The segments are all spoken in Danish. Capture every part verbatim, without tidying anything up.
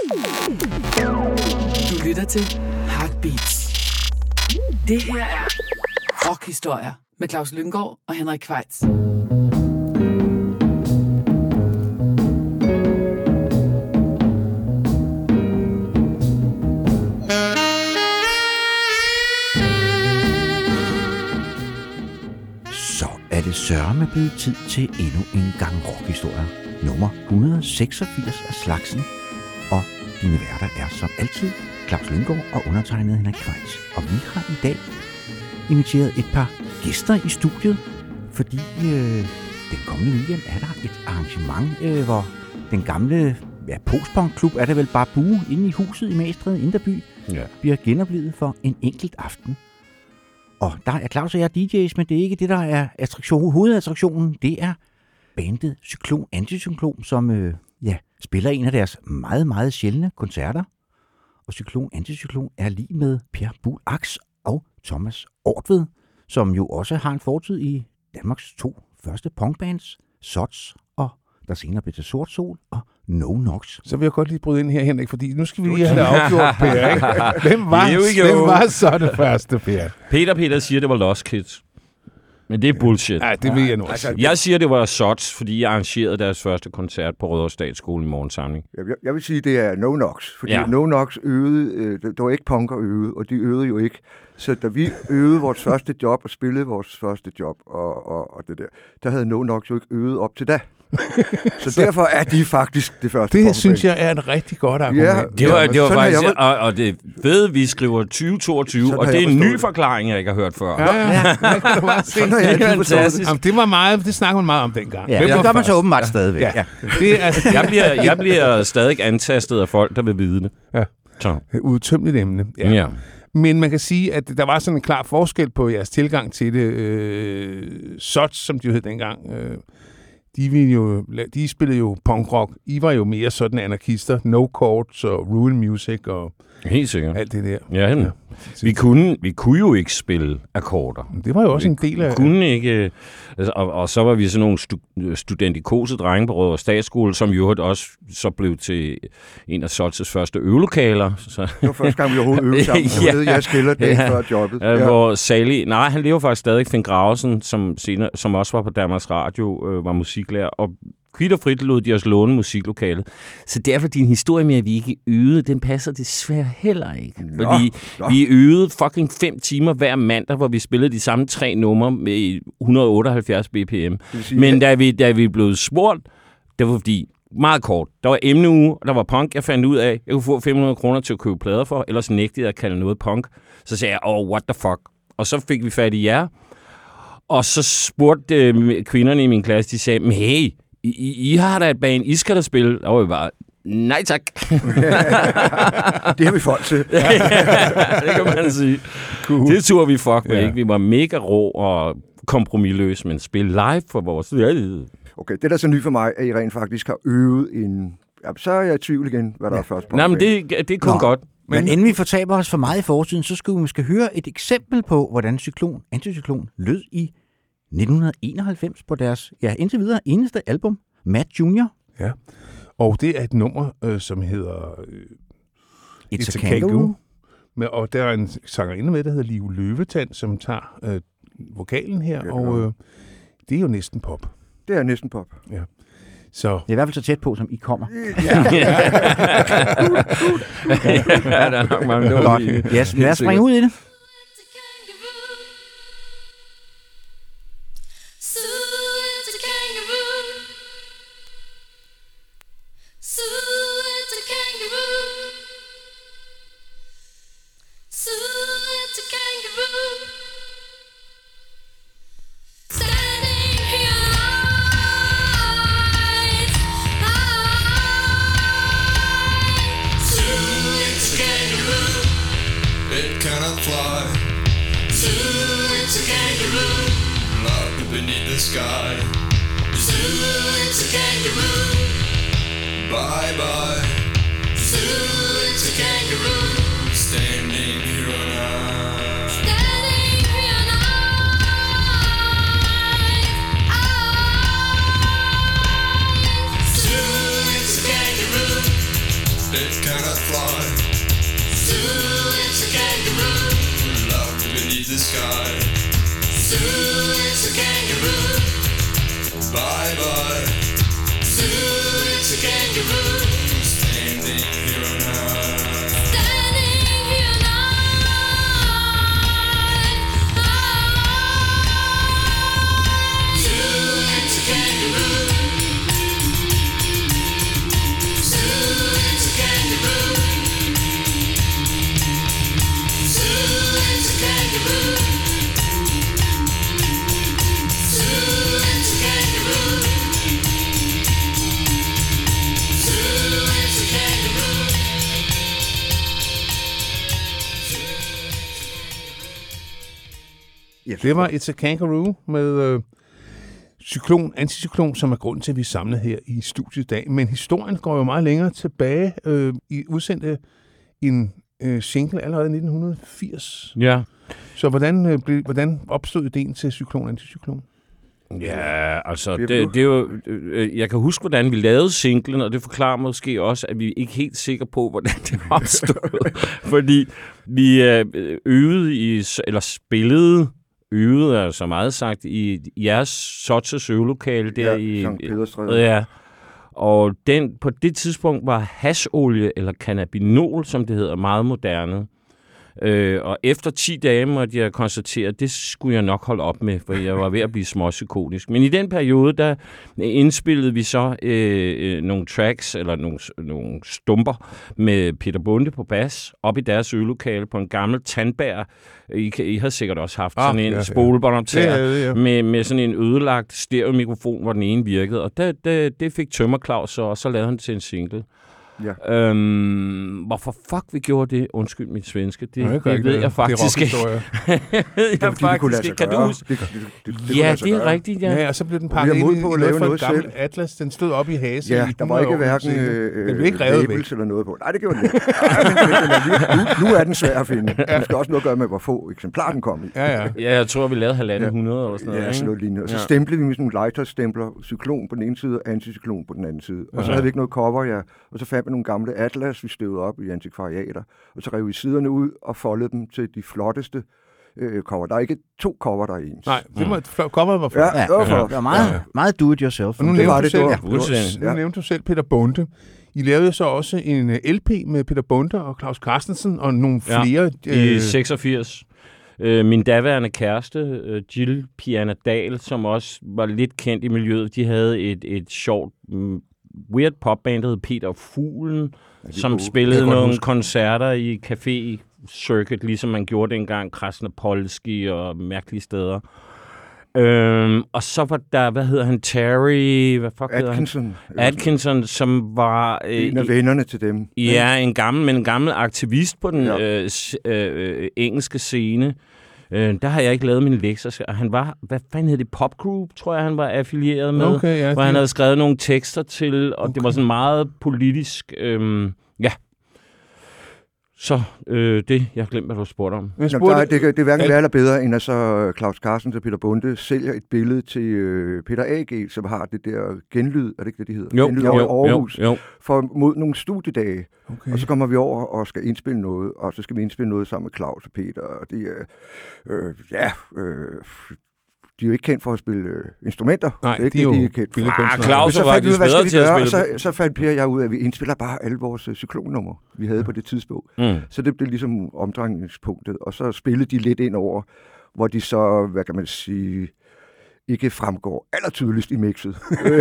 Du lytter til Heartbeats. Det her er rockhistorier med Claus Lynggaard og Henrik Kvejts. Er det sørme blevet tid til endnu en gang rockhistorier. Nummer et hundrede og seksogfirs af slagsen. Og dine værter er som altid Claus Lynggaard og undertegnet Henrik Kvejts. Og vi har i dag inviteret et par gæster i studiet, fordi øh, den kommende weekend er der et arrangement, øh, hvor den gamle ja, postpunk-klub er der vel bare bue inde i huset i Magstræde Indreby, ja. bliver genoplevet for en enkelt aften. Og der er Claus og jeg D J's, men det er ikke det, der er attraktion, hovedattraktionen. Det er bandet Cyklon Anticyklon, som øh, ja, spiller en af deres meget, meget sjældne koncerter. Og Cyklon Anticyklon er lige med Per Buhl Aks og Thomas Ortved, som jo også har en fortid i Danmarks to første punkbands, Sots og der senere blev til Sort Sol og No Nox. Så vil jeg godt lige bryde ind her, Henrik, fordi nu skal vi lige have det afgjort, Per. Ikke? Hvem var, hvem var så det første, Per? Peter Peter siger, det var Lost Kids. Men det er bullshit. Nej, det ved jeg nu også. Jeg siger, det var Sots, fordi jeg arrangerede deres første koncert på Rødovre Statsskole i morgensamling. Jeg, jeg vil sige, det er No Nox, fordi ja. No Nox øvede, øh, der var ikke punker øvede, og de øvede jo ikke. Så da vi øvede vores første job og spillede vores første job og, og, og det der, der havde No Nox jo ikke øvet op til da. Så derfor er de faktisk det første. Det punkband. Synes jeg er et rigtig godt argument. Ja, det var, det var faktisk, jeg... og, og det ved, vi skriver tyve toogtyve, sådan og det er en ny forklaring, jeg ikke har hørt før. Ja, ja. ja. Det var fantastisk. Det var meget, det snakker man meget om dengang. Ja, det gør man så åbenbart stadigvæk. Ja. Ja. Det er, altså... jeg, bliver, jeg bliver stadig antastet af folk, der vil vide det. Ja. Så. Udtømmeligt emne. Ja. ja. Men man kan sige, at der var sådan en klar forskel på jeres tilgang til det. Øh, Sots, som de jo hed dengang, øh, De, ville jo, de spillede jo punkrock. I var jo mere sådan anarkister. No Chords og Ruin Music og helt sikkert. Alt det der. Ja, ja. Vi, kunne, vi kunne jo ikke spille akkorder. Det var jo også vi en del af... kunne ikke... Altså, og, og så var vi sådan nogle stu- studentikose drenge på Rødovre Statsskole, som jo også så blev til en af Sots' første øvelokaler. Så. Det var første gang, vi overhovedet øvede sammen. Jeg ved, jeg skiller det ja. før jobbet. Ja. Hvor Sally... Nej, han lever faktisk stadig. Finn Gravesen, som, senere, som også var på Danmarks Radio, øh, var musiklærer, og kvitt og frit lod de os låne musiklokalet. Så derfor din historie med, at vi ikke øvede, den passer desværre heller ikke. Nå, Fordi nå. vi øvede fucking fem timer hver mandag, hvor vi spillede de samme tre numre med et hundrede og otteoghalvfjerds B P M. Sige, Men da vi, da vi blev spurgt, det var fordi, meget kort, der var emneuge, der var punk, jeg fandt ud af, jeg kunne få fem hundrede kroner til at købe plader for, ellers nægtede jeg at kalde noget punk. Så sagde jeg, oh, what the fuck? Og så fik vi fat i jer, og så spurgte øh, kvinderne i min klasse, de sagde, men hey, I, I har da et band, I skal da spille. Og vi bare, nej tak. Det har vi folk til. Ja, det kan man sige. Cool. Det turde vi fuck med, ja. ikke? Vi var mega rå og kompromisløse, men spille live for vores... Okay, det er da så nyt for mig, at I rent faktisk har øvet en... Ja, så er jeg i tvivl igen, hvad der ja. er først på. Nej, men det, det er kun Nå. godt. Men, men inden vi fortaber os for meget i fortiden, så skal vi måske høre et eksempel på, hvordan Cyklon Anticyklon lød i nitten enoghalvfems på deres, ja, indtil videre eneste album, Mad Junior. Ja, og det er et nummer, øh, som hedder øh, It's, It's a, a Kangaroo. Med, og der er en sangerinde med, der hedder Liv Løvetand, som tager øh, vokalen her, ja, og øh, det er jo næsten pop. Det er næsten pop. Ja. Så. Det er i hvert fald så tæt på, som I kommer. Ja, ja. ja der er nok mange dårlige. Yes, lad os springe ud i det. Stay it cannot fly. Zoo, it's a kangaroo. Locked beneath the sky. Zoo, it's a kangaroo. Bye bye. Zoo, it's a kangaroo. Standing here on high. Standing here on high. Zoo, it's a kangaroo. Zoo, it's a kangaroo. Zoo, it's a kangaroo. Zoo, it's a kangaroo. Zoo, it's a kangaroo. Yes. Det var It's a Kangaroo med øh, cyklon, anticyklon, som er grunden til, at vi er samlet her i studiet i dag. Men historien går jo meget længere tilbage. Øh, I udsendte en øh, single allerede i nitten firs. Ja. Så hvordan, øh, blev, hvordan opstod ideen til cyklon, anticyklon? Ja, altså, det, det er jo... Øh, jeg kan huske, hvordan vi lavede singlen, og det forklarer måske også, at vi ikke er helt sikre på, hvordan det opstod. Fordi vi øh, øvede i... Eller spillede... Øvede, er så meget sagt, i jeres Sotzes øvelokale der Ja, i... Sankt Pederstræde. Ja. Og den, på det tidspunkt var hasolie, eller cannabinol, som det hedder, meget moderne. Øh, og efter ti dage måtte jeg konstatere, at det skulle jeg nok holde op med, for jeg var ved at blive småpsykotisk. Men i den periode, der indspillede vi så øh, nogle tracks, eller nogle, nogle stumper, med Peter Bonde på bas, op i deres øvelokale på en gammel tandbær. I, I har sikkert også haft ah, sådan en ja, spolebåndoptager ja. Ja, ja. med, med sådan en ødelagt stereomikrofon, hvor den ene virkede. Og det, det, det fik Tømmer Claus så, og så lavede han det til en single. Ja. Øhm, hvorfor fuck vi gjorde det? Undskyld mit svenske. Det, Nej, det, det ved jeg faktisk ikke. Det jeg faktisk ikke. Kan du huske? Det, det, det, det, det ja, det er rigtigt, ja. Ja, og så blev den pakket ind i noget fra en gammel atlas. Den stod op i hase. Ja, i der var ikke hverken den blev ikke revet væk eller noget på. Nej, det gjorde den ikke. Ej, men, men, nu, nu er den svær at finde. Ja. Det skal også noget at gøre med, hvor få eksemplarer den kom i. Ja, ja. Ja, jeg tror, vi lavede halvanden hundrede eller sådan noget. Ja, sådan noget lignende. Og så stemplede vi med sådan nogle lighter-stempler. Cyklon på den ene side, og anticyklon på den anden side. Og så havde vi ikke noget cover, ja. Og så fandt vi nogle gamle atlas, vi støvede op i antikvariater. Og så rev vi siderne ud og foldede dem til de flotteste øh, cover. Der er ikke to cover, der er ens. Nej, det må, mm. coveret var flot. Ja, det var flot. Det var meget, ja. meget do-it-yourself. Og nu det nævnte var du det, selv, det var. ja. Nu nævnte du selv Peter Bonde. I lavede så også en L P med Peter Bonde og Claus Carstensen og nogle flere. Ja, i seksogfirs. Øh, min daværende kæreste, øh, Jill Piana Dahl, som også var lidt kendt i miljøet, de havde et, et sjovt, mm, weird popband, der hed Peter Fuglen, ja, som gode. spillede nogle huske. koncerter i café circuit, ligesom man gjorde dengang, Krasnopolski og mærkelige steder. Øhm, og så var der, hvad hedder han, Terry, hvad fuck Atkinson. hedder han? Atkinson, som var... Øh, en af vennerne til dem. Ja, en gammel, men en gammel aktivist på den ja. øh, øh, engelske scene. Øh, der har jeg ikke lavet mine lektier. Han var, hvad fanden hed det, Pop Group, tror jeg, han var affilieret med. Okay, ja, hvor det... han havde skrevet nogle tekster til, og okay. det var sådan meget politisk... Øh, ja. Så øh, det, jeg har glemt, hvad du spurgte om. Jamen, der er, det, det er hverken værre eller bedre, end at så Claus Carsten og Peter Bonde sælger et billede til øh, Peter A G, som har det der genlyd, er det ikke det, de hedder? Jo, genlyd jo, over jo, Aarhus, jo, jo. For mod nogle studiedage. Okay. Og så kommer vi over og skal indspille noget, og så skal vi indspille noget sammen med Claus og Peter, og det er, øh, ja... Øh, de er jo ikke kendt for at spille øh, instrumenter. Nej, det er ikke de er det, jo de er kendt for. Ah, Claus var faktisk bedre til at spille. Så, så fandt Per og jeg ud af, at vi indspiller bare alle vores uh, cyklonnumre, vi havde på det tidspunkt. Mm. Så det blev ligesom omdrejningspunktet. Og så spillede de lidt ind over, hvor de så, hvad kan man sige, ikke fremgår allertydeligst i mixet. oh.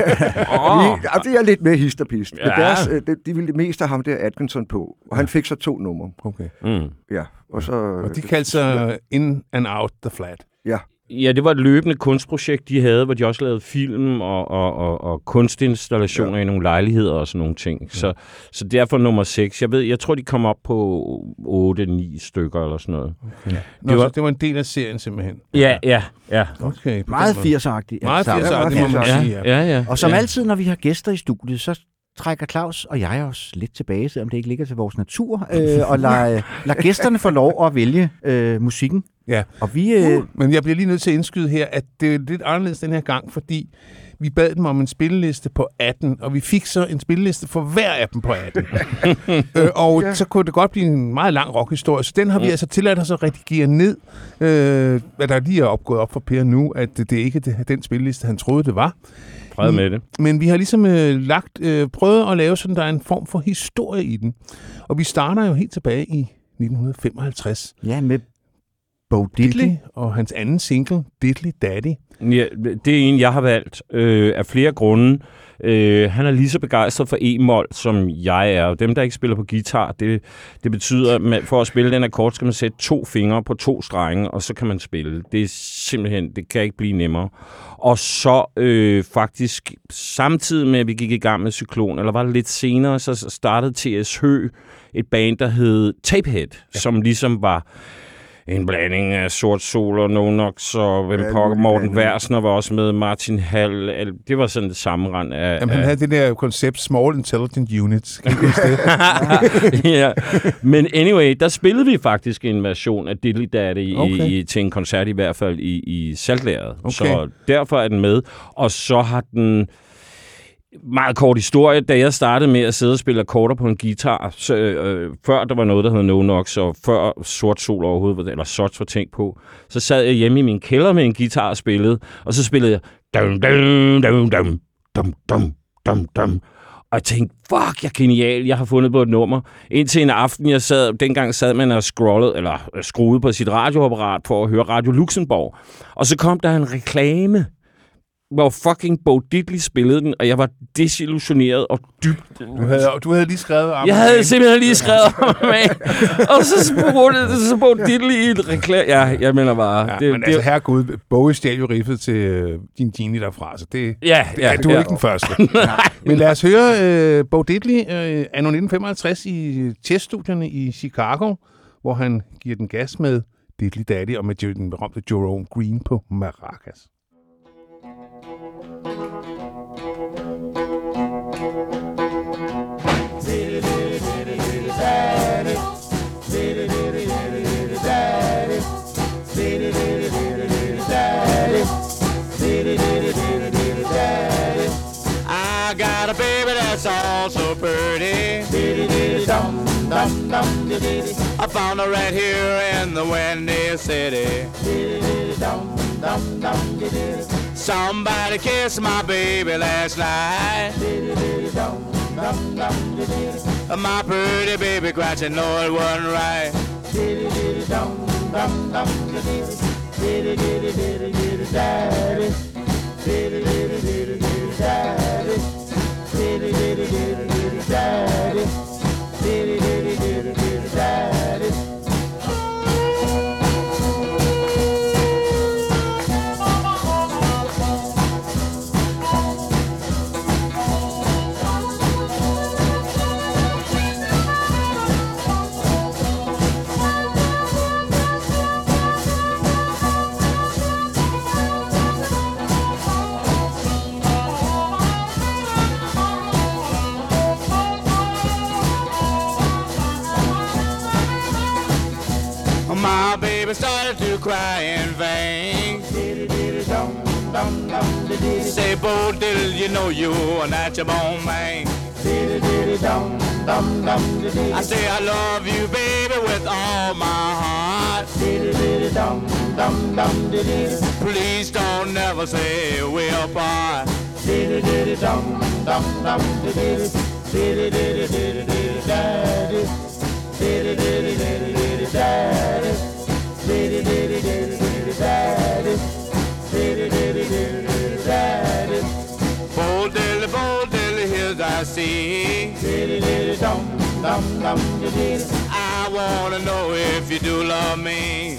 ja, det er lidt mere hist og pist. Ja. Deres, de, de ville det mest have ham der Atkinson på, og han fik så to numre. Okay. Mm. Ja, og så... Og de kaldte sig In and Out the Flat. Ja. Ja, det var et løbende kunstprojekt, de havde, hvor de også lavede film og, og, og, og kunstinstallationer ja. i nogle lejligheder og sådan nogle ting. Ja. Så, så derfor nummer seks. Jeg ved, jeg tror, de kom op på otte ni stykker eller sådan noget. Okay. Nå, det, var, det var en del af serien simpelthen? Ja, ja, ja. Okay, meget firs-agtigt. Meget firs-agtigt, må man sige. Ja, ja, ja. Og som ja. altid, når vi har gæster i studiet, så trækker Claus og jeg os lidt tilbage, selvom det ikke ligger til vores natur, øh, og lader, lader gæsterne få lov at vælge øh, musikken. Ja, og vi, øh... uh, men jeg bliver lige nødt til at indskyde her, at det er lidt anderledes den her gang, fordi vi bad dem om en spilleliste på atten, og vi fik så en spilleliste for hver af dem på atten. øh, og ja. så kunne det godt blive en meget lang rockhistorie, så den har vi mm. altså tilladt os at redigere ned, øh, hvad der lige er opgået op for Per nu, at det ikke er den spilleliste, han troede, det var. Fred med det. Men vi har ligesom øh, lagt, øh, prøvet at lave sådan, der er en form for historie i den. Og vi starter jo helt tilbage i nitten femoghalvtreds. Ja, med Bo Diddley og hans anden single, Diddley Daddy. Ja, det er en, jeg har valgt øh, af flere grunde. Øh, han er lige så begejstret for e-mol, som jeg er. Dem, der ikke spiller på guitar, det, det betyder, at man, for at spille den akkord, skal man sætte to fingre på to strenge, og så kan man spille. Det er simpelthen, det kan ikke blive nemmere. Og så øh, faktisk, samtidig med, at vi gik i gang med Cyklon, eller var det lidt senere, så startede T S Hø et band, der hed Tapehead, ja. som ligesom var en blanding af Sort Sol og No Nox og hvem pokker. Morten Wersner var også med, Martin Hall. Det var sådan det samme rand af... Jamen, han af... havde det der koncept Small Intelligent Units. ja. Men anyway, der spillede vi faktisk en version af Diddley Daddy okay. i, til en koncert, i hvert fald i, i Saltlæret. Okay. Så derfor er den med. Og så har den... Meget kort historie, da jeg startede med at sidde og spille akkorder på en guitar, så, øh, før der var noget, der hed No Nox, og før Sort Sol overhovedet, eller Sots var tænkt på, så sad jeg hjemme i min kælder med en guitar og spillede, og så spillede jeg dum dum dum dum dum dum dum dum. Og jeg tænkte, fuck, jeg er genial, jeg har fundet på et nummer. Indtil en aften, jeg sad, dengang sad man og scrollede, eller skruede på sit radioapparat for at høre Radio Luxembourg. Og så kom der en reklame, hvor fucking Bo Diddley spillede den, og jeg var desillusioneret og dybt. Du havde, du havde lige skrevet om Jeg havde simpelthen lige skrevet om med. Og så spurgte så Bo Diddley i et reklame. Ja, jeg mener bare... Ja, det, men det, altså, herregud, Bowie stjal jo riffet til uh, din genie derfra, så det, ja, det ja, er du ja. ikke den første. Men lad os høre uh, Bo Diddley uh, anno nitten femoghalvtreds i teststudierne i Chicago, hvor han giver den gas med Diddley Daddy og med den berømte Jerome Green på maracas. I got a baby that's all so pretty. I found her right here in the Windy City. Somebody kissed my baby last night. My pretty baby cried, she know it wasn't right. My baby started to cry in vain. Say, Bo Diddley, you know you are not your bone man. I say I love you, baby, with all my heart. Please don't never say we're apart. Bo Diddley, Bo Diddley, here's I see. I wanna know if you do love me.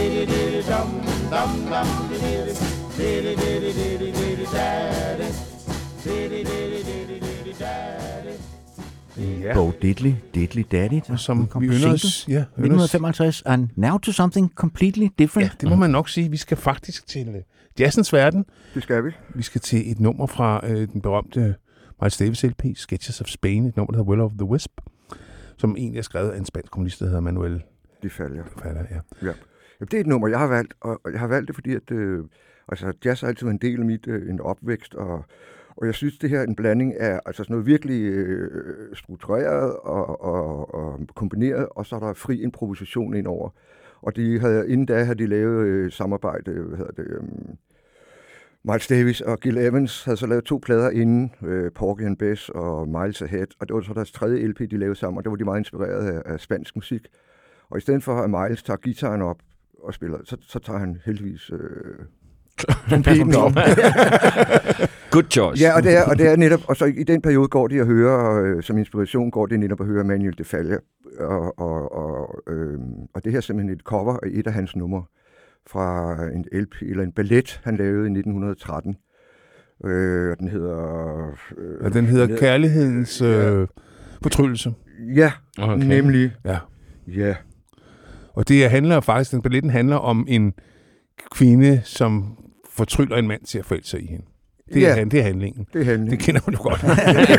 Ja. Bo Diddley, Diddley Daddy, som vi ynders, ja, nitten femoghalvtreds, and now to something completely different. Ja, det må man nok sige. Vi skal faktisk til jazzens verden. Det skal vi. Vi skal til et nummer fra øh, den berømte Miles Davis L P, Sketches of Spain, et nummer, der hedder Will of the Wisp, som egentlig er skrevet af en spansk kommunist, der hedder Manuel De Falla. De Falla, ja. Ja. Jamen, det er et nummer, jeg har valgt, og jeg har valgt det, fordi at, øh, Altså, jazz har altid været en del af mit øh, en opvækst, og, og jeg synes, det her er en blanding af altså sådan noget virkelig øh, struktureret og, og, og kombineret, og så er der fri improvisation indover. Og de havde, inden da havde de lavet øh, samarbejde, hvad hedder det, øh, Miles Davis og Gil Evans havde så lavet to plader inden, øh, Porgy and Bess og Miles Ahead, og det var så deres tredje L P, de lavede sammen, og der var de meget inspireret af, af spansk musik. Og i stedet for, at Miles tager gitaren op og spiller, så, så tager han heldigvis øh, trompeten op. Good choice. Ja, og det, er, og det er netop, og så i den periode går det at høre, øh, som inspiration går det netop at høre Manuel de Falla, og, og, og, øh, og det her er simpelthen et cover af et af hans numre fra en L P, eller en ballet, han lavede i nitten tretten. Øh, den hedder... Øh, ja, den hedder Kærlighedens øh, fortryllelse. Ja, okay. Nemlig. Ja. Ja. Og det handler faktisk, den balletten handler om en kvinde, som fortryller en mand til at forelske sig i hende. Det er, ja, det er handlingen. Det er handlingen. Det kender man jo godt.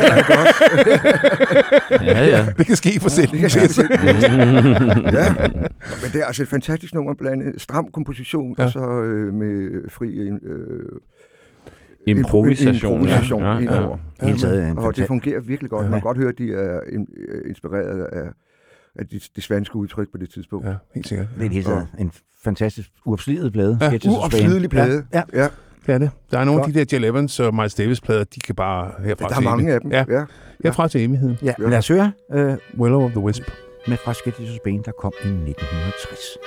ja, ja. Det kan ske for selv. Ja, ja. Men det er altså et fantastisk nummer, blandt stram komposition, ja, og så øh, med fri øh, improvisation, improvisation ja, indover. Ja, ja. Ja, og det fungerer virkelig godt. Ja. Man kan godt høre, at de er inspireret af, af de, de svenske udtryk på det tidspunkt. Ja, helt sikkert. Det er helt sikkert en fantastisk uopslidet plade. Ja, uopslidelig plade. Ja. Ja. Ja. Det er det. Der er nogle af de der Gil Evans og Miles Davis-plader, de kan bare herfra der er mange af dem. Ja, ja. Herfra til evigheden. Ja, ja. Lad os høre uh, Willow of the Wisp med fra Sketches og Spain, der kom i nitten tres.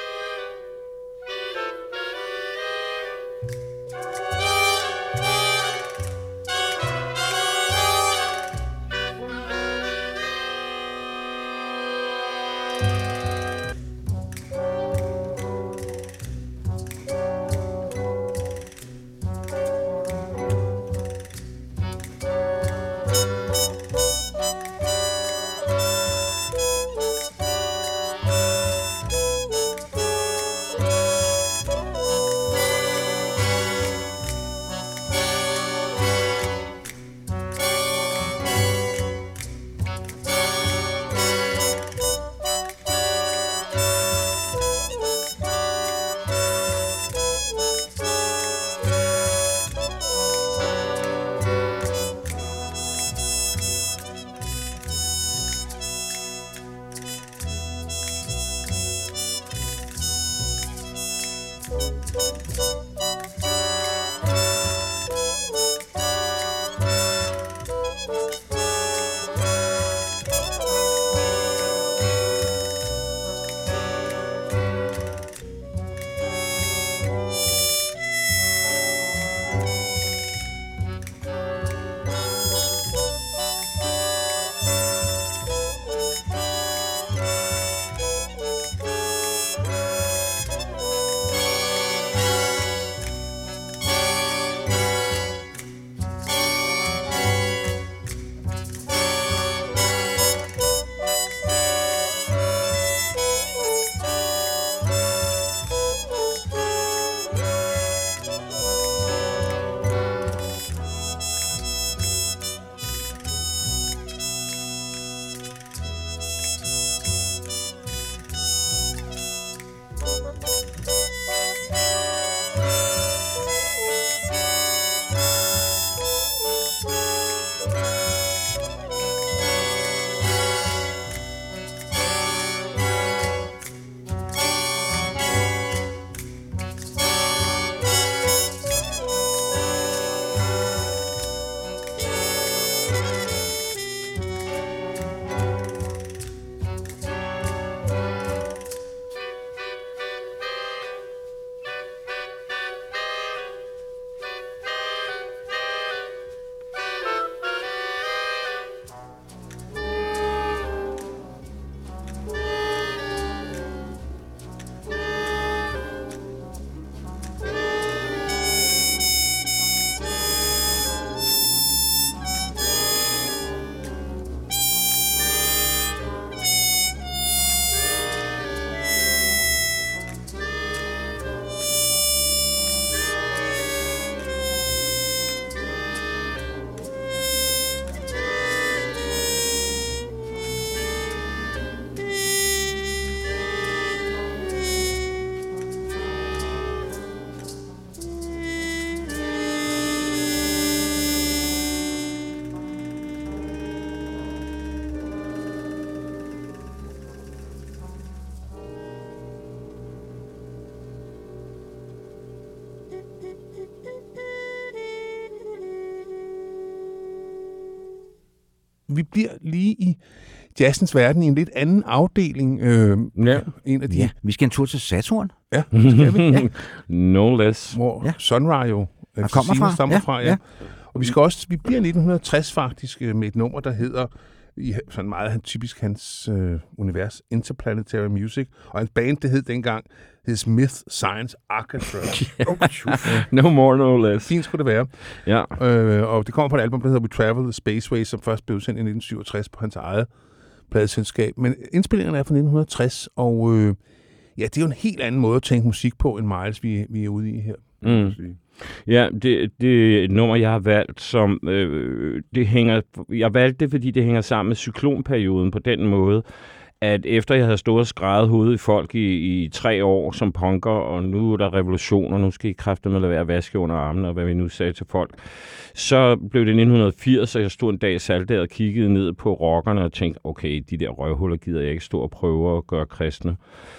vi bliver lige i jazzens verden i en lidt anden afdeling. Øh, ja. En af de... Ja, vi skal en tur til Saturn. Ja, skal vi. Ja. No less. Hvor ja. Sun Ra jo der kommer fra. stammer Ja, fra, ja. ja. Og vi skal også, vi bliver nitten tres faktisk med et nummer, der hedder, i sådan meget han, typisk hans øh, univers, Interplanetary Music, og hans band, det hed dengang, hed Smith Science Orchestra. No more, no less. Fint skulle det være. Ja. Øh, og det kommer på et album, der hedder We Travel the Spaceway, som først blev udsendt i nitten syvogtres på hans eget pladeselskab. Men indspillingerne er fra nitten tres, og øh, ja, det er jo en helt anden måde at tænke musik på, end Miles, vi, vi er ude i her. Mm. Ja, det, det er et nummer, jeg har valgt, som øh, det hænger, jeg valgte det, fordi det hænger sammen med cyklonperioden på den måde, at efter jeg havde stået og skrevet hovedet i folk i, i tre år som punker, og nu er der revolution, og nu skal I kræfterne lade være at vaske under armene, og hvad vi nu sagde til folk, så blev det nitten firs, og jeg stod en dag i Saltdal og kiggede ned på rockerne og tænkte, okay, de der røvhuller gider jeg ikke stå og prøve at gøre kristne.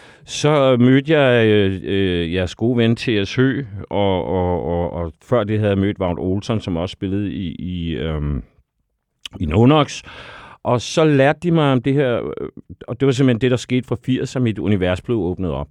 Så mødte jeg øh, øh, jeres gode ven T S Hø, og, og, og, og før det havde jeg mødt Vagn Olsson, som også spillede i, i, øhm, i No-Nox. Og så lærte de mig om det her, og det var simpelthen det, der skete fra firs, at mit univers blev åbnet op.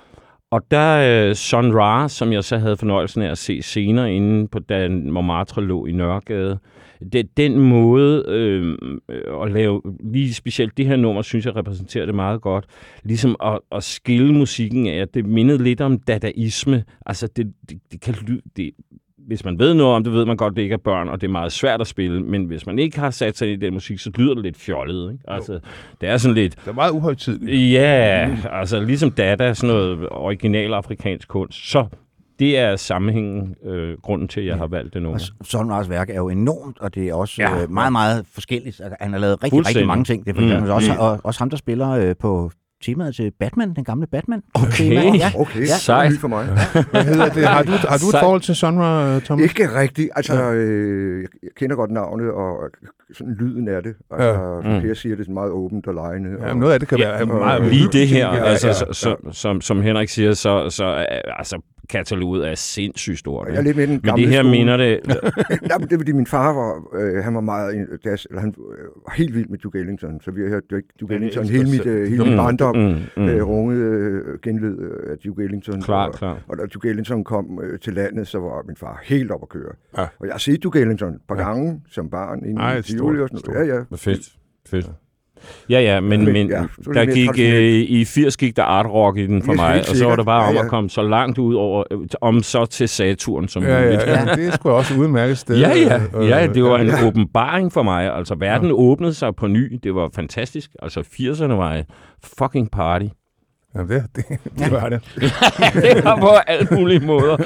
Og der øh, Sun Ra, som jeg så havde fornøjelsen af at se senere inde på, da Montmartre lå i Nørregade, det, den måde øh, at lave, lige specielt det her nummer, synes jeg repræsenterer det meget godt, ligesom at, at skille musikken af, det mindede lidt om dadaisme, altså det, det, det kan lyde, det, hvis man ved noget om det, ved man godt, det ikke er børn, og det er meget svært at spille, men hvis man ikke har sat sig i den musik, så lyder det lidt fjollet, ikke? Altså, det er sådan lidt... Det er meget uhøjtideligt. Ja, altså ligesom Dada, sådan noget original afrikansk kunst, så det er sammenhængen, øh, grunden til, at jeg har valgt det nummer. Sun Ra's værk er jo enormt, og det er også ja. øh, meget, meget forskelligt. Han har lavet rigtig, rigtig mange ting. Det er for eksempel mm. også, og, også ham, der spiller øh, på temaet til Batman, den gamle Batman. Okay, ja. okay. Ja. Sejt. For mig. Hvad hedder det? Har du, har du et forhold til Sun Ra, Thomas? Ikke rigtigt. Altså, øh, jeg kender godt navnet, og sådan lyden af det. Altså, ja. mm. Per siger, det er meget åbent og lejende. Ja, noget af det kan ja, være meget... Lige det her, ja, altså, ja, ja, ja. Så, som, som Henrik siger, så, så altså, kataloget er sindssygt stort. Jeg er lidt med den men det her skole. mener det... Nej, men det er fordi min far var, øh, han var meget, jazz, eller han var helt vild med Duke Ellington, så vi har hørt Duke Ellington hele mit, øh, hele min barndom, mm, mm. øh, runget øh, genlyd af Duke Ellington. Klar, og, klar. og da Duke Ellington kom øh, til landet, så var min far helt op at køre. Ja. Og jeg har set Duke Ellington et par gange som barn inden i Tivoli og sådan noget. Ja, ja. Fedt, fedt. Ja, ja, men, men, men ja, der gik, øh, i firs gik der art rock i den for mig, og så var det bare om ja, ja. at komme så langt ud over, om så til Saturn som ja, muligt. Ja, ja, det er sgu også udmærket sted. Ja, ja, ja, det var en åbenbaring for mig. Altså, verden ja. åbnede sig på ny. Det var fantastisk. Altså, firserne var et fucking party. Ja, det, det, det var det. Det var på alle mulige måder.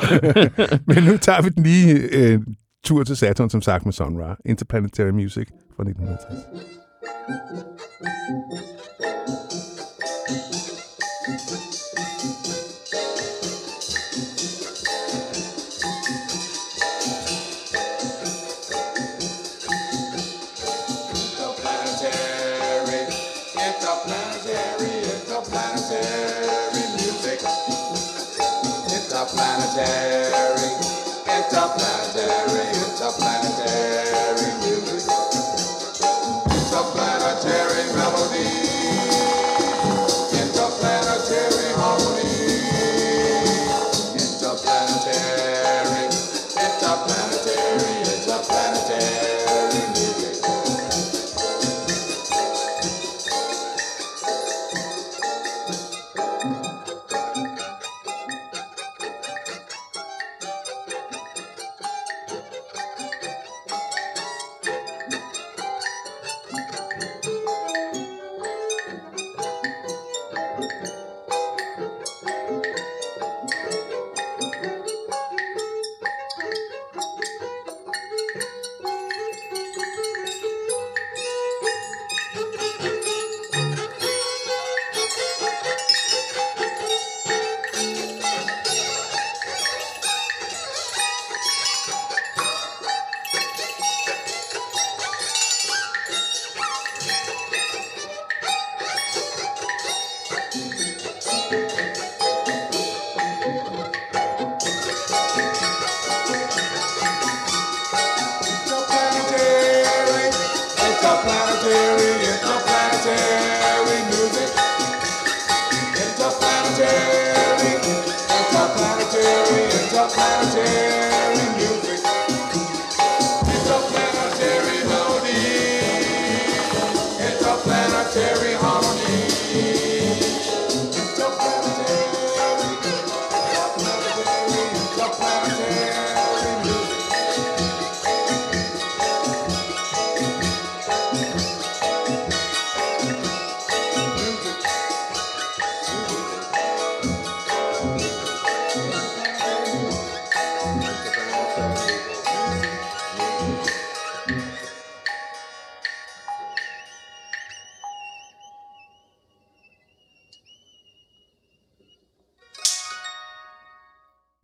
Men nu tager vi den lige øh, tur til Saturn, som sagt med Sun Ra. Interplanetary Music fra nitten tres. Interplanetary, interplanetary, interplanetary music, interplanetary melody, interplanetary harmony, interplanetary, interplanetary, interplanetary music.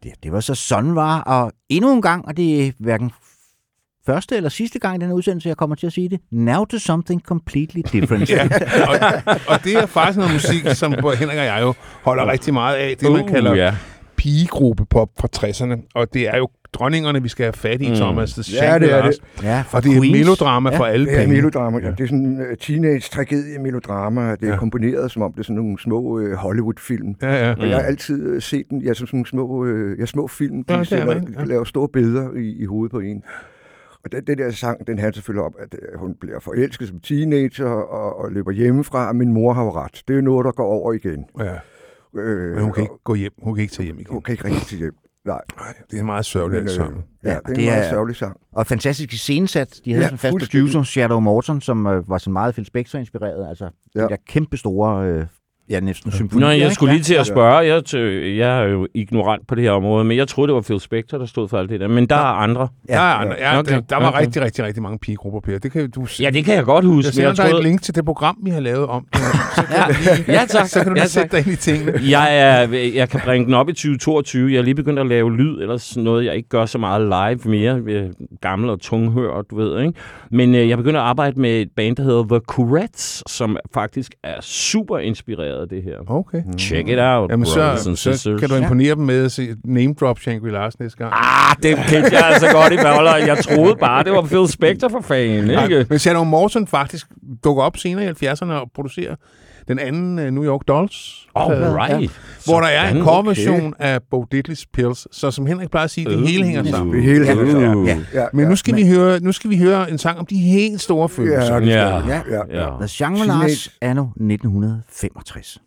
Det, det var så sådan var, og endnu en gang, og det er hverken første eller sidste gang i den udsendelse, jeg kommer til at sige det, now to something completely different. Ja, og, og det er faktisk noget musik, som både Henrik og jeg jo holder rigtig meget af. Det, man uh, kalder ja. pigegruppepop fra tresserne. Og det er jo dronningerne, vi skal have fat i, mm. Thomas. Det ja, det er det. Ja, og det er et melodrama ja. for alle penge. Det er melodrama. Ja. Det er sådan en uh, teenage-tragedie-melodrama. Det er ja. komponeret, som om det er sådan nogle små uh, Hollywood-film. Ja, ja. Og mm. jeg har altid uh, set den. Jeg er sådan nogle små, uh, ja, små film, de ja, sætter, ja. laver store billeder i, i hovedet på en. Og den, den der sang, den handler selvfølgelig om, at uh, hun bliver forelsket som teenager og, og løber hjemmefra, og min mor har jo ret. Det er noget, der går over igen. Ja. Øh, Men hun kan ikke gå hjem. Hun kan ikke tage hjem igen. Hun kan ikke rigtig til hjem. Nej. Nej, det er en meget sørgelig øh, sang. Ja, ja, det er en det meget er, sørgelig sang. Og fantastisk iscenesat. De havde ja, sådan en fast producer, Shadow Morton, som øh, var sådan meget Phil Spector-inspireret. Altså, ja. de der kæmpe store... Øh, Ja, næsten symfoni. Nå, jeg skulle lige til at spørge. Jeg, t- jeg er jo ignorant på det her område, men jeg troede, det var Phil Spector, der stod for alt det der. Men der ja. er andre. Ja, der er andre. Ja, okay. der, der var okay. rigtig, rigtig, rigtig mange pigegrupper, Per. Det kan du se. Ja, det kan jeg godt huske. Jeg sender dig troede... et link til det program, vi har lavet om det. Så kan ja. Lige, ja, tak. Så kan du lige ja, sætte dig ind i tingene. Jeg, er, jeg kan bringe den op i tyve toogtyve. Jeg er lige begyndt at lave lyd, eller sådan noget, jeg ikke gør så meget live mere. Jeg er gammel og tunghør, du ved, ikke? Men øh, jeg begynder at arbejde med et band, der hedder The Courettes, som faktisk er super inspireret af det her. Okay. Check it out, Jamen, så, så kan du imponere ja. dem med at se name drop Shangri-La's næste gang. Ah, det kendte jeg altså godt i beholder. Jeg troede bare, det var Phil Spector for fanden, ikke? Ja, men Shadow Morton faktisk dukker op senere i halvfjerdserne og producerer den anden uh, New York Dolls. All right. Ja, hvor der er en coverversion okay. af Bo Diddleys Pills, så som Henrik plejer at sige, det uh, hele hænger sammen. Det hele hænger sammen. Uh. Ja. Ja. Men nu skal, ja. vi høre, nu skal vi høre en sang om de helt store følelser. Ja, ja. ja. ja. ja. The Shangri-La's anno nitten femogtres.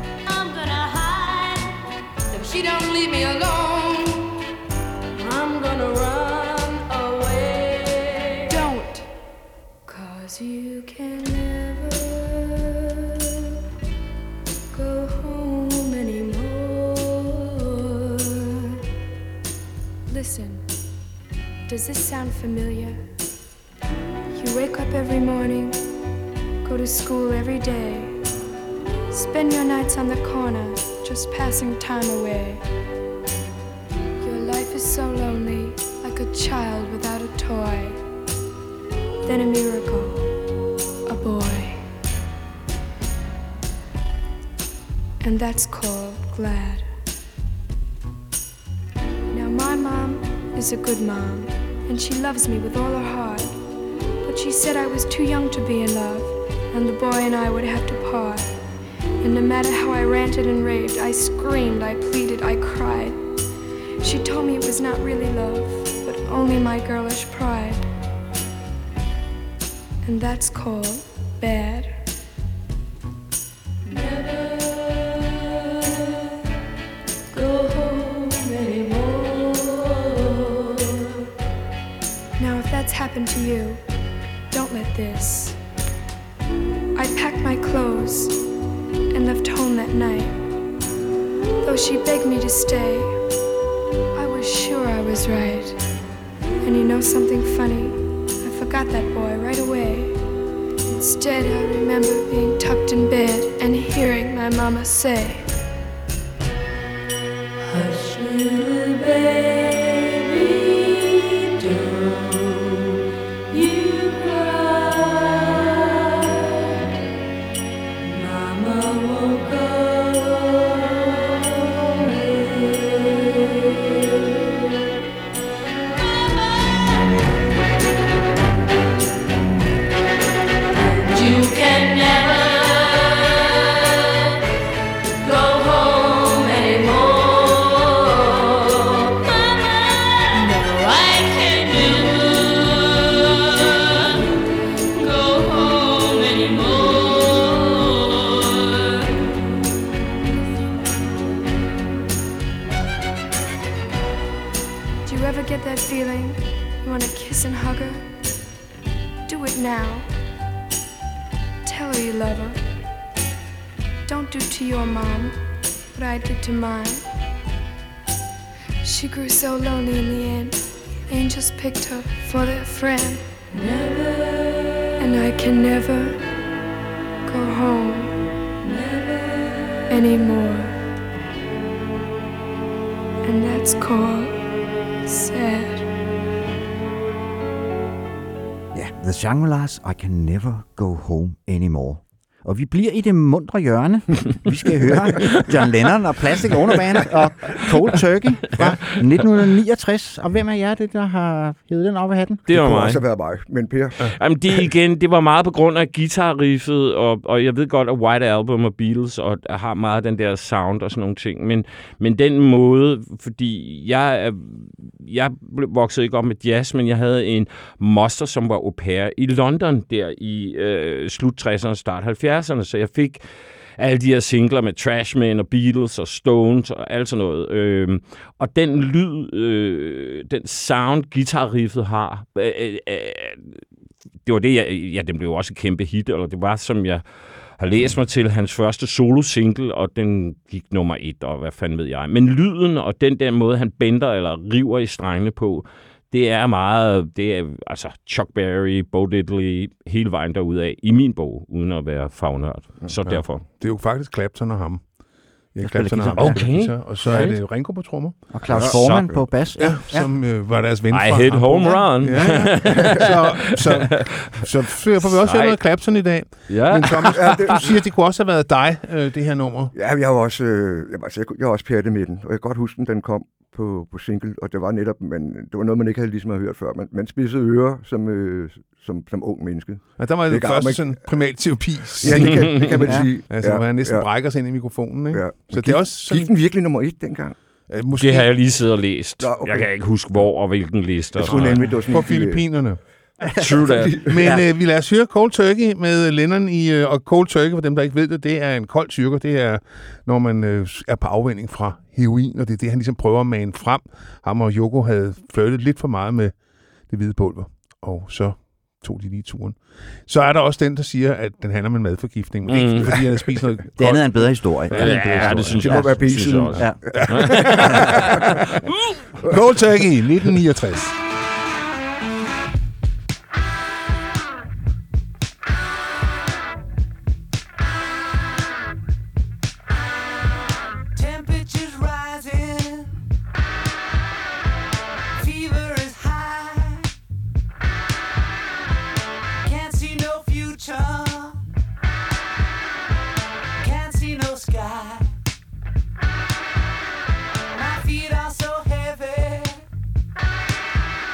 She don't leave me alone. I'm gonna run away. Don't, 'cause you can never go home anymore. Listen, does this sound familiar? You wake up every morning, go to school every day, spend your nights on the corner, just passing time away. Your life is so lonely, like a child without a toy. Then a miracle, a boy. And that's called glad. Now my mom is a good mom, and she loves me with all her heart. But she said I was too young to be in love, and the boy and I would have to part. And no matter how I ranted and raved, I screamed, I pleaded, I cried. She told me it was not really love, but only my girlish pride. And that's called bad. Never go home anymore. Now if that's happened to you, don't let this. I packed my clothes and left home that night. Though she begged me to stay, I was sure I was right. And you know something funny? I forgot that boy right away. Instead, I remember being tucked in bed and hearing my mama say, "Hush, little baby, don't you cry. Mama won't go away." You can never go home anymore. Mama, no, I can never go home anymore. Do you ever get that feeling you want to kiss and hug her? Do it now. Tell her you love her. Don't do to your mom what I did to mine. She grew so lonely in the end. Angels picked her for their friend. Never. And I can never go home never. Anymore. and that's called sad. Ja, The Shangri-Las, I Can Never Go Home Anymore. Og vi bliver i det mundre hjørne. Vi skal høre John Lennon og Plastic Ono Band og Cold Turkey fra nitten niogtres. Og hvem er jer det, der har hævet den op af hatten? Det var Det mig. kunne også have været mig, men Per. Jamen, det igen, det var meget på grund af guitarriffet, og, og jeg ved godt, at White Album og Beatles og har meget den der sound og sådan nogle ting, men, men den måde, fordi jeg, jeg voksede ikke op med jazz, men jeg havde en moster, som var au pair i London der i øh, slut tresserne, start halvfjerdserne, så jeg fik alle de her singler med Trashmen og Beatles og Stones og alt sådan noget. Øhm, og den lyd, øh, den sound, guitarriffet har, øh, øh, det var det, jeg, ja, den blev også et kæmpe hit, eller det var, som jeg har læst mig til, hans første solo-single, og den gik nummer et, og hvad fanden ved jeg. Men lyden og den der måde, han bender eller river i strengene på, det er meget, det er altså Chuck Berry, Bo Diddley, hele vejen derudad i min bog, uden at være fagnørd. Så ja, derfor. Det er jo faktisk Clapton og ham. Ja, Der Clapton og ham. Okay. Og så er det Ringo på trommer. Og Claus Ja, Forman så- på bas. Ja, som øh, var deres ven I fra hit Hamburg. home run. Ja, ja. Så, så, så, så får vi også høre noget Clapton i dag. Ja. Men Thomas, du siger, at det kunne også have været dig, øh, det her nummer. Ja, jeg var også, øh, jeg, var, altså, jeg, jeg var også pjattet med den, og jeg kan godt huske, den, den kom på, på single, og det var netop, men det var noget, man ikke havde ligesom have hørt før. Man, man spidsede ører som, øh, som, som ung menneske. Ja, der var det, Det det gør første man- sådan primalterapi. Ja, det kan, det kan man Ja. sige. Altså, ja, hvor han næsten ja, brækker sig ind i mikrofonen, ikke? ja. Så det er også sådan, Gik den virkelig nummer et dengang? øh, måske Det har jeg lige siddet og læst. Nå, okay. Jeg kan ikke huske, hvor og hvilken liste. Jeg troede nemlig, det var sådan på en lille- Filippinerne. True that. Men ja. øh, vi lader os høre Cold Turkey med Lennon i, øh, og Cold Turkey, for dem, der ikke ved det, det er en kold tyrker. Det er, når man øh, er på afvænning fra heroin, og det er det, han ligesom prøver at mane frem. Ham og Yoko havde flirtet lidt for meget med det hvide pulver, og så tog de lige turen. Så er der også den, der siger, at den handler om en madforgiftning, men ikke Mm. fordi han har spist noget Det andet er en bedre historie. Ja, det er en bedre Ja, historie. det synes Det jeg må være synes jeg B-siden. også. Ja. Cold Turkey, nitten niogtres. Temperature's rising, fever is high. Can't see no future, can't see no sky. My feet are so heavy,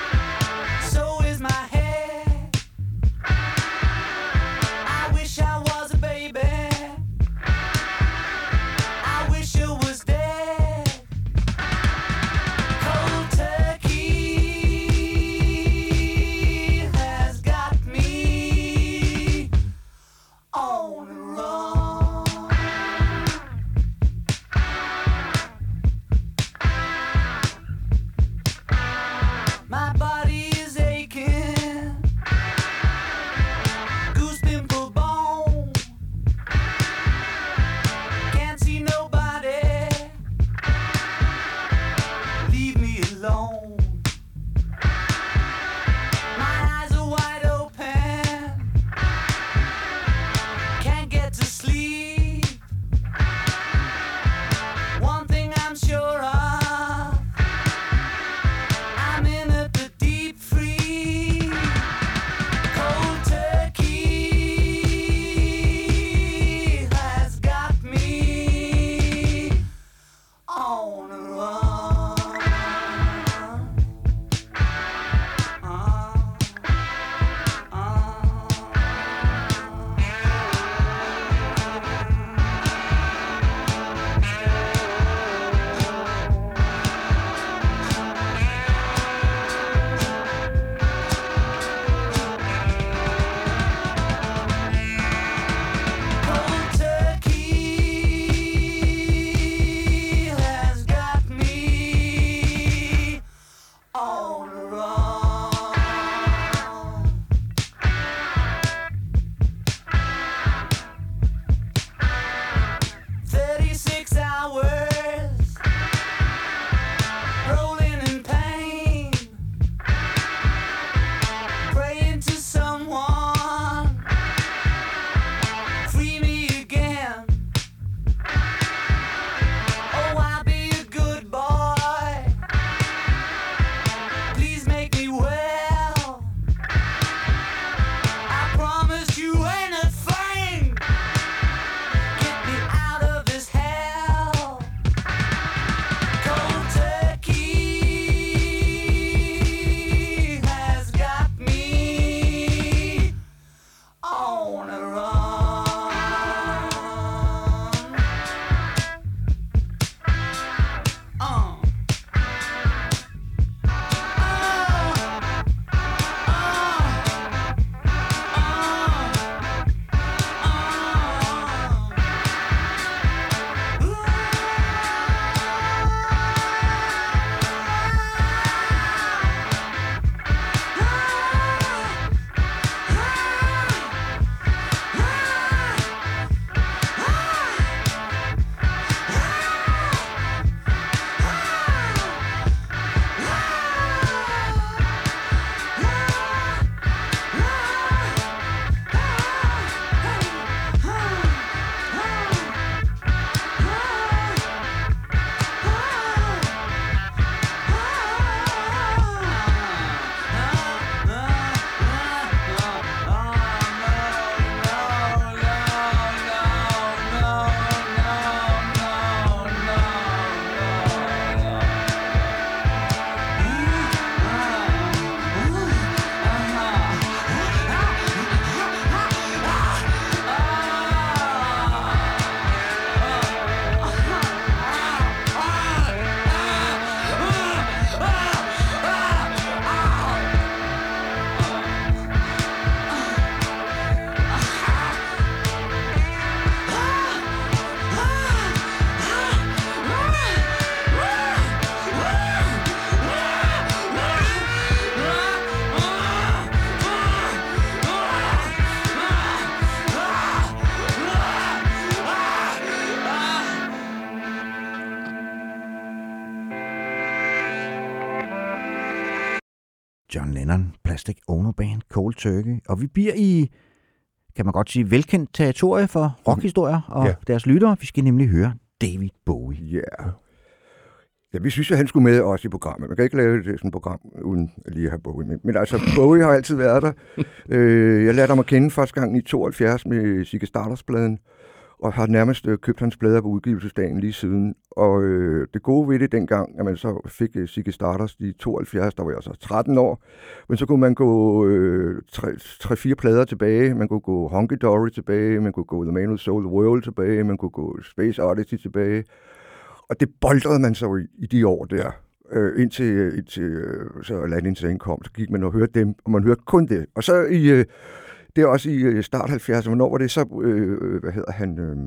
John Lennon, Plastic Ono Band, Cold Turkey. Og vi bliver i, kan man godt sige, velkendt territorie for rockhistorier og Ja. deres lyttere. Vi skal nemlig høre David Bowie. Ja. Yeah. Ja, vi synes, at han skulle med også i programmet. Man kan ikke lave det sådan et program, uden at lige have Bowie med. Men altså, Bowie har altid været der. øh, jeg lærte ham at kende første gang i tooghalvfjerds med Ziggy Stardust-pladen, og har nærmest øh, købt hans plader på udgivelsesdagen lige siden. Og øh, det gode ved det dengang, at man så fik øh, Ziggy Stardust i tooghalvfjerds, der var jeg så tretten år, men så kunne man gå øh, tre-fire plader tilbage, man kunne gå Honky Dory tilbage, man kunne gå The Man Who Sold the World tilbage, man kunne gå Space Oddity tilbage. Og det boldrede man så i, i de år der, øh, indtil, indtil øh, så Aladdin Sane kom, så gik man og hørte dem, og man hørte kun det. Og så i, øh, det er også i øh, start halvfjerdserne, hvornår var det så, øh, hvad hedder han, øh,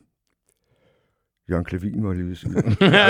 Jørgen Clevin, var jeg lige ved at sige.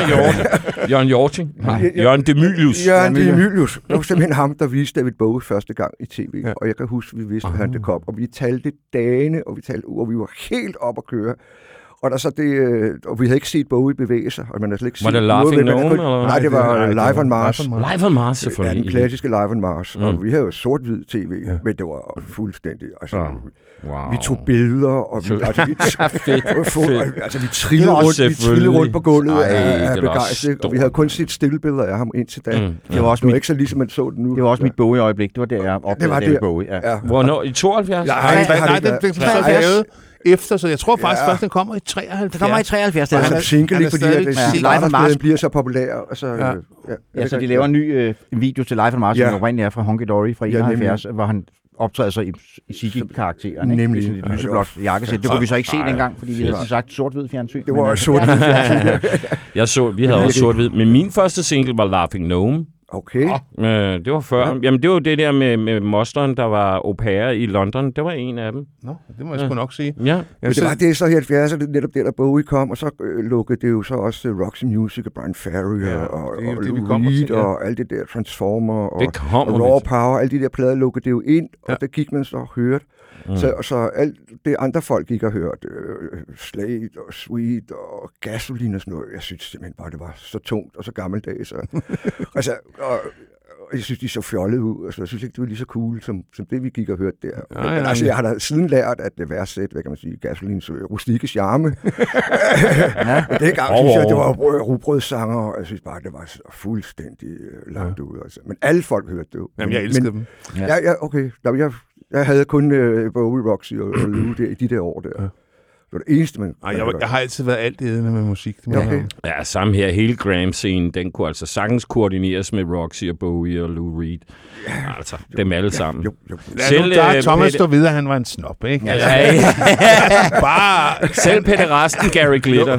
Jørgen Hjorting. Jørgen Demilius. Jørgen Demilius. Det var simpelthen ham, der viste David Bowie første gang i tv, ja. Og jeg kan huske, vi vidste, at han det kom, og vi talte dagene, og vi talte uger, og vi var helt op at køre. Og der så det, og vi havde ikke set Bowie bevæge sig, og man havde slet ikke var set det Laughing noget. Gnome, Nej, nej, det var Live on Mars. Live on Mars, selvfølgelig. Ja, den klassiske Live on Mars. Mm. Og vi havde jo sort-hvid tv, ja. Men det var fuldstændig. Altså, ja. Wow. Vi tog billeder, og vi, altså, vi, fedt, fedt. altså, vi trillede rundt, vi trillede rundt på gulvet Ej, af, af begejstring, og vi havde kun set stillbilleder af ham indtil da. Mm. Det var, også det var mit, ikke så ligesom man så det nu. Det var også mit Bowie-øjeblik. Det var der, jeg opdagede David Bowie. Ja. Ja. Hvornår? I tooghalvfjerds? Nej, nej, nej, det blev lavet efter, så jeg tror faktisk ja. først, den kommer i treoghalvfjerds. Den kommer i treoghalvfjerds. Og han er single, ikke fordi at Live on Mars bliver så populær. Og så, ja. Ja, ja, ja, så de laver en ny øh, video til Live on Mars, ja. Som oprindeligt er fra Honky Dory fra enoghalvfjerds, ja, hvor han optræder sig i, i Ziggy-karakteren. Nemlig. Sådan et lyseblåt jakkesæt. Det kunne vi så ikke se dengang, fordi vi havde som sagt sort-hvid fjernsyn. Det var også sort-hvid fjernsyn. Jeg så, vi havde også sort-hvid, men min første single var Laughing Gnome. Okay. Øh, det var før. Ja. Jamen, det var det der med, med mosteren, der var au pair i London. Det var en af dem. Nå, det må jeg ja. sgu nok sige. Ja. Men det var det så i halvfjerdserne, netop der, der Bowie kom, og så øh, lukkede det jo så også uh, Roxy Music og Brian Ferry ja, og, det, og det, Lou Reed ja. Og alt det der Transformer og, og Raw Power, alle de der plader lukkede det jo ind, ja. Og det gik man så og hørte. Mm. Så, så alt det andre folk gik og hørte, øh, Slade og Sweet og Gasoline og sådan noget, jeg synes simpelthen bare, det var så tungt og så gammeldags. Og, altså, og, og jeg synes, de så fjollede ud, altså, jeg synes ikke, det var lige så cool, som, som det, vi gik og hørte der. Ja, ja, ja. Altså, jeg har da siden lært, at det værste, hvad kan man sige, Gasolines rustikke charme. Ja. Men det gang oh, synes jeg, det var rugbrødssanger, og jeg synes bare, det var fuldstændig langt ja. Ud. Altså. Men alle folk hørte det jo. Jamen, jeg elskede men, dem. Ja, ja, ja okay. Der, jeg, Jeg havde kun uh, Bowie, Roxy og, og Lou der, i de der år der. Ja. Det var det eneste, man... Ej, jeg, jeg har altid været alt edende med musik. Det okay. Ja, samme her. Hele Graham-scenen, den kunne altså sagtens koordineres med Roxy og Bowie og Lou Reed. Ja, altså, jo, dem alle sammen. Jo, jo, jo. Selv, ja, der er Thomas, der ved, at han var en snop, ikke? Ja, ja. Bare... Selv Peter Resten, Gary Glitter.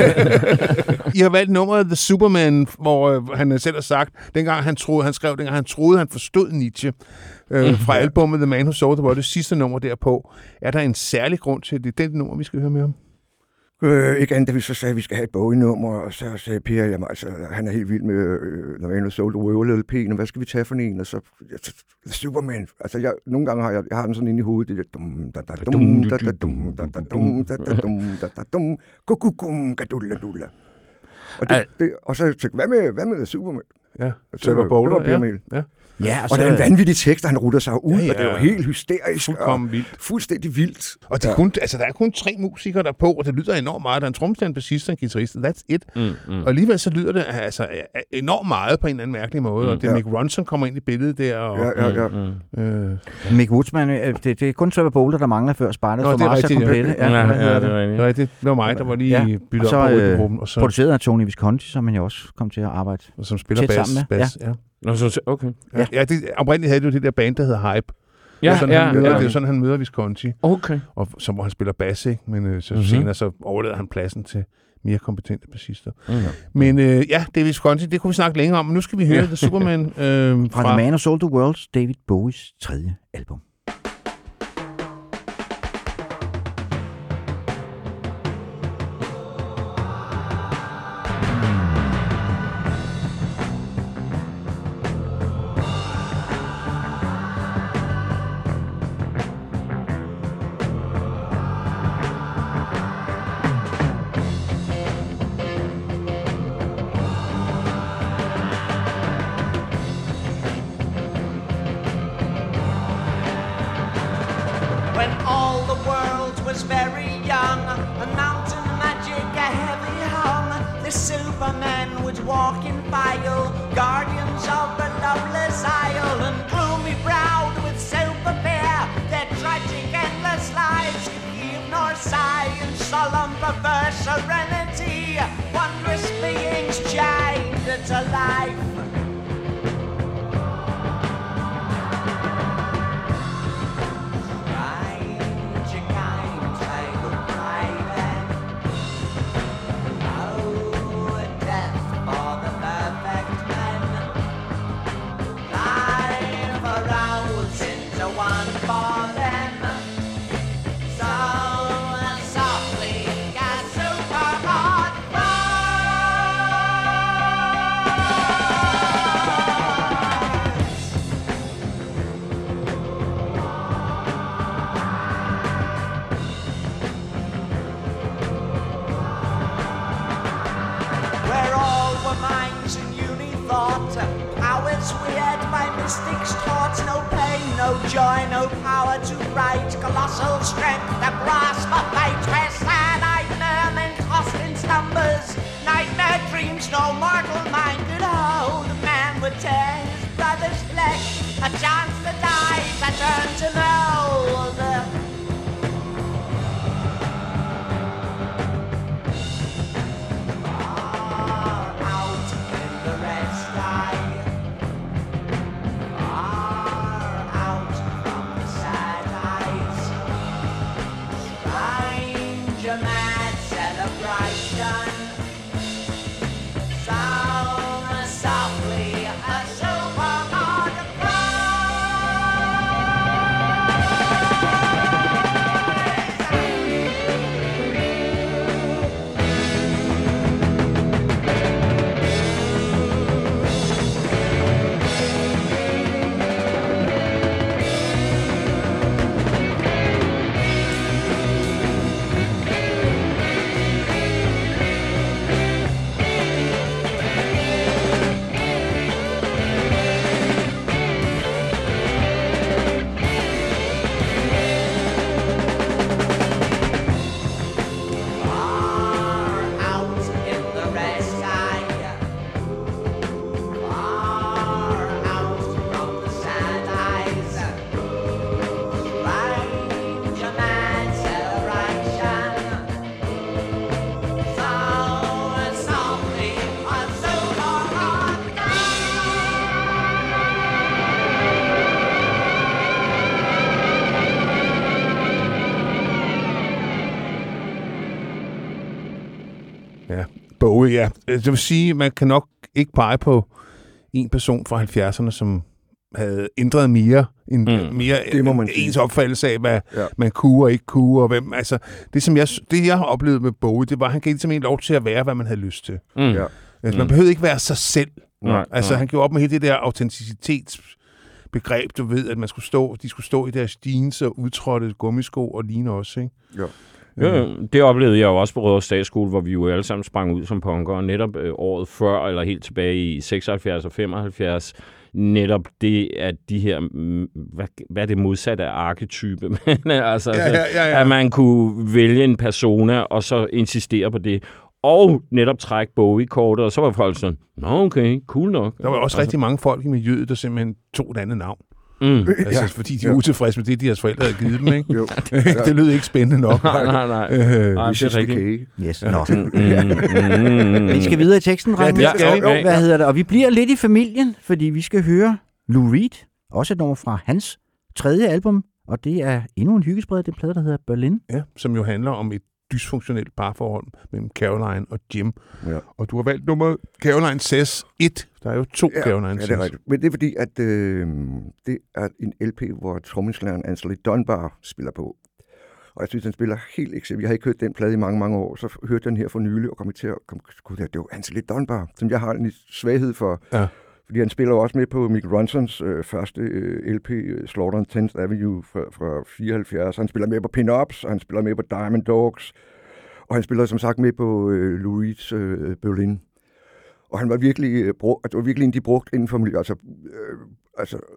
I har valgt nummeret The Superman, hvor øh, han selv har sagt, dengang han troede, han skrev, dengang han troede, han forstod Nietzsche. Øh, fra albumet The Man Who Sold the World, det sidste nummer derpå. Er der en særlig grund til, at det er den nummer, vi skal høre med ham? Øh, ikke andet, da vi så sagde, at vi skal have et Bowie-nummer, og så sagde Per, jamen, altså, han er helt vild med øh, The Man Who Sold the World, L P'en, og hvad skal vi tage for en? Og så, The Superman. Altså, jeg, nogle gange har jeg, jeg har den sådan inde i hovedet, det der dum, da da dum, da da dum, da da dum, da da dum, da da dum, gugukum, gadulla dulla. Og, det, det, og så tænkte hvad med, hvad med The Superman? Ja, det var Bowler, det var Per ja. ja. Ja, og, og der er en vanvittig tekst, han rutter sig ud, ja, ja. Og det er jo helt hysterisk. Fuldkommen vildt. Fuldstændig vildt. Og det er kun, altså, der er kun tre musikere der på, og det lyder enormt meget. Der er en trommeslager, en bassist og en guitarist. That's it. Mm, mm. Og alligevel så lyder det altså, enormt meget på en eller anden mærkelig måde. Mm, og det er ja. Mick Ronson kommer ind i billedet der. Og, ja, ja, ja. Mm, øh. Mick Woodsman, det, det er kun Trevor Bowler, der mangler før Sparta for Mars er komplette. Ja, ja, ja, ja, det var det. Det var mig, der var lige ja. byttet op på øh, rytmegruppen. Og så produceret af Tony Visconti, som man jo også kom til at arbejde og som spiller bas, bas, ja. Nå, så, okay. Ja, ja det, oprindeligt havde det jo det der band, der hedder Hype. Ja, sådan, ja, han møder, ja. Det er jo sådan, han møder Visconti. Okay. Og så hvor han spiller bass, ikke? Men øh, så mm-hmm. senere så overlader han pladsen til mere kompetente bassister. Mm-hmm. Men øh, ja, det er Visconti, det kunne vi snakke længere om. Men nu skal vi høre The Superman. Øh, fra, fra The Man Who Sold the World, David Bowies tredje album. was very young, a mountain magic, a heavy hung. The supermen would walk in file, guardians of the loveless isle, and gloomy browed with super fear, their tragic endless lives could give nor sigh in solemn perverse serenity. Wondrous beings chained to life. Mystics taught no pain, no joy, no power to write. Colossal strength, the grasp of fate. Where sad-eyed mermen tossed in slumbers. Nightmare dreams no mortal mind could hold. The man would tear his brother's flesh. A chance to die, to turn to mold. Bowie, ja. Det vil sige, man kan nok ikke pege på en person fra halvfjerdserne, som havde ændret mere, en, mm. mere det må man ens sige. Opfattelse af, hvad ja. man kunne og ikke kunne, og hvem, altså, det, som jeg, det jeg har oplevet med Bowie, det var, at han gav simpelthen lov til at være, hvad man havde lyst til. Mm. Ja. Altså, man mm. behøvede ikke være sig selv. Nej, altså, nej. Han gjorde op med hele det der autenticitetsbegreb, du ved, at man skulle stå, de skulle stå i deres jeans og udtrådte gummisko og ligne også, ikke? Ja. Ja, det oplevede jeg jo også på Rødovre Statsskole, hvor vi jo alle sammen sprang ud som punker, og netop øh, året før, eller helt tilbage i seksoghalvfjerds og femoghalvfjerds, netop det, at de her, hvad, hvad er det modsatte af arketype? altså, ja, ja, ja, ja. At man kunne vælge en persona, og så insistere på det, og netop trække Bowie-kortet, og så var folk sådan, nå okay, cool nok. Der var også altså, rigtig mange folk i miljøet, der simpelthen tog et andet navn. Mm. Altså, ja. Fordi de er utilfredse med det, de deres forældre havde givet dem, ikke? Jo. Det lød ikke spændende nok. nej, nej, nej. Øh, nej det er rigtigt. Yes, ja. Nå. Mm, mm, vi skal videre i teksten, ja, det skal vi. Okay. Hvad hedder det? Og vi bliver lidt i familien, fordi vi skal høre Lou Reed, også et nummer fra hans tredje album, og det er endnu en hyggespreder, det plade, der hedder Berlin. Ja, som jo handler om et dysfunktionelt parforhold mellem Caroline og Jim. Ja. Og du har valgt nummer Caroline Says et. Der er jo to ja, Caroline Says. Ja, det er rigtigt. Men det er fordi, at øh, det er en L P, hvor trommeslageren Ansley Dunbar spiller på. Og jeg synes, han spiller helt eksempel. Jeg har ikke hørt den plade i mange, mange år. Så hørte jeg den her for nylig og kom til at komme, gud, det var Ansley Dunbar, som jeg har en svaghed for. Ja. Fordi han spiller også med på Mick Ronsons øh, første øh, L P, Slaughter on tenth Avenue fra, fra fireoghalvfjerds. Han spiller med på Pin-Ups, og han spiller med på Diamond Dogs. Og han spiller som sagt med på øh, Lou Reed's øh, Berlin. Og han var virkelig, øh, brug, det var virkelig en, de brugte inden for miljøet. Altså, øh, altså,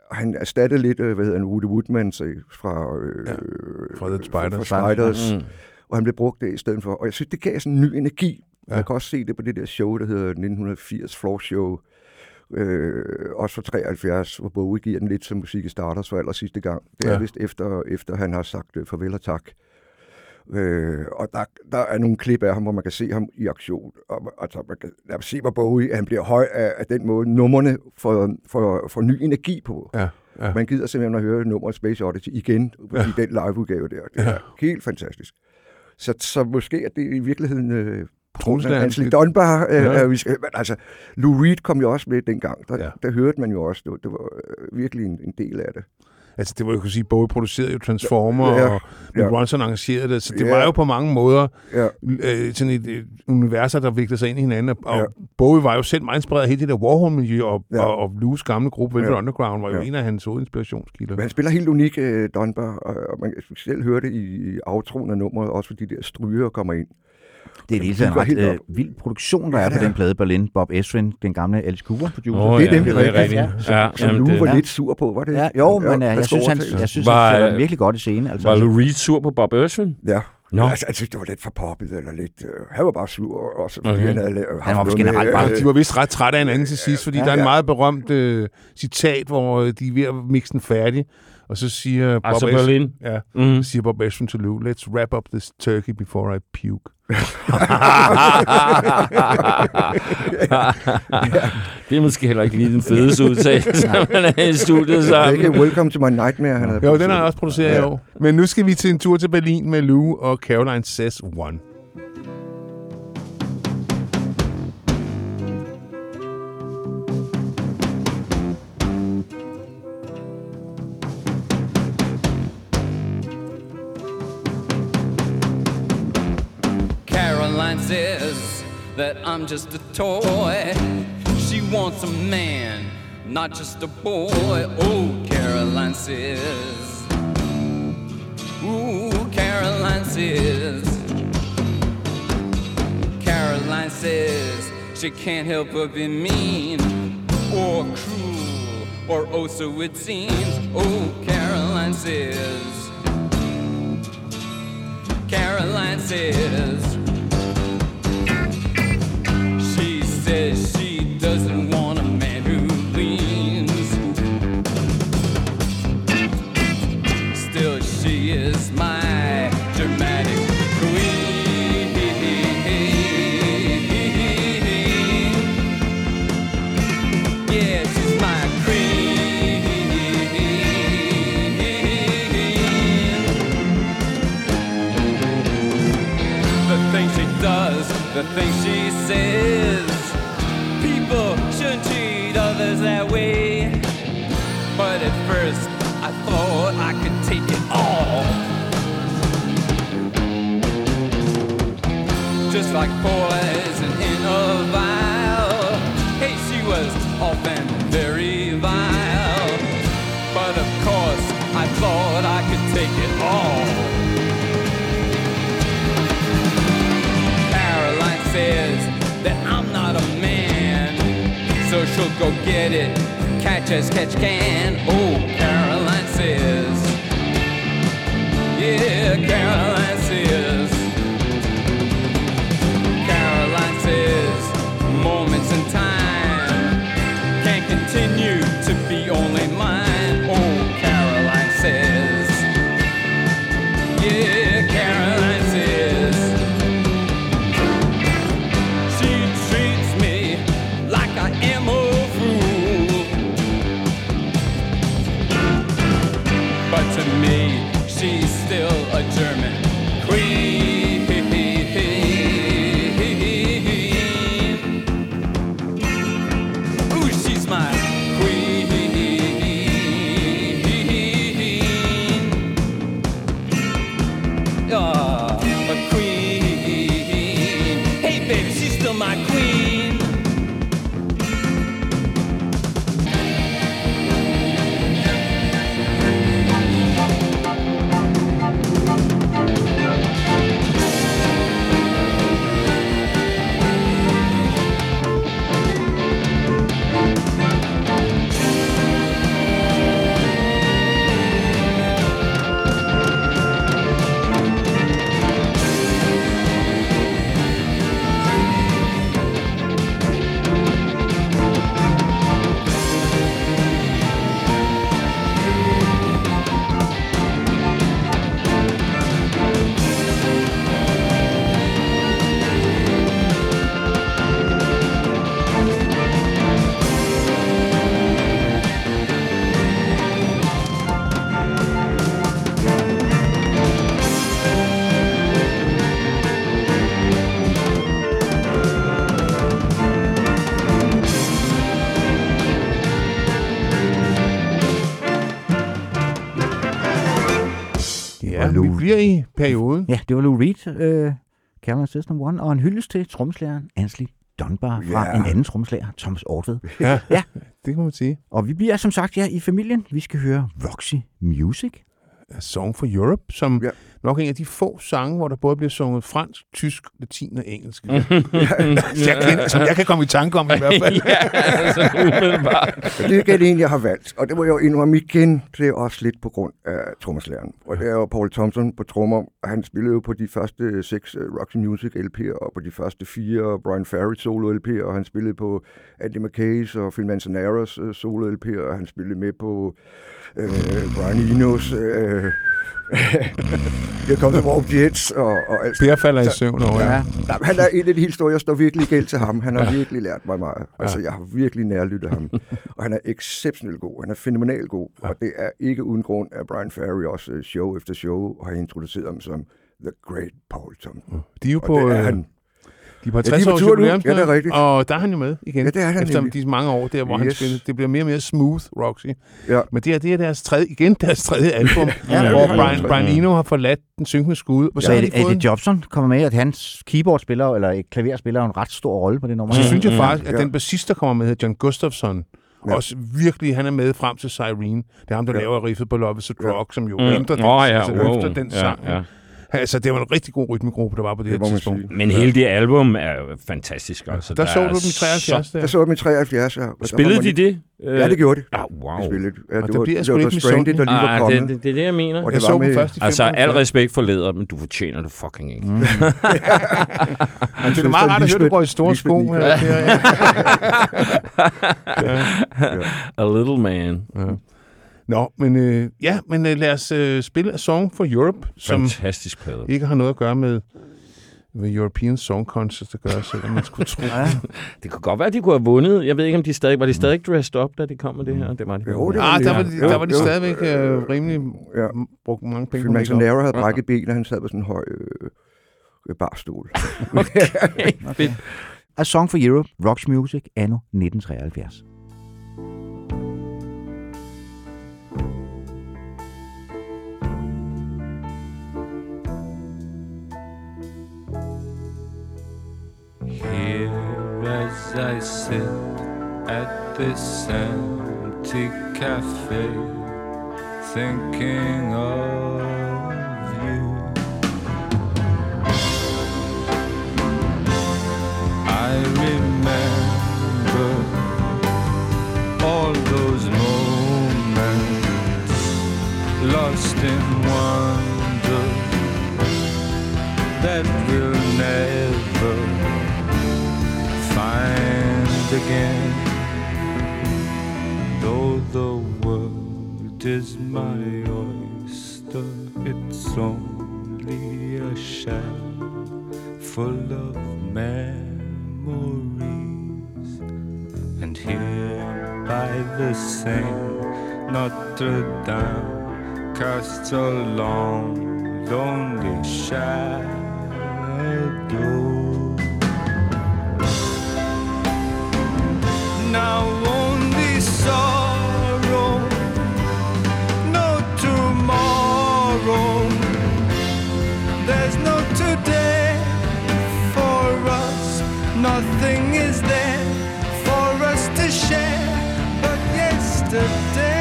han erstattede lidt, hvad hedder han, Woody Woodman fra, øh, ja, fra The Spiders. Fra Spiders. Mm. Og han blev brugt det i stedet for. Og jeg synes, det gav sådan en ny energi. Ja. Man kan også se det på det der show, der hedder nitten firs Floor Show. Øh, også fra treoghalvfjerds, hvor Bowie giver den lidt som musik i Stardust for aller sidste gang. Det er ja. vist efter, efter han har sagt øh, farvel og tak. Øh, og der, der er nogle klip af ham, hvor man kan se ham i aktion. Og, altså, man kan, man kan se, hvor Bowie han bliver høj af, af den måde, nummerne får, får, får ny energi på. Ja, ja. Man gider simpelthen at høre nummeret Space Oddity igen ja. i den liveudgave der. Det er ja. helt fantastisk. Så, så måske er det i virkeligheden... Øh, Ansley Dunbar, øh, ja. øh, vi skal, altså, Lou Reed kom jo også med dengang. Der, ja. der hørte man jo også, det var, det var øh, virkelig en, en del af det. Altså, det var jo, kunne sige, Bowie producerede jo Transformer, ja. og Mick ja. Ronson arrangerede det, så det ja. var jo på mange måder ja. øh, sådan et, et universer, der viklede sig ind i hinanden, og ja. Bowie var jo selv meget inspireret af hele det der Warhol-miljø, og, ja. og, og Lou's gamle gruppe, Velvet ja. Underground, var jo ja. en af hans hovedinspirationskilder. Men han spiller helt unik, uh, Dunbar, og man kan selv høre det i, i outroen af nummeret, også fordi de der stryger kommer ind. Det er lige en ret øh, vild produktion, der ja, er på ja. den plade Berlin. Bob Ezrin, den gamle Alice Cooper-producer. Oh, det er nemlig ja, rigtigt. Ja. Så, ja, så Lou var ja. lidt sur på, var det? Ja, jo, men ja, jeg, synes, han, jeg synes, var, han var virkelig godt i scenen. Altså. Var Lou Reed sur på Bob Ezrin? Ja. No. Altså, jeg synes, det var lidt for poppet, eller lidt... Øh, han var bare sur, også fordi okay. han havde... Øh, han var måske generelt bare... Øh, de var vist ret trætte af hinanden til sidst, fordi ja, der er en ja. meget berømt øh, citat, hvor de er ved at mixe den færdig, og så siger Bob altså Berlin. Ja, mm. så siger Bob Ezrin til Lou, let's wrap up this turkey before I puke. Det er måske heller ikke lige den fedeste udtalelse, når man er i studiet sammen. Det er Welcome to my nightmare, han havde Jo, den har jeg også produceret ja. i år. Men nu skal vi til en tur til Berlin med Lou og Caroline Says One. Says that I'm just a toy. She wants a man, not just a boy. Oh, Caroline says. Ooh, Caroline says. Caroline says she can't help but be mean or cruel or oh so it seems. Oh, Caroline says. Caroline says. Says she doesn't want a man who leans. Still, she is my dramatic queen. Yeah, she's my queen. The things she does, the things she says. People shouldn't treat others that way. But at first I thought I could take it all. Just like poison in a vial. Hey, she was often very vile. But of course I thought I could take it all. Caroline says that I'm not a man, so she'll go get it, catch as catch can. Oh, Caroline says. Yeah, Caroline says. Caroline says moments in time can't continue to be only mine. Oh, Caroline says. Yeah, Caroline says. She treats me like I am a fool, but to me she's still a German queen. Ooh, she's my queen. Ah, a queen. Hey baby, she's still my queen. vi bliver i perioden. Ja, det var Lou Reed, uh, Caroline Says Number One, og en hyldest til trommeslageren Ansley Dunbar fra yeah. en anden trommeslager, Thomas Ortved. Ja, ja, det kan man sige. Og vi bliver som sagt ja i familien. Vi skal høre Roxy Music. A Song for Europe, som ja. nok en af de få sange, hvor der både bliver sunget fransk, tysk, latin og engelsk. ja. jeg kan, som jeg kan komme i tanke om i hvert fald. ja, altså umiddelbart. Det er det, jeg har valgt, og det må jeg jo indrømme igen, det er også lidt på grund af trommeslageren. Og det er jo Paul Thompson på trommer, og han spillede jo på de første seks uh, Roxy Music L P'er, og på de første fire Brian Ferry solo L P'er, og han spillede på Andy McKay's og Phil Manzanares uh, solo L P'er, og han spillede med på uh, Brian Enos uh, jeg kom til Warp Jets og, og alt. Per falder i søvn over, ja. ja. Han er en af de historier, jeg står virkelig gæld til ham. Han har ja. virkelig lært mig meget. Altså, jeg har virkelig nærlyttet ham. Og han er exceptionelt god. Han er fænomenalt god. Ja. Og det er ikke uden grund, at Brian Ferry også show efter show har introduceret ham som The Great Paul Thompson. De er jo og på... Det er han. De er på halvtreds års jubilæumsdag, ja, det er rigtigt. Og der er han jo med igen. Ja, det er han efter nemlig. de mange år der, hvor yes. han spillede. Det bliver mere og mere smooth, Roxy. Ja. Men det er, det er deres tredje, igen deres tredje album, ja, hvor Brian, Brian Eno har forladt den synkende skud. Ja, så er det, Eddie Jobson kommer med, at hans keyboardspiller eller et klaver spiller en ret stor rolle på det nummer. Så mm, synes jeg faktisk, at ja. den bassist, der kommer med, John Gustafsson, ja. også virkelig, han er med frem til Cyrene. Det er ham, der ja. laver riffet på Love is a Drug, ja. som jo mm. ændrer den, oh, ja. altså, wow. løfter den sang. Ja, ja. Altså, det var en rigtig god rytmegruppe, der var på det, det her tidspunkt. Men hele det album er jo fantastisk. Altså, der, der så du dem i treoghalvfjerds. Der, der så du dem i treoghalvfjerds, ja. Spillede de det? Ja, det gjorde de. Ah, wow. De spillede. Ja, det, det var, bliver det var The Stranded, der lige var ah, kommet. Det, det, det er det, jeg mener. Og jeg så dem først i altså, al respekt for Leder, men du fortjener det fucking ikke. Mm. Det er meget rart at høre, du går i store sko. A little man. Nå, men øh, ja, men øh, lad os øh, spille A Song for Europe, som fantastisk plade. Ikke har noget at gøre med, med European Song Contest at gøre, selvom man skulle tro. Ja. Det kunne godt være, at de kunne have vundet. Jeg ved ikke, om de stadig var de stadig dressed up, da de kom med det her. Det var de. Jo, det var ah, de, der, var de, der var de stadigvæk øh, rimelig ja. brugt mange penge. Phil Manzanaro havde brækket ben, og han sad på sådan en høj øh, barstol. Okay, fedt. A Song for Europe, Roxy Music, anno nitten treoghalvfjerds. Here as I sit at this empty cafe, thinking of you, I remember all those moments lost in wonder that will never find again. Though the world is my oyster, it's only a shell full of memories. And here by the Seine, Notre Dame casts a long, lonely shadow. Now only sorrow, no tomorrow. There's no today for us. Nothing is there for us to share but yesterday.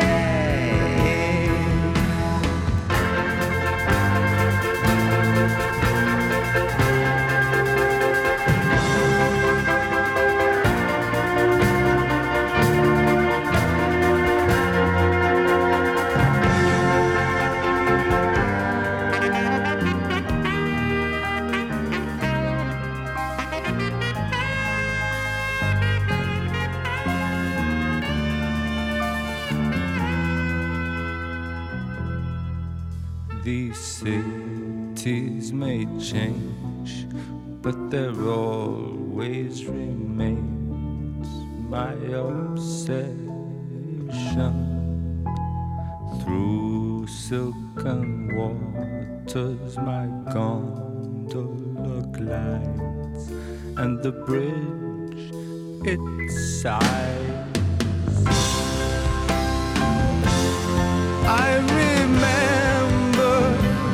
These cities may change, but there always remains my obsession. Through silken waters my gondola glides, and the bridge it sighs. I remember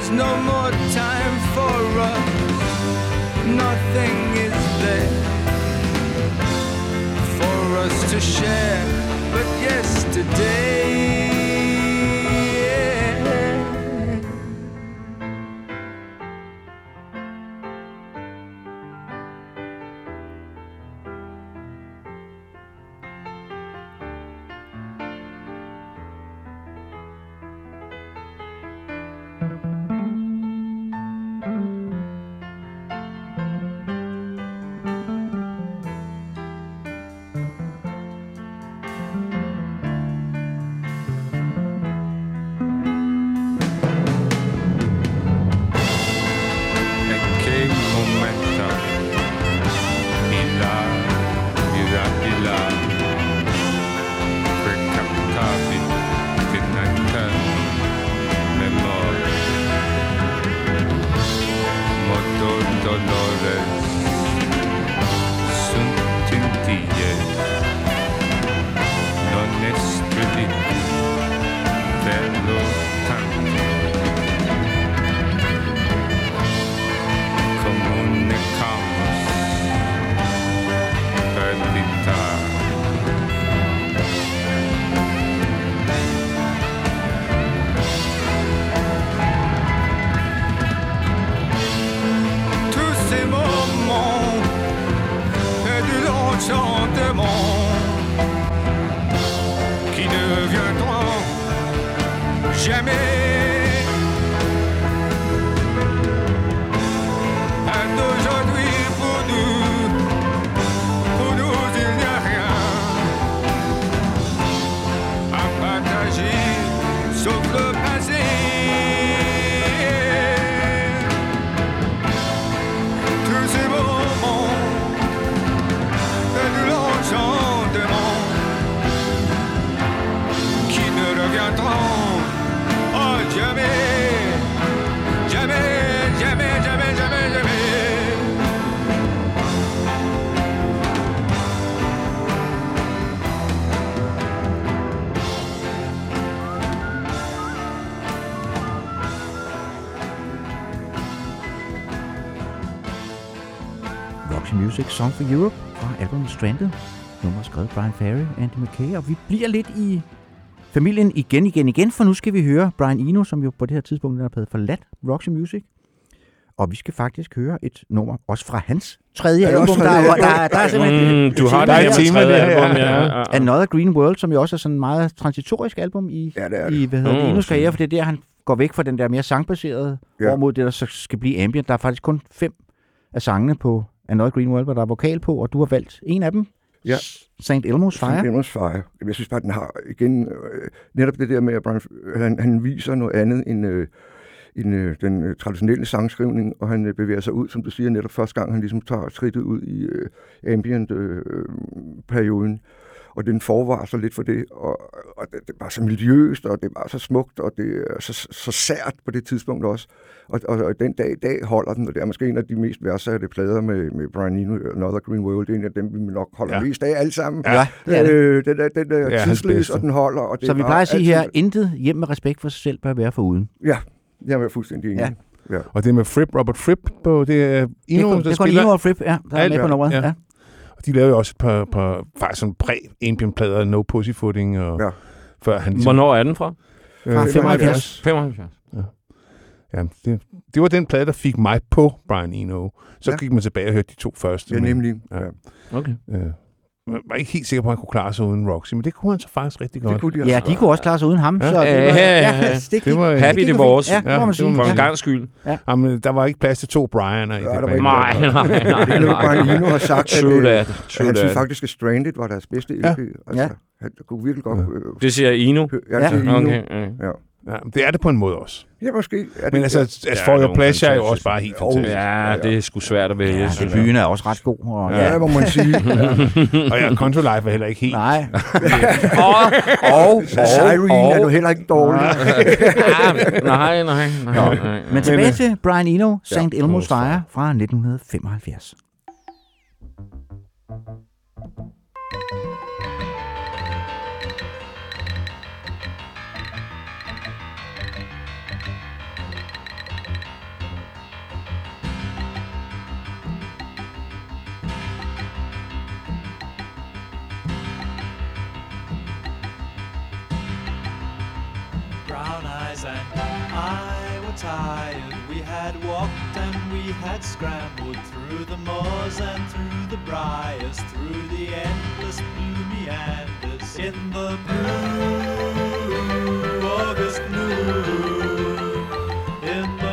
There's no more time for us. Nothing is there for us to share but yesterday. Song for Europe fra albumet Stranded. Nummer skrevet Brian Ferry, Andy Mackay, og vi bliver lidt i familien igen, igen, igen, for nu skal vi høre Brian Eno, som jo på det her tidspunkt er blevet forladt Roxy Music. Og vi skal faktisk høre et nummer, også fra hans tredje album. Der, der, der, der er simpelthen mm, du har der et tema der, album, ja. Ja. Another Green World, som jo også er sådan en meget transitorisk album i, ja, det i hvad hedder mm, Enos karriere, for det er der, han går væk fra den der mere sangbaserede, ja. over mod det, der så skal blive ambient. Der er faktisk kun fem af sangene på Another Green World, hvor der er vokal på, og du har valgt en af dem. Ja. Saint Elmo's Fire. Saint Elmo's Fire. Jeg synes bare, den har igen øh, netop det der med, at Brian, han, han viser noget andet end, øh, end øh, den øh, traditionelle sangskrivning, og han øh, bevæger sig ud, som du siger, netop første gang, han ligesom tager skridtet ud i øh, ambient-perioden. Øh, og den forvarsler lidt for det, og, og det, det er bare så miljøst, og det er bare så smukt, og det er så, så sært på det tidspunkt også. Og, og, og den dag i dag holder den, og det er måske en af de mest værdsatte plader med, med Brian Eno, Another Green World. Det er en af dem, vi nok holder ja. mest af alle sammen. Ja, ja. Øh, den er, den er ja, tidsløs, og den holder. Og det så vi plejer at sige her, intet hjem med respekt for sig selv bør være foruden. Ja, jeg er fuldstændig enig. Ja. Ja. Og det med Fripp, Robert Fripp, på det er Eno, der spiller. Det er Eno og Fripp, ja, der er med på nummeret. Ja. Ja. Og de lavede jo også et par, par faktisk sådan præ-ambient-plader, No Pussyfooting, og ja. før han... Ligesom, hvornår er den fra? Fra øh, femoghalvfjerds. femoghalvfjerds. Ja. Ja, det, det var den plade, der fik mig på Brian Eno. Så ja. gik man tilbage og hørte de to første. Ja, nemlig. Ja. Okay. Øh, jeg var ikke helt sikker på, at han kunne klare sig uden Roxy, men det kunne han så faktisk rigtig godt. De ja, de kunne også klare sig uden ham. Ja, så ja, det var, ja, ja, ja. Det, det var happy divorce. Ja, ja, det var en gang skyld. Ja. Jamen, der var ikke plads til to Brianer i ja, det band. Nej, nej, nej. Det er noget, Brian Eno har sagt, True at, that. True at han synes faktisk, at Stranded var deres bedste L P. Ja. Altså, ja. Han kunne virkelig godt... Øh, det siger Eno? Ja, det siger Eno. Okay, okay. Ja. Ja, det er det på en måde også. Ja, måske. Er det, men altså, ja. as for your pleasure er jo også bare helt fantastisk. Ja, det er sgu svært at vælge. Ja, det byen er også ret god. Og, ja, ja, må man sige. Og ja, Control Life er heller ikke helt. Nej. og, og, og, Cyrene er du heller ikke dårlig. nej, nej, nej, nej. Men tilbage til Brian Eno, Saint Elmo's Fire fra nitten femoghalvfjerds. eyes, and I were tired. We had walked and we had scrambled through the moors and through the briars, through the endless blue meanders in the blue August noon, in the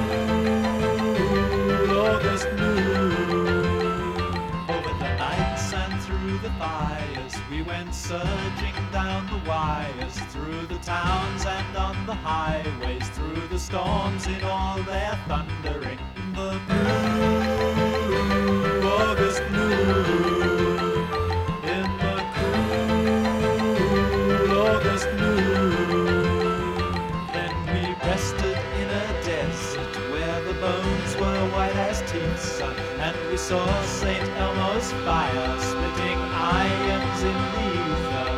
cool August noon. Over the nights and through the fires, we went surging down the wires, through the towns and on the highways, through the storms in all their thundering. In the blue August noon, in the cool August noon. Then we rested in a desert where the bones were white as teeth, and we saw Saint Elmo's fire splitting irons in the ether.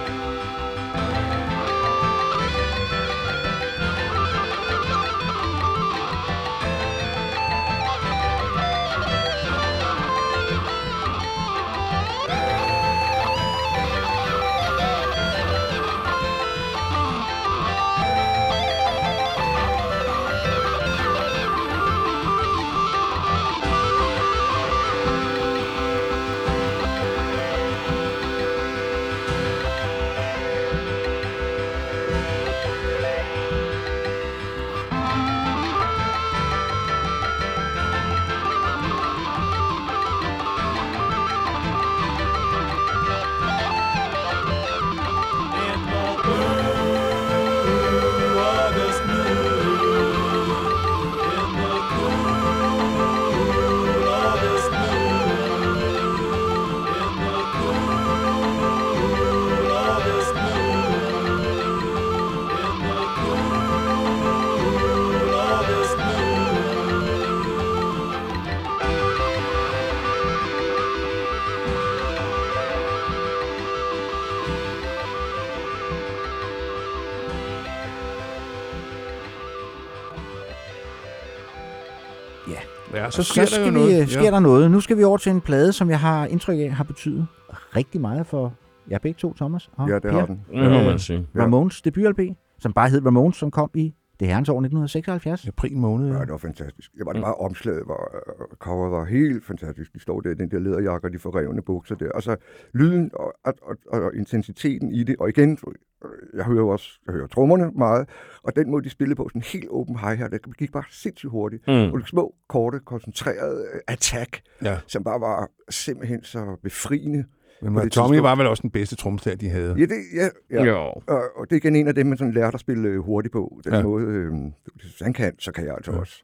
Ja, så så sker, skal der, jo vi, noget. sker Ja. der noget. Nu skal vi over til en plade, som jeg har indtryk af har betydet rigtig meget for jer begge to, Thomas og Ja, det Per. har den. Det må man sige. Ramones debut-L P, som bare hed Ramones, som kom i det herrens år nitten seksoghalvfjerds. April måned. Ja, det var fantastisk. Det var det bare omslaget, hvor uh, coveret var helt fantastisk. De står der i den der læderjakke og de forrevne bukser der. Og så lyden og, og, og, og intensiteten i det. Og igen, jeg hører jo også jeg hører trommerne meget. Og den måde, de spillede på, sådan en helt åben hi-hat, det gik bare sindssygt hurtigt. Mm. Og de små, korte, koncentrerede attack, ja. som bare var simpelthen så befriende. Men Tommy tidspunkt. Var vel også den bedste trommeslager, de havde? Ja, det, ja, ja. Jo. Og, og det er igen en af dem, man sådan lærte at spille hurtigt på. Den ja. måde, øh, hvis han kan, så kan jeg altså ja. også.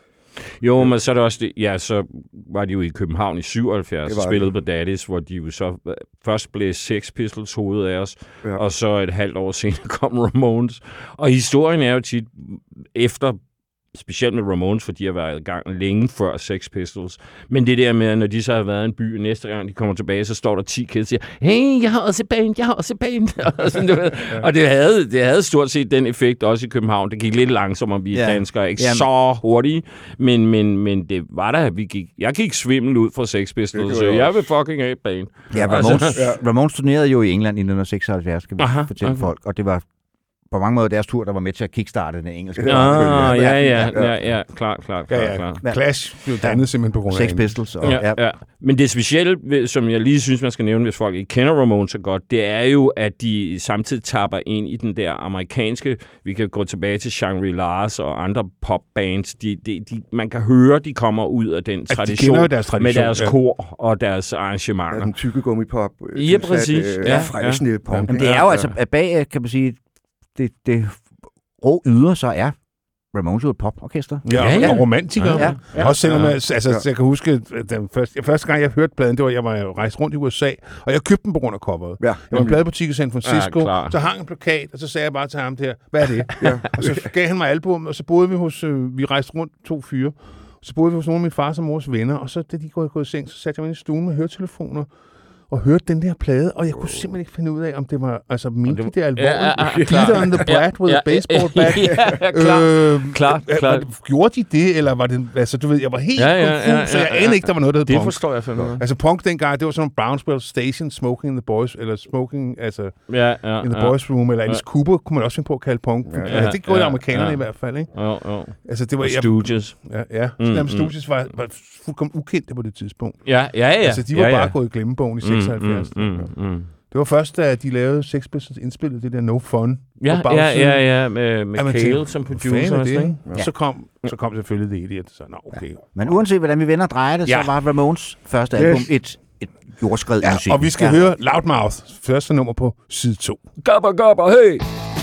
Jo, men så er det også det, ja, så var de jo i København i syvoghalvfjerds og spillede på Daddy's, hvor de jo så først blev Sex Pistols hovedet af os, ja. og så et halvt år senere kom Ramones. Og historien er jo tit efter, specielt med Ramones, for de har været i gang længe før Sex Pistols. Men det der med, når de så har været i en by, næste gang de kommer tilbage, så står der ti kids og siger, hey, jeg har også et band, jeg har også et band. og, sådan, det, og det havde, det havde stort set den effekt også i København. Det gik lidt langsommere, vi ja. danskere, ikke Jamen. så hurtige, men, men, men det var der, vi gik, jeg gik svimmel ud fra Sex Pistols, så jeg vil fucking have et band. Ja, Ramones, ja. Ramones turnerede jo i England i nitten seksoghalvfjerds, skal vi Aha, fortælle okay. folk, og det var på mange måder deres tur, der var med til at kickstarte den engelske. Ah, ja, ja, ja, ja, klart, klart, ja, ja. klart. Clash blev dannet ja. simpelthen på grund af Sex Pistols. Og, ja, ja. Men det specielle, som jeg lige synes, man skal nævne, hvis folk ikke kender Ramones så godt, det er jo, at de samtidig tapper ind i den der amerikanske, vi kan gå tilbage til Shangri-La's og andre popbands, de, de, de, man kan høre, de kommer ud af den altså, tradition, de deres tradition med deres ja. kor og deres arrangementer. Ja, den tykke gummipop. Ja, præcis. Øh, ja, fræsende ja. punk. Men det er jo altså, bag, kan man sige, det, det rå yder så er Ramones jo et poporkester. Ja, ja, ja. Og romantikere. Ja, ja, ja. Også selvom, ja. jeg, altså, ja. jeg kan huske, den første, første gang jeg hørte pladen, det var, jeg var rejst rundt i U S A, og jeg købte den på grund af coveret. Ja. Jeg var i en pladebutik i San Francisco, ja, så hang en plakat, og så sagde jeg bare til ham der, hvad er det? ja. Og så gav han mig album, og så boede vi hos, øh, vi rejste rundt to fyre, så boede vi hos nogle af min fars og mors venner, og så da de går i seng, så satte jeg mig i stuen med høretelefoner, og hørte den der plade, og jeg kunne simpelthen ikke finde ud af, om det var, altså, mente det, det alvorligt. Ja, ja, ja, Peter and the Brat with ja, a baseball bat. Ja, ja, klar, øh, klar, klar. Gjorde de det, eller var det, altså, du ved, jeg var helt ja, ja, konfus, ja, ja, så jeg ja, anede ikke, der var noget, der hed det punk. Det forstår jeg fandme. Ja. Altså, punk dengang, det var sådan nogle Brownsville Station, Smoking in the Boys, eller Smoking, altså, ja, ja, in the ja. Boys Room, eller Alice ja. Cooper, kunne man også finde på at kalde punk. Ja, altså, det gjorde ja, amerikanerne ja. i hvert fald, ikke? Jo, jo. Altså, det var, og Stooges. Ja, ja. Mm, Slam Stooges var, var fuldkommen ukendte på det tidspunkt. Ja, ja, ja. Altså, de var ja, ja. bare gået i glemmebogen i seksoghalvfjerds. Mm, mm, mm, mm. Det var først, da de lavede Sex Pistols indspillede det der No Fun. Ja, ja, ja, ja, med, med Cale som producer. Det, ikke? Ja. Så, kom, så kom selvfølgelig det Idiot. Så, nå, okay. Ja. Men uanset hvordan vi vender og drejer det, ja. så var Ramones første album yes. et, et jordskred ja, i musik. Og vi skal ja. høre Loudmouth, første nummer på side to. Gabba, gabba, hey!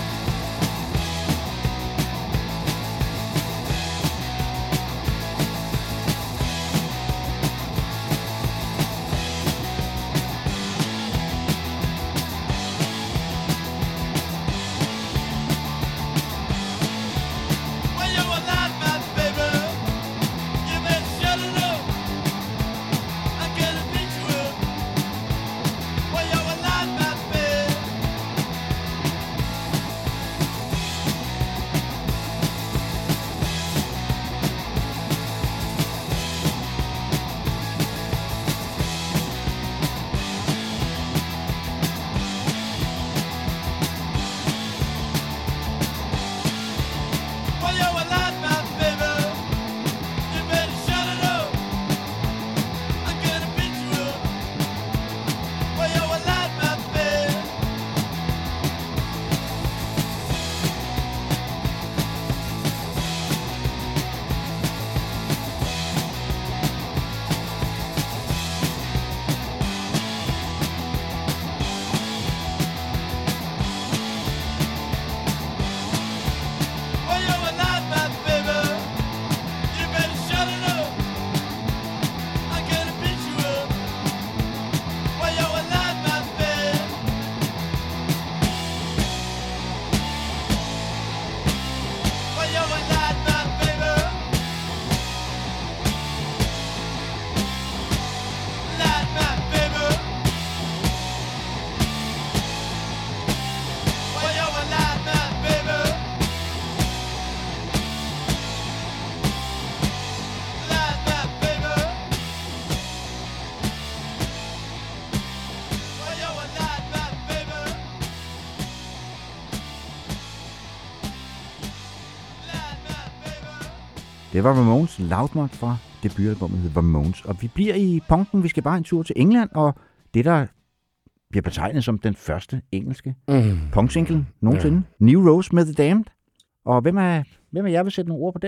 Det var Ramones Loudmouth fra debutalbummet hedder Ramones. Og vi bliver i punken. Vi skal bare en tur til England, og det der bliver betegnet som den første engelske mm. punk-single nogensinde. Ja. New Rose med The Damned. Og hvem er, hvem er jeg vil sætte nogle ord på den?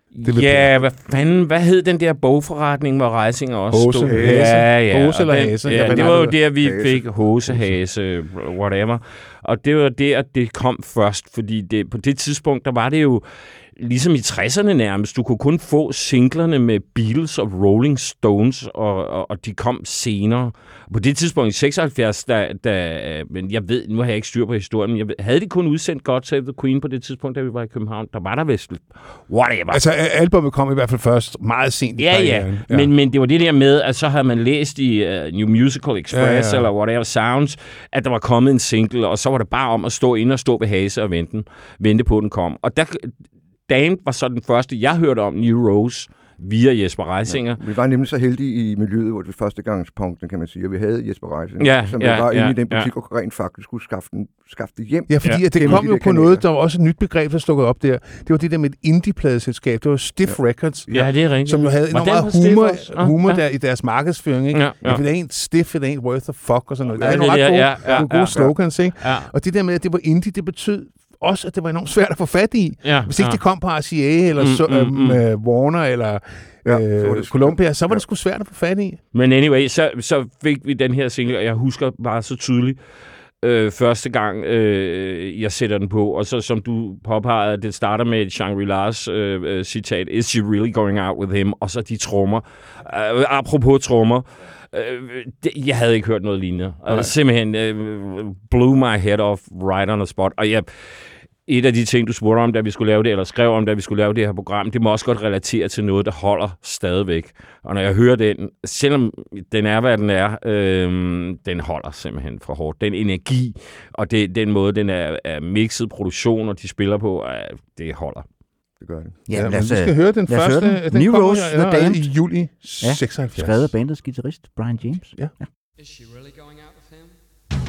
Ja, hvad fanden, hvad hed den der bogforretning, hvor Reisinger også Hose, stod? Hase. Ja, ja. Hose eller Hase. Ja, det var jo der, vi fik Hose, Hase, whatever. Og det var der, det kom først, fordi det, på det tidspunkt, der var det jo ligesom i tresserne nærmest. Du kunne kun få singlerne med Beatles og Rolling Stones, og, og, og de kom senere. På det tidspunkt i seksoghalvfjerds, da, da, men jeg ved, nu har jeg ikke styr på historien, men jeg ved, havde de kun udsendt God Save the Queen på det tidspunkt, da vi var i København? Der var der vist whatever. Altså, albumet kom i hvert fald først meget sent i ja, karrieren. Ja, men, men det var det der med, at så havde man læst i uh, New Musical Express, ja, ja. eller whatever sounds, at der var kommet en single, og så var det bare om at stå inde og stå ved Hase og vente, vente på, at den kom. Og der Damned var så den første, jeg hørte om New Rose via Jesper Reisinger. Ja, vi var nemlig så heldige i miljøet, hvor det var første gangs punkten, kan man sige, og vi havde Jesper Reisinger, ja, som ja, var ja, inde i den butik, ja. og rent faktisk skulle skaffe, den, skaffe det hjem. Ja, fordi ja. det kom jo på kanaler. Noget, der var også et nyt begreb, der stukkede op der. Det var det der med et indie-pladeselskab. Det var Stiff ja. Records, ja, det er rigtigt. Som jo havde enormt meget humor, humor ja. der i deres markedsføring. Ikke? Ja, ja. Ja, det er en stiff, det er en worth of fuck og sådan noget. Ja, det er nogle ret gode, ja, ja, gode ja, slogans, ikke? Ja. Og det der med, at det var indie, det betød også, at det var enormt svært at få fat i. Ja, Hvis ikke ja. det kom på R C A, eller mm, så, øh, mm, mm. Warner, eller ja, øh, så Columbia, så var ja. det sgu svært at få fat i. Men anyway, så, så fik vi den her single, og jeg husker bare så tydeligt, øh, første gang, øh, jeg sætter den på, og så som du påpegede, det starter med et Shangri-Las øh, citat, is she really going out with him? Og så de trommer. Øh, apropos trommer, øh, jeg havde ikke hørt noget lignende. Altså, simpelthen øh, blew my head off right on the spot. Og jeg, et af de ting, du spurgte om, da vi skulle lave det, eller skrev om, da vi skulle lave det her program, det må også godt relatere til noget, der holder stadigvæk. Og når jeg hører den, selvom den er, hvad den er, øh, den holder simpelthen for hårdt. Den energi, og det, den måde, den er, er mixet produktion, og de spiller på, øh, det holder. Det gør det. Ja, ja, men vi skal høre den første. Høre den. Den New kommer Rose, her, The Damned. i juli ja, seksoghalvfjerds. Skrevet af bandets guitarist, Brian James. Ja. ja. Is she really going out with him?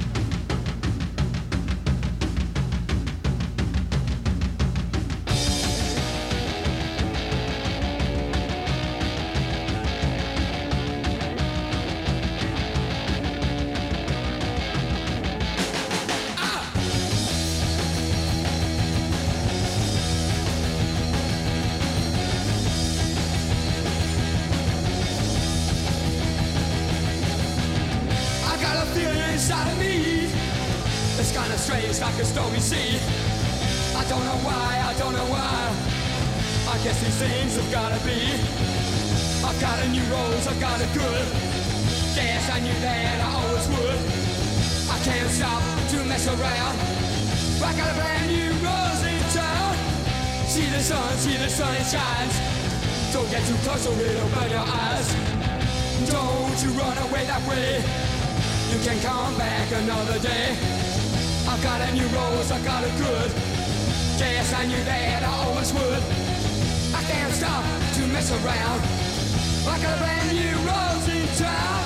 Strange like a stormy sea. I don't know why, I don't know why. I guess these things have gotta be. I've got a new rose, I've got a good. Guess I knew that I always would. I can't stop to mess around. I got a brand new rose in town. See the sun, see the sun, it shines. Don't get too close or it'll burn your eyes. Don't you run away that way. You can come back another day. I got a new rose, I got a good. Guess I knew that I always would. I can't stop to mess around. I got a brand new rose in town.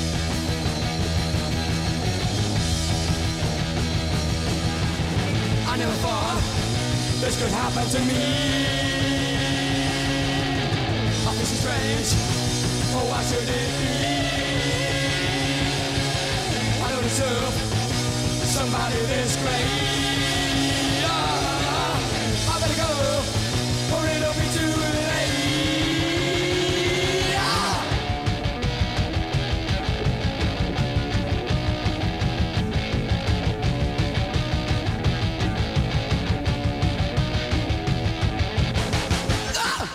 I never thought this could happen to me. I feel so strange. Oh, why should it be? I don't deserve somebody this great. Oh, I better go, or it'll be too late. Oh. Ah.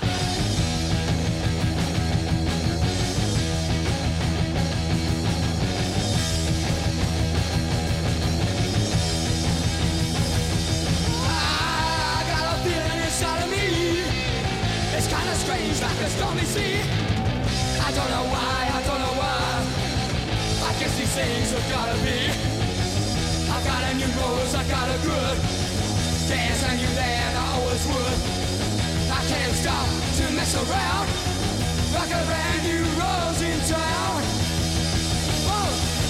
Strange like a stormy sea. I don't know why, I don't know why. I guess these things have gotta be. I got a new rose, I got a good. Guess I knew that I always would. I can't stop to mess around. I got a brand new rose in town. Whoa.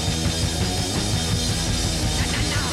Na, na, na.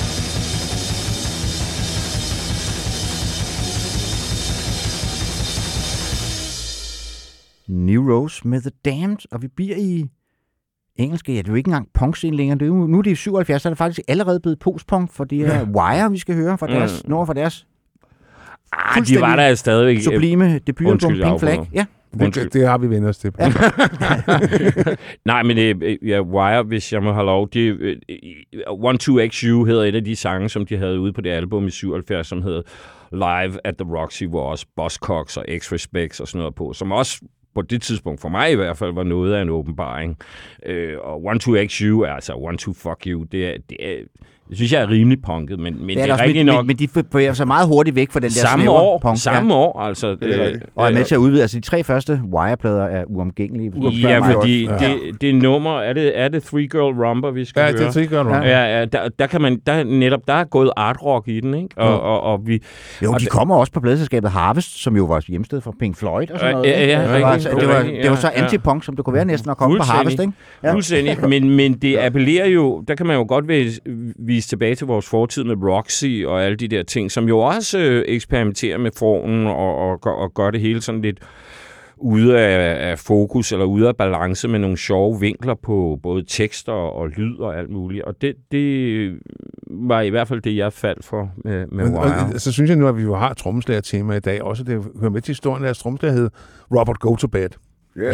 New Rose med The Damned, og vi bliver i engelske. Ja, det er jo ikke engang punkscene længere. Det er jo, nu er det i syvoghalvfjerds, så er det faktisk allerede blevet postpunk, for det er ja. Wire, vi skal høre fra deres, mm. når fra deres ah, de var der stadigvæk sublime debutalbum Pink Flag. Ja. Det, det har vi vendt os til. Ja. Nej, men det, ja, Wire, hvis jeg må have lov, det, uh, one two X U hedder et af de sange, som de havde ude på det album i syvoghalvfjerds, som hedder Live at the Roxy, hvor også Buzzcocks og X-Respects og sådan noget på, som også på det tidspunkt, for mig i hvert fald, var noget af en åbenbaring. Øh, og one two X U, altså one two fuck you, det er, det er, det synes jeg er rimelig punket, men, men det er, det er rigtigt nok. Men, men de bevæger sig meget hurtigt væk fra den der samme år, punk. Samme ja. år, altså. Øh, og er med til at udvide. Altså, de tre første Wire-plader er uomgængelige. Ja, fordi ja. det, det nummer, er det, er det Three Girl Rumba, vi skal ja, høre? Ja, det er Three Girl Rumba. Ja, ja der, der kan man, der netop, der er gået art rock i den, ikke? Og, ja. og, og vi... Jo, de kommer også på pladeselskabet Harvest, som jo var hjemsted for Pink Floyd og sådan noget. Ja, ja, ja, det, var, det, var, det, var, det var så anti-punk, som det kunne være næsten at komme på Harvest, ikke? Ja. Fuldstændig. Men, men det appellerer jo, der kan man jo godt vise tilbage til vores fortid med Roxy og alle de der ting, som jo også øh, eksperimenterer med formen og, og, og gør det hele sådan lidt ude af, af fokus eller ude af balance med nogle sjove vinkler på både tekster og lyd og alt muligt. Og det, det var i hvert fald det, jeg faldt for med, med Men, Wire. Og, så synes jeg nu, at vi jo har et trommeslager-tema i dag. Også det hører med til historien, at trommeslager hed Robert Go to Bed. Yeah.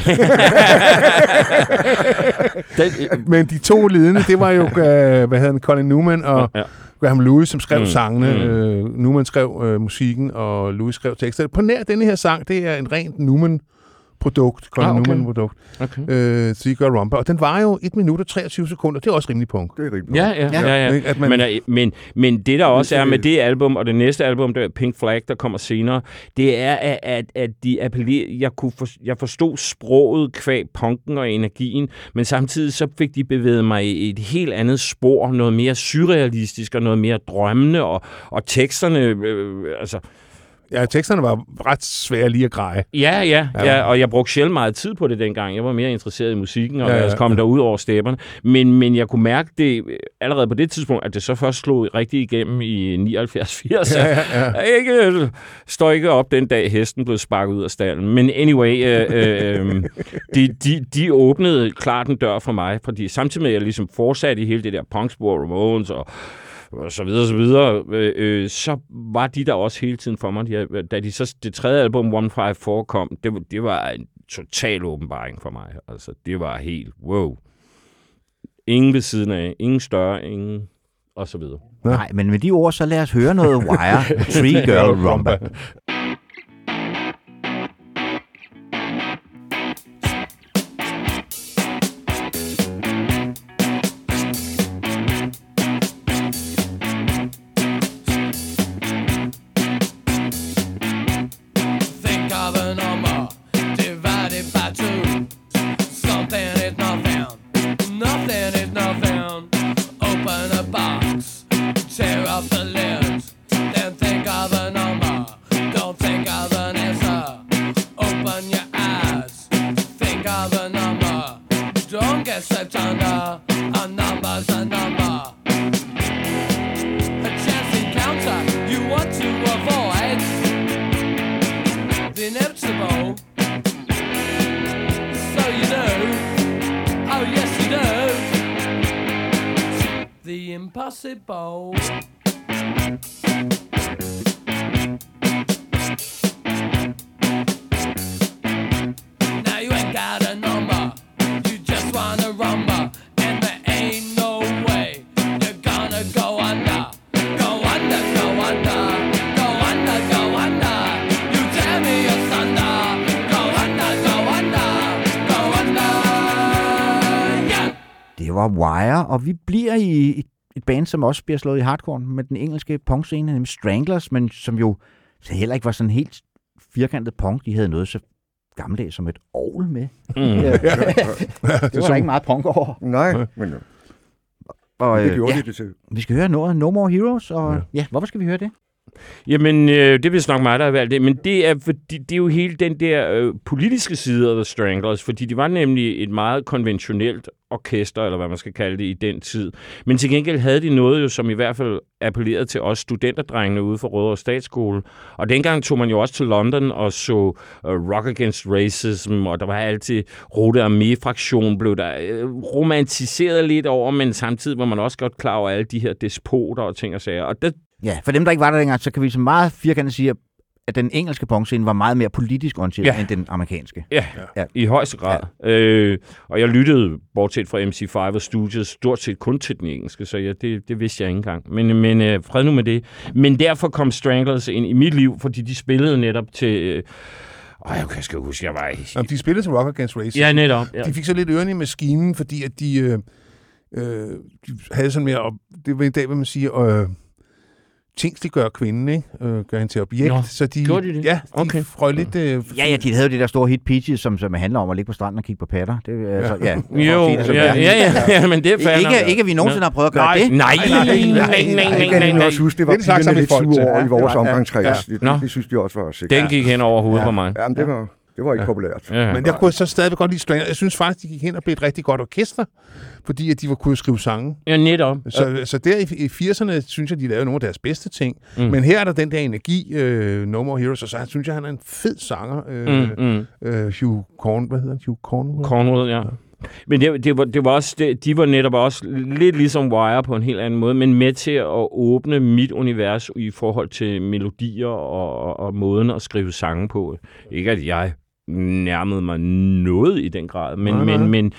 Men de to ledende, det var jo, uh, hvad hedder den, Colin Newman og ja. Graham Lewis, som skrev mm. sangene. Mm. Uh, Newman skrev uh, musikken, og Lewis skrev tekster. På nær denne her sang, det er en rent Newman produkt, Colin ah, okay. Newman-produkt. Okay. Øh, Seagull Rumba. Og den var jo et minut og treogtyve sekunder. Det er også rimelig punk. Det er rimelig ja, ja, ja, ja. At man, men, men, men det, der også er med det album, og det næste album, der Pink Flag, der kommer senere, det er, at, at, at de appellerer, jeg, kunne for, jeg forstod sproget kvæg punken og energien, men samtidig så fik de bevæget mig i et helt andet spor, noget mere surrealistisk og noget mere drømmende, og, og teksterne, øh, altså... Ja, teksterne var ret svære lige at greje. Ja, ja, ja, og jeg brugte sjældent meget tid på det dengang. Jeg var mere interesseret i musikken, og ja, ja, ja. kom derud over stepperne. Men, men jeg kunne mærke det allerede på det tidspunkt, at det så først slog rigtig igennem i nioghalvfjerds firs. Ja, ja, ja. Jeg ikke, står ikke op den dag, hesten blev sparket ud af stallen. Men anyway, øh, øh, de, de, de åbnede klart en dør for mig, fordi samtidig med, at jeg ligesom fortsatte i hele det der punkspor, Ramones og og så videre, så videre, øh, øh, så var de der også hele tiden for mig. De, da de så, det tredje album, et fem fire, kom, det, det var en total åbenbaring for mig. Altså, det var helt, wow. Ingen ved siden af, ingen større, ingen, og så videre. Nej, men med de ord, så lad os høre noget Wire, Tree Girl Rumba. Impossible. Now you ain't got a number, you just wanna rumba, and there ain't no way you're gonna go under, go under, go under, go under, go under. You tell me you're thunder, go under, go under, go under. Yeah. Det var Wire, og vi bliver i et band, som også bliver slået i hardcore med den engelske punkscene, nemlig Stranglers, men som jo heller ikke var sådan helt firkantet punk. De havde noget så gammeldags som et orgel med. Mm. Ja. Det var der ikke meget punk over. Nej, men og, det gjorde ja, det til. Vi skal høre noget No More Heroes, og ja, ja hvorfor skal vi høre det? Jamen, øh, det er vist nok mig, der har valgt det, men det er, fordi, det er jo hele den der øh, politiske side af The Stranglers, fordi de var nemlig et meget konventionelt orkester, eller hvad man skal kalde det, i den tid. Men til gengæld havde de noget, jo, som i hvert fald appellerede til os studenterdrengene ude for Rødovre Statsskole. Og dengang tog man jo også til London og så uh, Rock Against Racism, og der var altid Rote Armee-fraktion, blev der uh, romantiseret lidt over, men samtidig var man også godt klar over alle de her despoter og ting og sager. Og det, ja, for dem, der ikke var der dengang, så kan vi så meget firkantet sige, at den engelske punkscene var meget mere politisk orienteret ja. end den amerikanske. Ja, ja. i højeste grad. Ja. Øh, og jeg lyttede, bortset fra M C fem og Studios, stort set kun til den engelske, så ja, det, det vidste jeg ikke engang. Men, men øh, fred nu med det. Men derfor kom Stranglers ind i mit liv, fordi de spillede netop til... Øh, Åh, jeg kan sgu huske, jeg var i... Jamen, de spillede til Rock Against Racism. Ja, netop. Ja. De fik så lidt ørerne i maskinen, fordi at de, øh, øh, de havde sådan mere... Og det var en dag, hvor man siger... Øh, tingsliggør kvinden, ikke? Øh, gør hende til objekt. Nå, så de, gjorde de det? Ja, de okay. frøg lidt... Øh, ja, ja, de havde jo det der store hit Peaches, som, som handler om at ligge på stranden og kigge på patter. Det, altså, ja. Jo, ja, ja, ja, ja, men det er færdigt. Ikke, ikke at vi nogensinde har prøvet at gøre nej, det. Nej, nej, nej, nej, nej, nej. Jeg kan også huske, det var pigerne lidt sure over i vores omgangskreds. Det synes de også var sikkert. Den gik hen over hovedet på mig. Jamen, det var... Det var ikke ja. populært. Ja. Men jeg kunne så stadigvæk godt lide Stranger. Jeg synes faktisk, de gik hen og blev et rigtig godt orkester, fordi at de var kunne skrive sange. Ja, netop. Så, så der i, i firserne, synes jeg, de lavede nogle af deres bedste ting. Mm. Men her er der den der energi, uh, No More Heroes, og så synes jeg, han er en fed sanger. Uh, mm, mm. Uh, Hugh Corn, hvad hedder han? Hugh Cornwell? Cornwell, ja. Men det, det, var, det var også, det, de var netop også lidt ligesom Wire på en helt anden måde, men med til at åbne mit univers i forhold til melodier og, og, og måden at skrive sange på. Ikke at jeg nærmede mig noget i den grad, men, nej, men, nej. men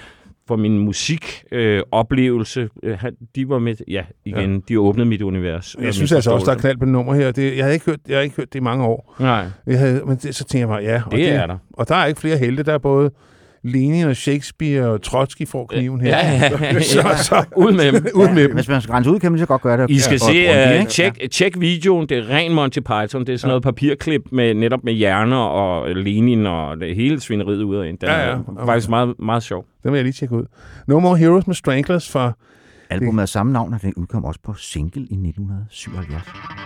for min musikoplevelse. Øh, de var med, ja, igen, ja. De åbnede mit univers. Jeg synes altså også, der er knald på det nummer her. Det, jeg havde ikke hørt, jeg havde ikke hørt det i mange år. Nej. Jeg havde, men det, så tænkte jeg bare, ja. Og det, det er der. Og der er ikke flere helte, der er både Lenin og Shakespeare og Trotsky får kniven her. Ja, ja, ja. så, så, ud med dem. ud med dem. Hvis man skal rense ud, kan man så godt gøre det. I skal ja, se, uh, tjek, tjek videoen, det er ren Monty Python, det er sådan noget papirklip med netop med hjerner og Lenin og det hele svineriet ud af en. Den ja, ja. er faktisk meget, meget sjov. Den vil jeg lige tjekke ud. No More Heroes med Stranglers fra... Albumet af samme navn, og den udkom også på single i nitten syvoghalvfjerds.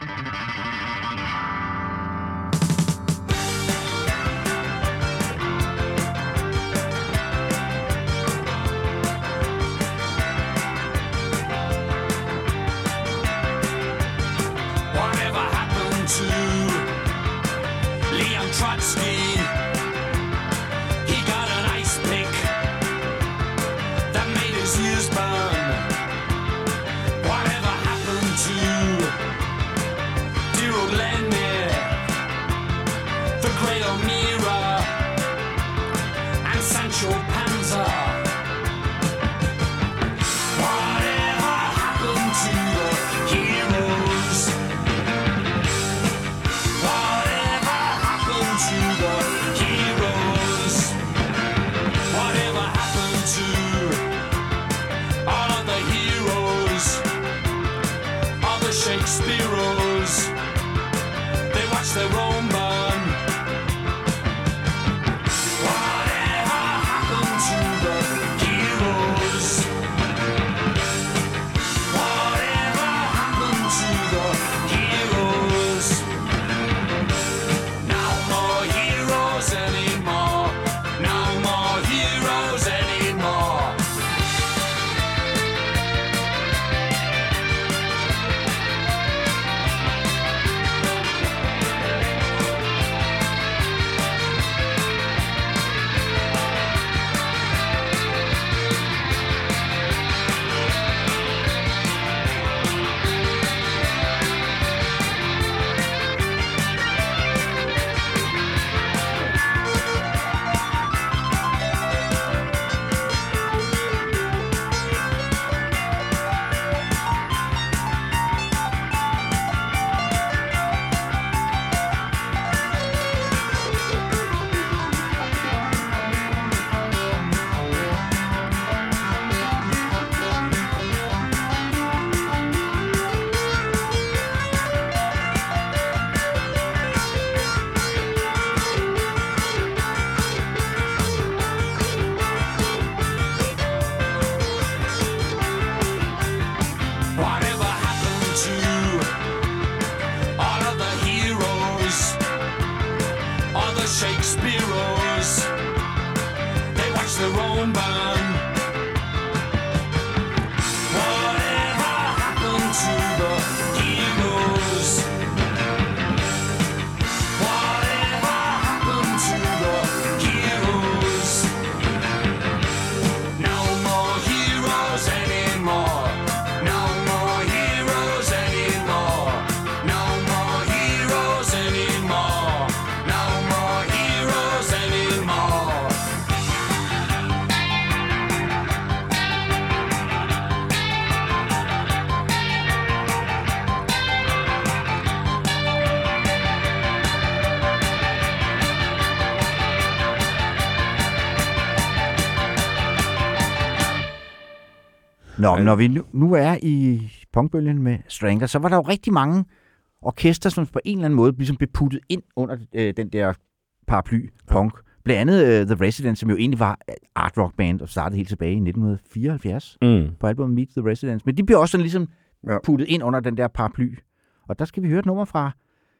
Nå, når vi nu, nu er i punkbølgen med Stranglers, så var der jo rigtig mange orkester, som på en eller anden måde ligesom blev puttet ind under øh, den der paraply punk. Blandt andet uh, The Residents, som jo egentlig var art rock band og startede helt tilbage i nitten fireoghalvfjerds mm. på albumet Meet the Residents. Men de blev også sådan ligesom ja. puttet ind under den der paraply. Og der skal vi høre et nummer fra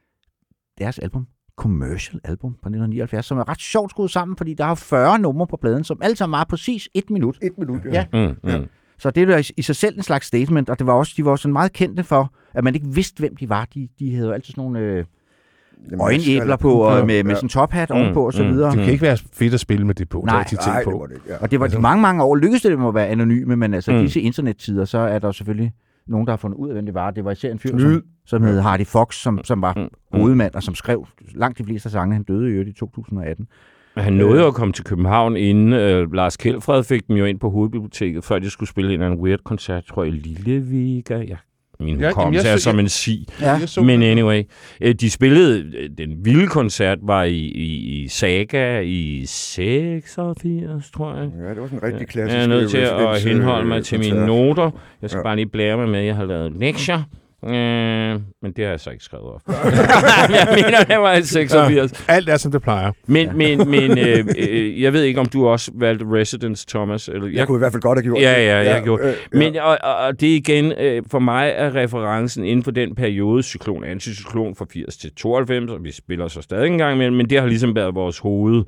deres album, Commercial Album fra nitten nioghalvfjerds, som er ret sjovt skruet sammen, fordi der har fyrre numre på pladen, som alle sammen var præcis et minut. Et minut, ja. ja. Mm, mm. ja. Så det er i sig selv en slags statement, og det var også, de var også sådan meget kendte for, at man ikke vidste, hvem de var. De, de havde jo altid sådan nogle øh, øjenæbler på, og med, med sådan en tophat mm, ovenpå, og så videre. Det kan ikke være fedt at spille med det på. Nej, det nej på. Det var det ikke, ja. Og det var de mange, mange år lykkedes det dem at være anonyme, men altså mm. disse internettider, så er der selvfølgelig nogen, der har fundet ud af, hvem det var. Det var især en fyr, som, som hed Hardy Fox, som, som var hovedmand, og som skrev langt de fleste af sangene. Han døde i øvrigt i to tusind og atten. Han nåede at komme til København, inden øh, Lars Kjeldfred fik dem jo ind på Hovedbiblioteket, før de skulle spille en eller anden weird koncert, tror jeg, i Lillevika. Ja, min Ja, hukommelse jamen, er jeg så- som jeg- en si. Ja. jeg så Men det. anyway, øh, de spillede, øh, den vilde koncert var i, i, i Saga i seksogfirs, tror jeg. Ja, det var sådan en rigtig klassisk Jeg er nødt til at Residence, henholde øh, mig til mine koncert. noter. Jeg skal Ja. bare lige blære mig med, at jeg har lavet lektier. Øh, men det har jeg så ikke skrevet op. Jeg mener, det var i seksogfirs. Ja, alt er, som det plejer. Men, men, men øh, øh, jeg ved ikke, om du også valgte Residence, Thomas. Eller, jeg, Jeg kunne i hvert fald godt have gjort ja, det. Ja, jeg Ja, gjorde. øh, ja. Men og, og, og det er igen, øh, for mig er referencen inden for den periode, cyklon, anticyklon fra firs til tooghalvfems, og vi spiller så stadig en gang imellem, men det har ligesom været vores hoved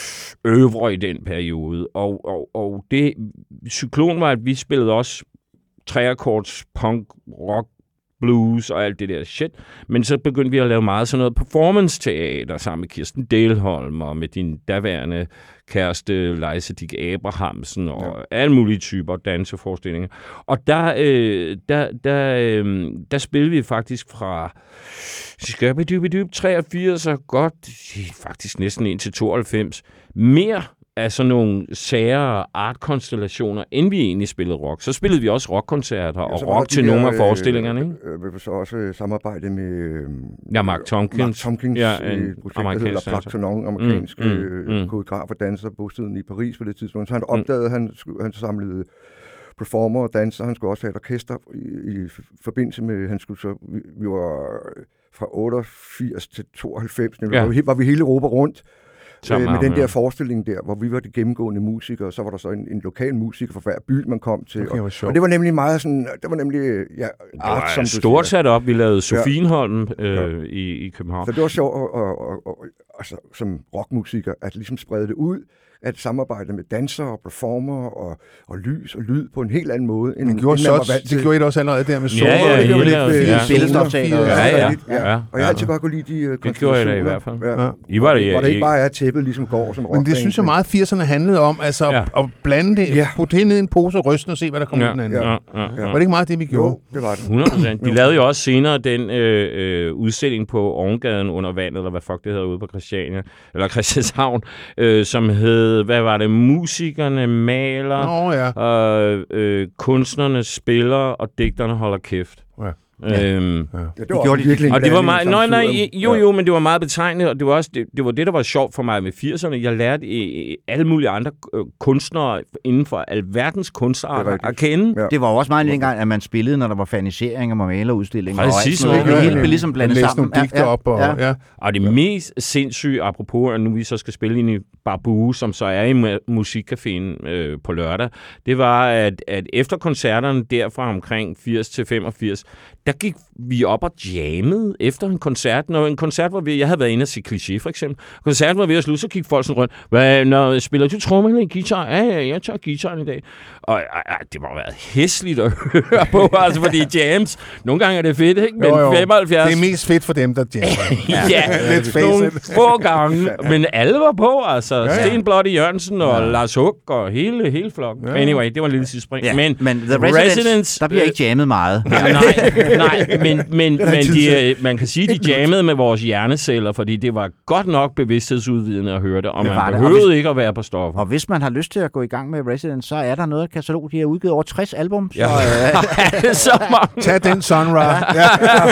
øvre i den periode. Og, og, og det, cyklon var, at vi spillede også treakkords, punk, rock, blues og alt det der shit. Men så begyndte vi at lave meget sådan noget performance-teater sammen med Kirsten Delholm og med din daværende kæreste Leise Dick Abrahamsen og ja. alle mulige typer danseforestillinger. Og der, øh, der, der, øh, der spillede vi faktisk fra Skabbedybedyb treogfirs og godt faktisk næsten ind til tooghalvfems. Mere af sådan nogle sære art-konstellationer, inden vi egentlig spillede rock. Så spillede vi også rockkoncerter og så var rock der til de nogle der, af forestillingerne, ikke? Øh, øh, så også øh, samarbejde med øh, Ja, Mark Tompkins. Mark Tompkins Ja, ja, en et projekt, der amerikansk hedder danser. Planktonon, amerikansk Mm, mm, øh, mm. koreograf og danser, bosiddende i Paris på det tidspunkt. Så han opdagede, at han, skulle- han samlede performer og danser. Han skulle også have et orkester i, i forbindelse med, han skulle så, vi, vi var fra otteogfirs til tooghalvfems, Ja. var, vi, var vi hele Europa rundt. Sammen Øh, med med den ham, ja. der forestilling der, hvor vi var de gennemgående musikere, så var der så en, en lokal musiker fra hver by, man kom til. Okay, hvor og, sjovt. og det var nemlig meget sådan, det var nemlig, ja, art, Og som du stort siger. sat op. Vi lavede Ja. Sofienholm øh, Ja. i, i København. Så det var sjovt og, og, og, og, altså, som rockmusiker, at ligesom sprede det ud, at samarbejde med dansere og performer og, og lys og lyd på en helt anden måde, end, Det gjorde, end man var så, vant til. det gjorde I da også allerede der med Ja, sover. ja, det var hele- lidt, øh, ja. soler, Billedstofteater. fire- Ja, ja. ja. Ja. Og jeg har altid godt kunne lide de uh, Det gjorde jeg da i hvert fald. Ja. Ja. I var det, Hvor det I- ikke bare er, at tæppet ligesom går som Men det rockband, synes jeg meget, firserne handlede om, altså Ja. at, at blande det, Ja. putte det ned i en pose og ryste og se, hvad der kommer Ja, ud den anden. ja, ja, ja. Var det ikke meget det, vi gjorde? Jo, det var det. hundrede procent. De lavede jo også senere den øh, øh, udstilling på Ovengaden under vandet, eller hvad fuck det hedder, ude på Christiania, eller Christianshavn, øh, som hed, hvad var det, musikerne maler, Nå ja. og øh, kunstnerne spiller, og digterne holder kæft. Ja. Øhm, Ja, det var gjorde de- virkelig en og det var blanding meget, nej, nej, samtidig. jo, jo, men det var meget betegnende, og det var også det, det var det, der var sjovt for mig med firserne. Jeg lærte øh, alle mulige andre øh, kunstnere inden for alverdens Det kunstarter er at kende. Ja. Det var jo også meget dengang, at man spillede, når der var faniseringer og malerudstillinger. Og alt Præcis, sådan noget. ja, Det ja, hele ja. blev ligesom blandet Læste sammen. nogle digte op, og ja. Og det mest sindssyge, apropos, at nu vi så skal spille ind i Barbu, som så er i mu- musikcaféen øh, på lørdag, det var, at, at efter koncerterne derfra omkring firs til femogfirs, der gik vi op og jammede efter en koncert. Når en koncert var ved, jeg havde været inde og se Cliché for eksempel, koncerten var ved at slutte, så gik folk sådan rundt, hvad, når spiller du trommer eller guitar? Ja, ja, jeg tager guitaren i dag. Og ja, det må have været hæsligt at høre på, altså fordi jams, nogle gange er det fedt, ikke? Men Jo, jo. femoghalvfjerds Det er mest fedt for dem, der jammer. ja, Let's face nogle it. få gange, men alle var på, altså. Ja, ja. Sten Blotte Jørgensen og ja. Lars Hug og hele, hele flokken. Ja. Ja. Anyway, det var en lille sidespring. Ja, Men, men The Residence, Residence der bliver ikke jammet meget. Ja, nej, nej, men, men, men de, øh, man kan sige, de jammede med vores hjerneceller, fordi det var godt nok bevidsthedsudvidende at høre det, og Det man var det. Og behøvede hvis- ikke at være på stoffer. Og hvis man har lyst til at gå i gang med Residence, så er der noget katalog. De har udgivet over tres album. Så, Ja. øh, Så mange. Tag den, Sonra. Ja.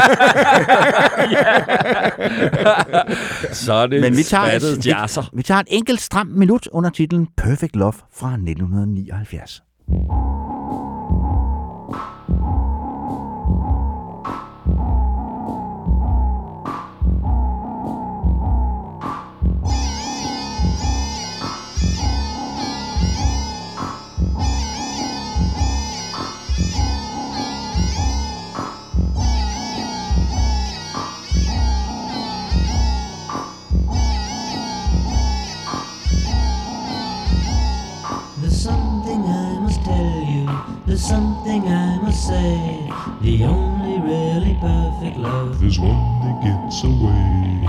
Så er det Men vi tager, spattet vi, jazzer. vi tager et enkelt stramt minut under titlen Perfect Love fra nitten nioghalvfjerds. There's something I must tell you, there's something I must say. The only really perfect love There's one that gets away.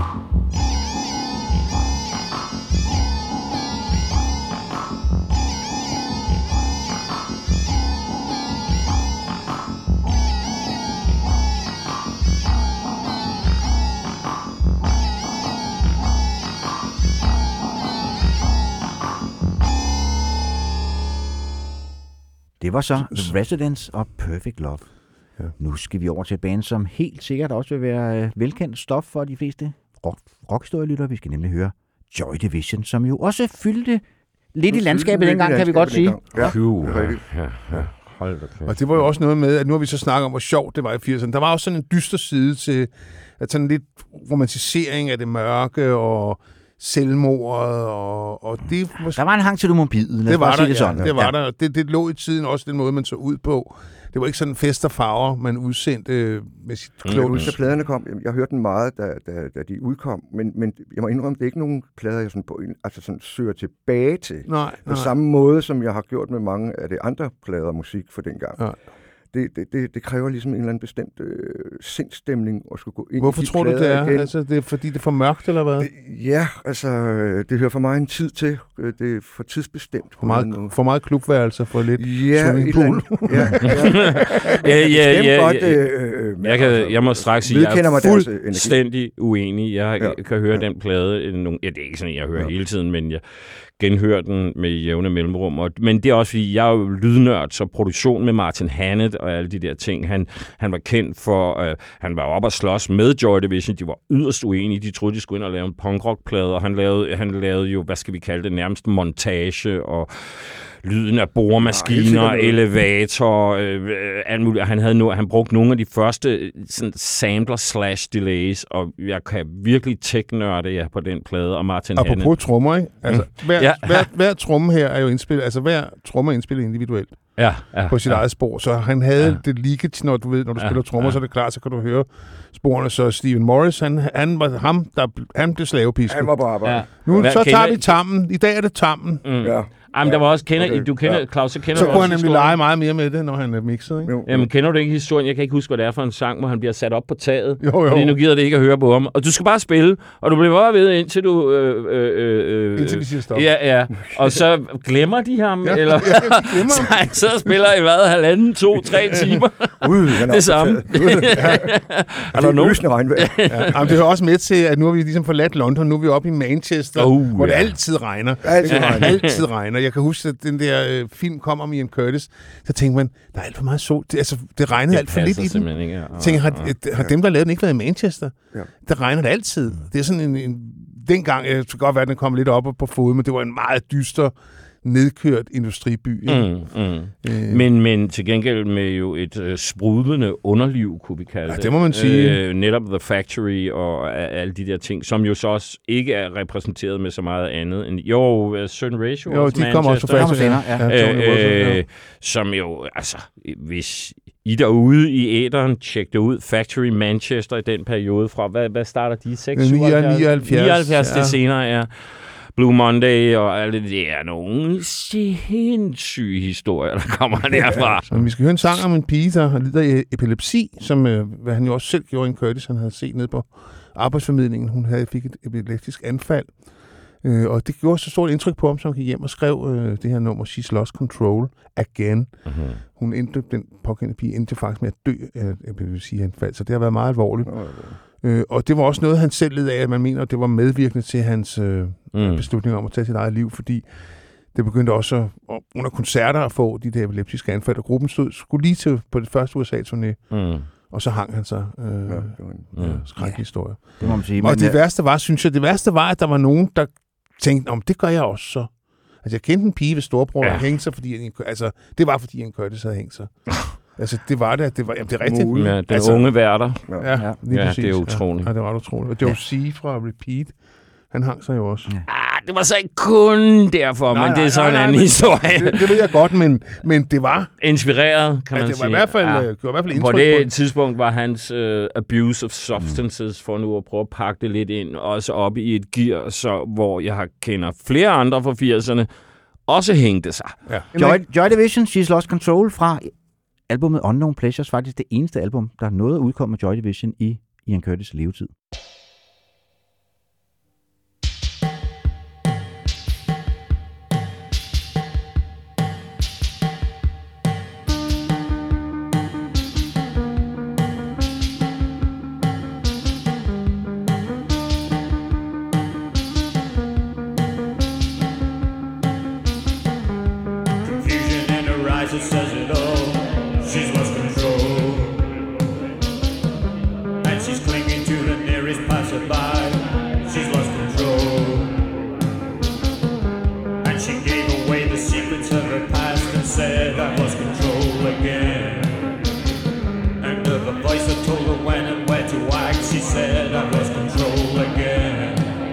Det var så The Residents og Perfect Love. Ja. Nu skal vi over til et band, som helt sikkert også vil være øh, velkendt stof for de fleste rock, rockhistorielyttere. Vi skal nemlig høre Joy Division, som jo også fyldte lidt i landskabet dengang, kan vi godt sige. Ja. Ja. Ja. Hold da. Og det var jo også noget med, at nu har vi så snakket om, hvor sjovt det var i firserne. Der var også sådan en dyster side til, at sådan lidt romantisering af det mørke og selvmordet, og, og det var... Der var en hang til det morbide, det var der, det sådan. Ja, det var ja. der. Det, det lå i tiden også den måde, man så ud på. Det var ikke sådan fest og farver, man udsendte med sit klogt. Jeg husker, at pladerne kom. Jeg hørte den meget, da, da, da de udkom, men, men jeg må indrømme, det er ikke nogen plader, jeg sådan på, altså sådan søger tilbage til. Nej, på nej. samme måde, som jeg har gjort med mange af de andre plader musik for dengang. Ja. Det, det, det, det kræver ligesom en eller anden bestemt øh, sindstemning at skulle gå ind Hvorfor i de tror du, det er? Igen. Altså, det er fordi, det er for mørkt, eller hvad? Det, ja, altså, det hører for mig en tid til. Det er for tidsbestemt. For meget, for meget klubværelser, for lidt ja, swimmingpool. Ja, ja. ja, ja, ja, godt, ja. øh, øh, Jeg, kan, jeg må straks sige, at jeg er deres fuldstændig uenig. Jeg Ja. kan høre den plade. Nogle, ja, det er ikke sådan, jeg hører ja. hele tiden, men jeg genhører den med jævne mellemrum. Og, men det er også, fordi jeg er jo lydnørd, så produktion med Martin Hannett og alle de der ting. Han, han var kendt for, øh, han var oppe og slås med Joy Division. De var yderst uenige. De troede, de skulle ind og lave en punkrock-plade, og han lavede, han lavede jo, hvad skal vi kalde det, nærmest montage og lyden af boremaskiner, ja, elevator, øh, alt muligt. Han, havde no, han brugte nogle af de første sådan, sampler slash delays, og jeg kan virkelig tech-nørde jer på den plade, og Martin Hannett. Apropos trommer, ikke? Altså, Mm. hver, Ja. hver, hver tromme her er jo indspillet, altså hver tromme er indspillet individuelt. Ja, ja, på sit ja. eget spor. Så han havde Ja. det leakage, når du ved, når du Ja, spiller trommer, ja. så er det klart, så kan du høre sporene. Så Steven Morris, han, han var ham, der han blev slavepisken. Han var på arbejde. Ja. Nu Hvad, så kender tager I- vi tammen. I dag er det tammen. Mm. Ja. Jamen, der var også, kender, Okay. du kender, Ja. Claus, så kender Så du kunne også han nemlig historien. lege meget mere med det, når han er mixet, ikke? Jo. Jamen, kender du ikke historien? Jeg kan ikke huske, hvad det er for en sang, hvor han bliver sat op på taget. Jo, jo. Fordi nu gider det ikke at høre på ham. Og du skal bare spille, og du bliver bare ved, indtil du... Øh, øh, øh, Indtil de siger stop. Ja, ja. Og så glemmer de ham, Ja, eller... ja, de glemmer så ham. han sidder og spiller i hvad? Halvanden, to, tre timer. Ud, han er Det samme. Er der nogen? Lysende regnvejr. Ja, jamen, det hører også med til, at nu har vi ligesom forladt London, nu er vi oppe i Manchester, Oh, hvor det ja. altid regner. Altid Det regner. altid regner. Jeg kan huske, at den der øh, film kom om Ian Curtis, så tænkte man, der er alt for meget sol. Det, altså, det regnede Det alt for lidt passer i den. simpelthen ikke, ja. Jeg tænker, har, har dem, der lavede den, ikke været i Manchester? Ja. Der regner det altid. Det er sådan en... en dengang, jeg tror godt være, at den kom lidt op på fod, men det var en meget dyster, nedkørt industriby. Ikke? Mm, mm. Øh. Men, men til gengæld med jo et øh, sprudlende underliv, kunne vi kalde Ja, det. det må man sige. Øh, netop The Factory og a- alle de der ting, som jo så også ikke er repræsenteret med så meget andet end... Jo, uh, Certain Ratio Jo, også de kommer også fra Kommer senere, ja. Ja, Tony Wilson, ja. øh, som jo, altså, hvis I derude i æderen, tjek det ud. Factory Manchester i den periode fra, hvad, hvad starter de? seks, nioghalvfjerds. nioghalvfjerds, det Ja. senere, ja. Blue Monday og alt det, det er nogle sindssyge historier, der kommer derfra. Så vi skal høre en sang om en pige, der lider af epilepsi, som øh, hvad han jo også selv gjorde i en Curtis, han havde set ned på arbejdsformidlingen. Hun havde fik et epileptisk anfald, øh, og det gjorde så stort indtryk på ham, så hun gik hjem og skrev øh, det her nummer, She's Lost Control Again. Mm-hmm. Hun endte, den pågældende pige endte faktisk med at dø af et epilepsianfald, så det har været meget alvorligt. Øh, og det var også noget, han selv led af, at man mener, at det var medvirkende til hans øh, Mm. beslutning om at tage sit eget liv, fordi det begyndte også at, under koncerter at få de der epileptiske anfald, og gruppen stod, skulle lige til på det første U S A-turné, Mm. og så hang han sig. Øh, Ja, det var en- ja, skrækkelig historie. Det må man sige. Og Men, det øh, værste var, synes jeg, det værste var, at der var nogen, der tænkte, om det gør jeg også så. Altså, jeg kendte en pige ved storebror, der Ja. hængte sig, fordi han, altså, det var, fordi han Curtis havde hængt sig. Altså, det var det. Det var, jamen, det er rigtigt. Ja, den Altså, unge værter. Ja, Ja. lige Ja, præcis. det er utroligt. Ja, det var ret utroligt. Og Joe C. fra Repeat, han hang sig jo også. Ja. Ah, det var så ikke kun derfor, Nej, men nej, det er så nej, en nej, anden men- historie. Det, det ved jeg godt, men, men det var, Inspireret, kan ja, man det var sige. i hvert fald, Ja. ja. gjorde i hvert fald På indtryk det på det. tidspunkt var hans uh, abuse of substances, for nu at prøve at pakke det lidt ind, også op i et gear, så, hvor jeg har kender flere andre fra firserne, også hængte sig. Ja. Joy, Joy Division, She's Lost Control fra albumet Unknown Pleasures, faktisk det eneste album, der nåede at udkomme med Joy Division i Ian Curtis' levetid. Confusion and a rise she says it all. She's lost control, and she's clinging to the nearest passerby. She's lost control, and she gave away the secrets of her past and said, I've lost control again. And of a voice that told her when and where to act, she said, I've lost control again.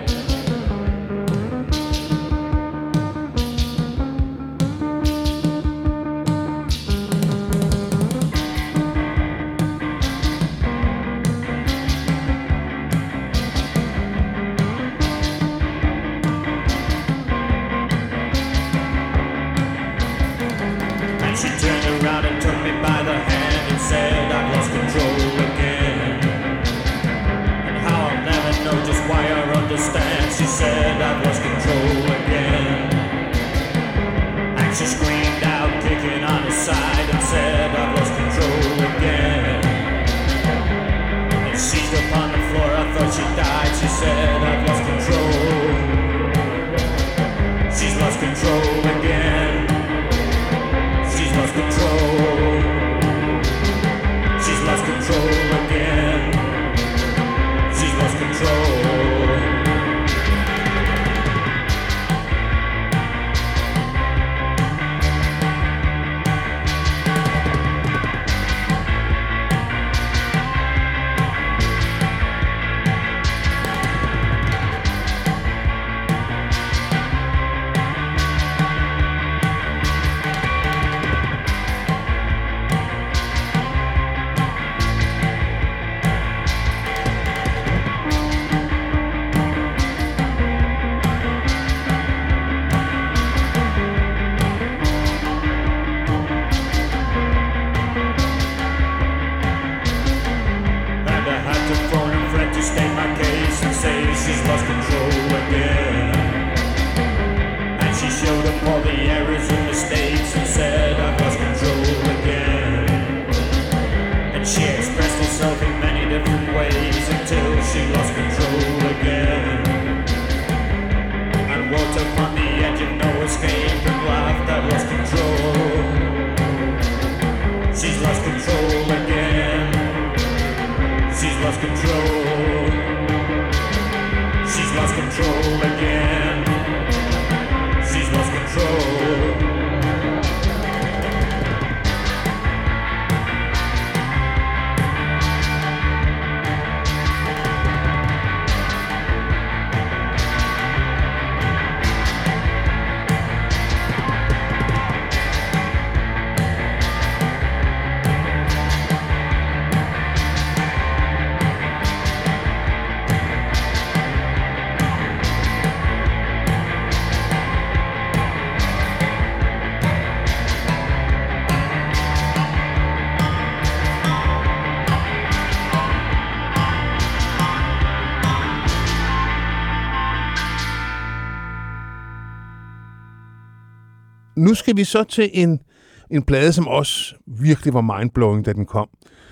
Nu skal vi så til en, en plade, som også virkelig var mindblowing, da den kom.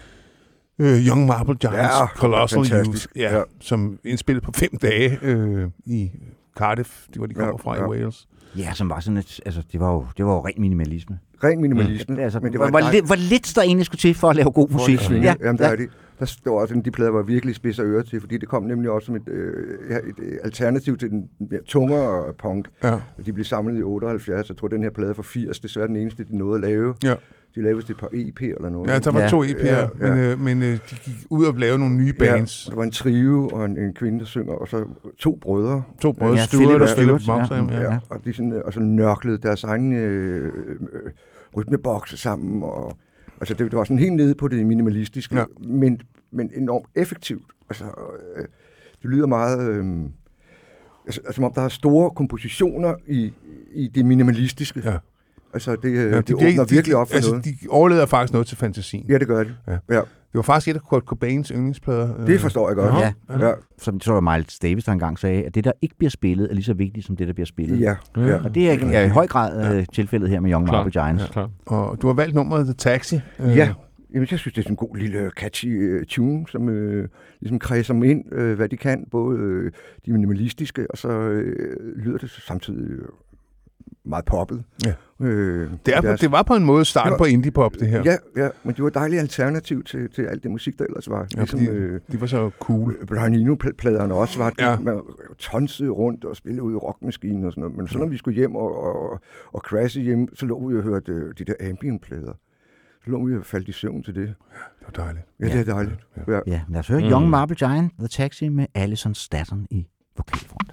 Uh, Young Marble Giants, ja, Colossal fantastisk. Youth, ja, ja. Som indspillet på fem dage øh, i Cardiff, det var de kommer ja, fra ja. i Wales. Ja, som var sådan et, altså det var jo, det var jo ren minimalisme. Ren minimalisme. Mm. Altså, men det var, var, var, var lidt der egentlig skulle til for at lave god musik. Ja, jamen, der ja. er det. Der står også, at de plader var virkelig spids af øre til, fordi det kom nemlig også som et, øh, et alternativ til den mere tungere punk. Ja. De blev samlet i otteoghalvfjerds. Jeg tror, den her plade fra firs, desværre den eneste, de nåede at lave. Ja. De lavede et par E P'er eller noget. Ja, der var ja. to E P'er, ja, ja. men, øh, men øh, de gik ud og lavede nogle nye bands. Ja, der var en trio og en, en kvinde, der synger, og så to brødre. To brødre, ja, Stuart og Philip Moxham. Ja, ja. Og de sådan, og så nørklede deres egne øh, øh, rytmebokse sammen. Og, altså, det, det var sådan helt nede på det minimalistiske, ja. men, men enormt effektivt. Altså, øh, det lyder meget... Øh, altså, som om der er store kompositioner i, i det minimalistiske. Ja. Altså, det, ja, det, det åbner de, virkelig op for altså, noget. De overleder faktisk noget til fantasien. Ja, det gør det. Ja. Ja. Det var faktisk et af Kurt Cobains yndlingsplader. Det forstår jeg godt. Ja. Ja. Ja. Som tror jeg, Miles Davis der engang sagde, at det, der ikke bliver spillet, er lige så vigtigt som det, der bliver spillet. Ja. Ja. Og det er, er i høj grad ja. tilfældet her med Young Marble Giants. Ja, og du har valgt nummeret The Taxi. Ja. Jamen, jeg synes, det er en god lille catchy uh, tune, som uh, ligesom kredser dem ind, uh, hvad de kan. Både uh, de minimalistiske, og så uh, lyder det samtidig uh, meget poppet. Ja. Øh, det, er, deres, det var på en måde starten på indie-pop, det her. Ja, ja, men det var et dejligt alternativ til, til alt det musik, der ellers var. Ja, ligesom, de, øh, de var så cool. Brian Eno-pladerne også var, ja. man tonsede rundt og spillede ud i rockmaskinen og sådan noget. Men så når vi skulle hjem og, og, og crashe hjem, så lå vi og hørte de der ambient-plader. Så lå vi og faldt i søvn til det. Det var dejligt. Ja, ja. det er dejligt. Ja, ja. ja lad os høre mm. Young Marble Giant, The Taxi med Alison Staton i vokalfront.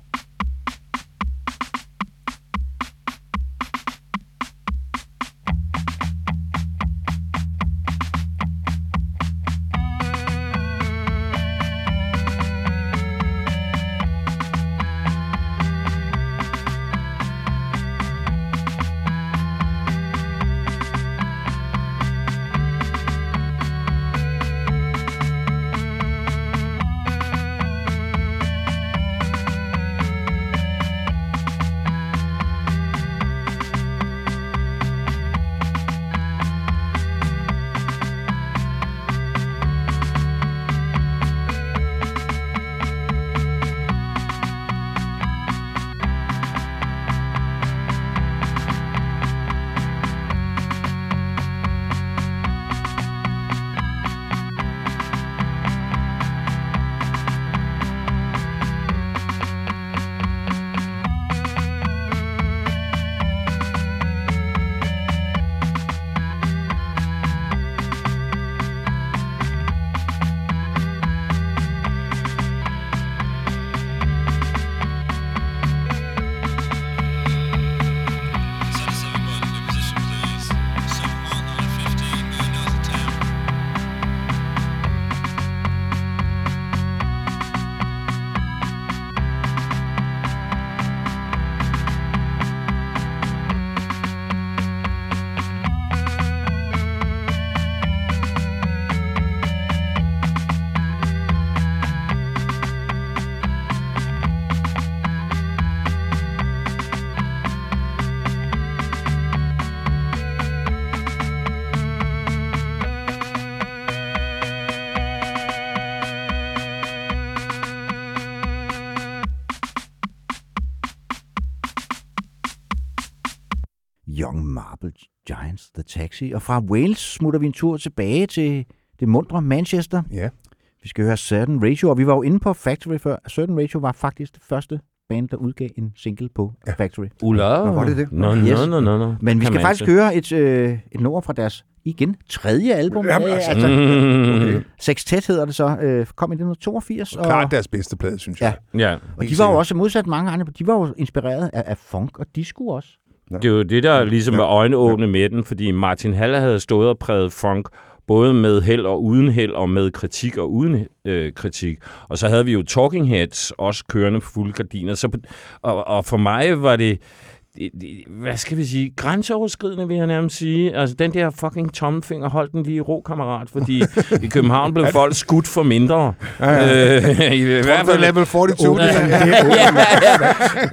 Young Marble Giants, The Taxi. Og fra Wales smutter vi en tur tilbage til det mundre Manchester. Ja. Vi skal høre Certain Ratio, og vi var jo inde på Factory før. Certain Ratio var faktisk det første band, der udgav en single på ja. Factory. Ula, Nå, var det det? Nå, yes. no, no, no, no. Men vi skal faktisk høre et, øh, et nummer fra deres, igen, tredje album. Jamen, altså, altså, mm, okay. Sextet hedder det så. Øh, kom i nitten toogfirs. Og klart deres bedste plade, synes jeg. Ja. Og de var jo også modsat mange andre, de var jo inspireret af, af funk og disco også. Det er jo det, der ligesom var øjenåbne med den, fordi Martin Haller havde stået og præget funk, både med held og uden held, og med kritik og uden øh, kritik. Og så havde vi jo Talking Heads også kørende på fulde gardiner. Så, og, og for mig var det, det, det, hvad skal vi sige, grænseoverskridende, vil jeg nærmest sige. Altså, den der fucking tommelfinger holdt den lige i ro, kammerat, fordi i København blev folk skudt for mindre. Ja, ja. Øh, i, i hvert fald level forty-two. Uh, yeah, yeah.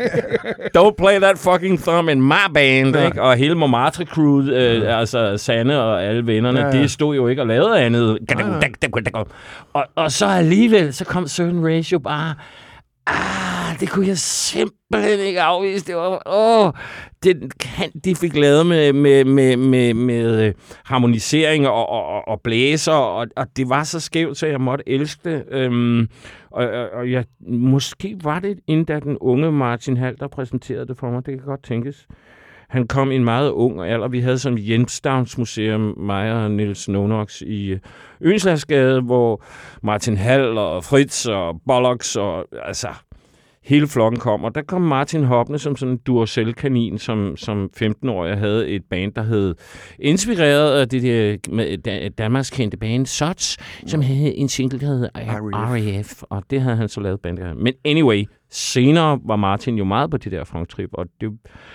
Don't play that fucking thumb in my band, ja. Ikke? Og hele Montmartre Crew, øh, ja. altså Sanne og alle vennerne, ja, ja. De stod jo ikke og lavede andet. Ja, ja. Og, og så alligevel, så kom Certain Ratio bare... Ah, det kunne jeg simpelthen ikke afvise. Det var, åh, det kan de fik lavet med, med, med, med, med harmonisering og, og, og blæser, og, og det var så skævt, så jeg måtte elske det. Øhm, og, og jeg, måske var det endda den unge Martin Hall, der præsenterede det for mig. Det kan godt tænkes. Han kom i en meget ung alder. Vi havde sådan et Jensdowns Museum, mig og Niels Nonox i Ønslandsgade, hvor Martin Hall og Fritz og Bollocks og altså hele flokken kom. Og der kom Martin hoppende som sådan en Duracell-kanin, som, som femten-årig havde et band, der hed inspireret af det der Danmarks kendte band Sots, som havde en single, der hed R E F, og det havde han så lavet band der. Men anyway, senere var Martin jo meget på det der funktrip, og det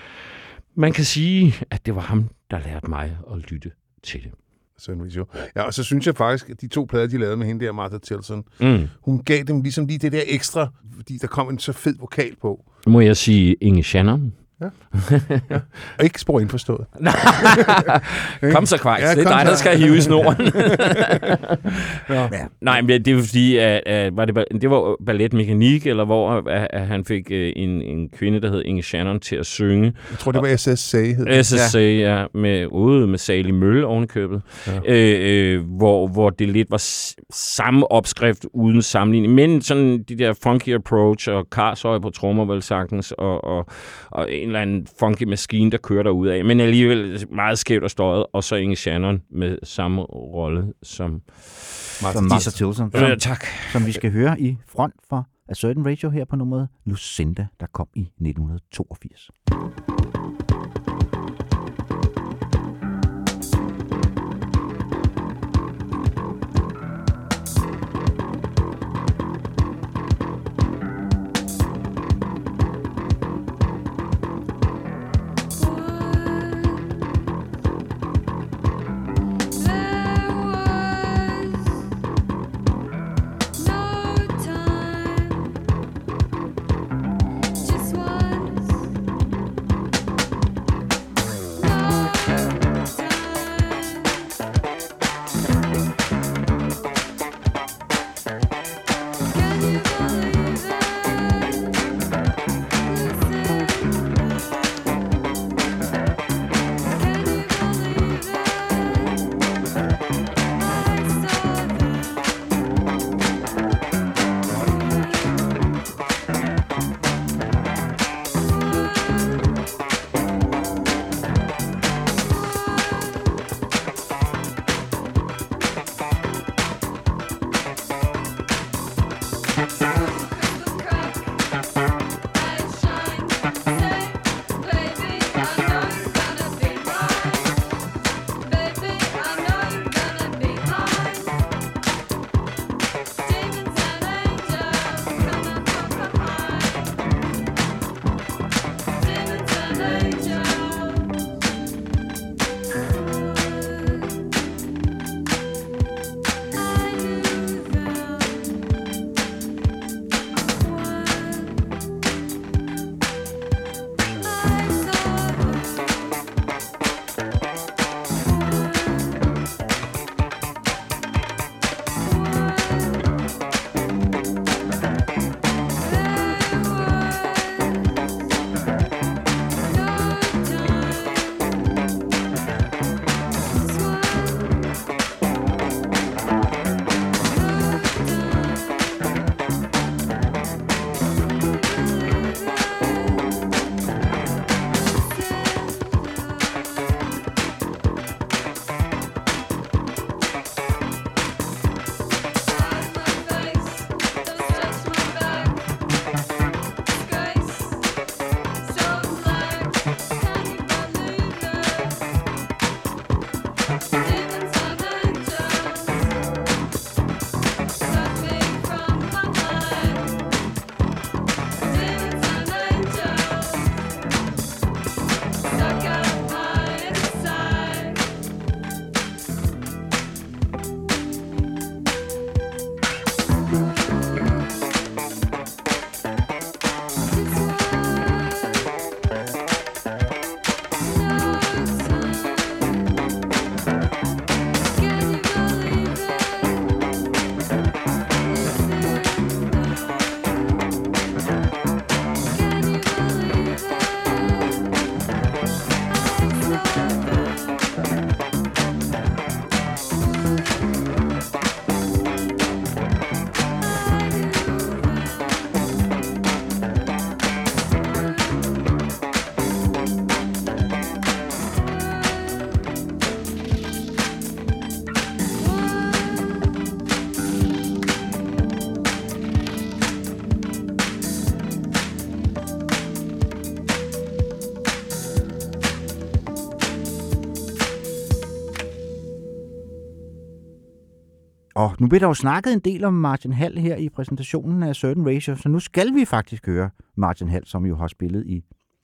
man kan sige, at det var ham, der lærte mig at lytte til det. Ja, og så synes jeg faktisk, at de to plader, de lavede med hende der, Martha Tilson, mm. hun gav dem ligesom lige det der ekstra, fordi der kom en så fed vokal på. Må jeg sige Inge Shannon? Ja. Ja. Og ikke spor indforstået. Kom så, Kvejs. Ja, det er dig, der skal hive i snoren. ja. Ja. Nej, men det er jo fordi, at, at var det, det var balletmekanik, eller hvor at, at han fik en, en kvinde, der hed Inge Shannon, til at synge. Jeg tror, det var S S A. S S A, ja. ja med, ude med Sally Mølle ovenikøbet. Ja. Øh, øh, hvor, hvor det lidt var samme opskrift uden sammenligning. Men sådan de der funky approach, og Karshøj på trommer vel sagtens, og, og, og en eller anden funky maskine, der kører derudad. Men alligevel meget skævt og støjet. Og så Inge Shannon med samme rolle som Martha Tilson. Som, øh, tak. Som vi skal høre i front for A Certain Ratio her på nummeret Lucinda, der kom i nitten toogfirs. Og nu bliver der jo snakket en del om Martin Hall her i præsentationen af Certain Ratio, så nu skal vi faktisk høre Martin Hall, som jo har spillet i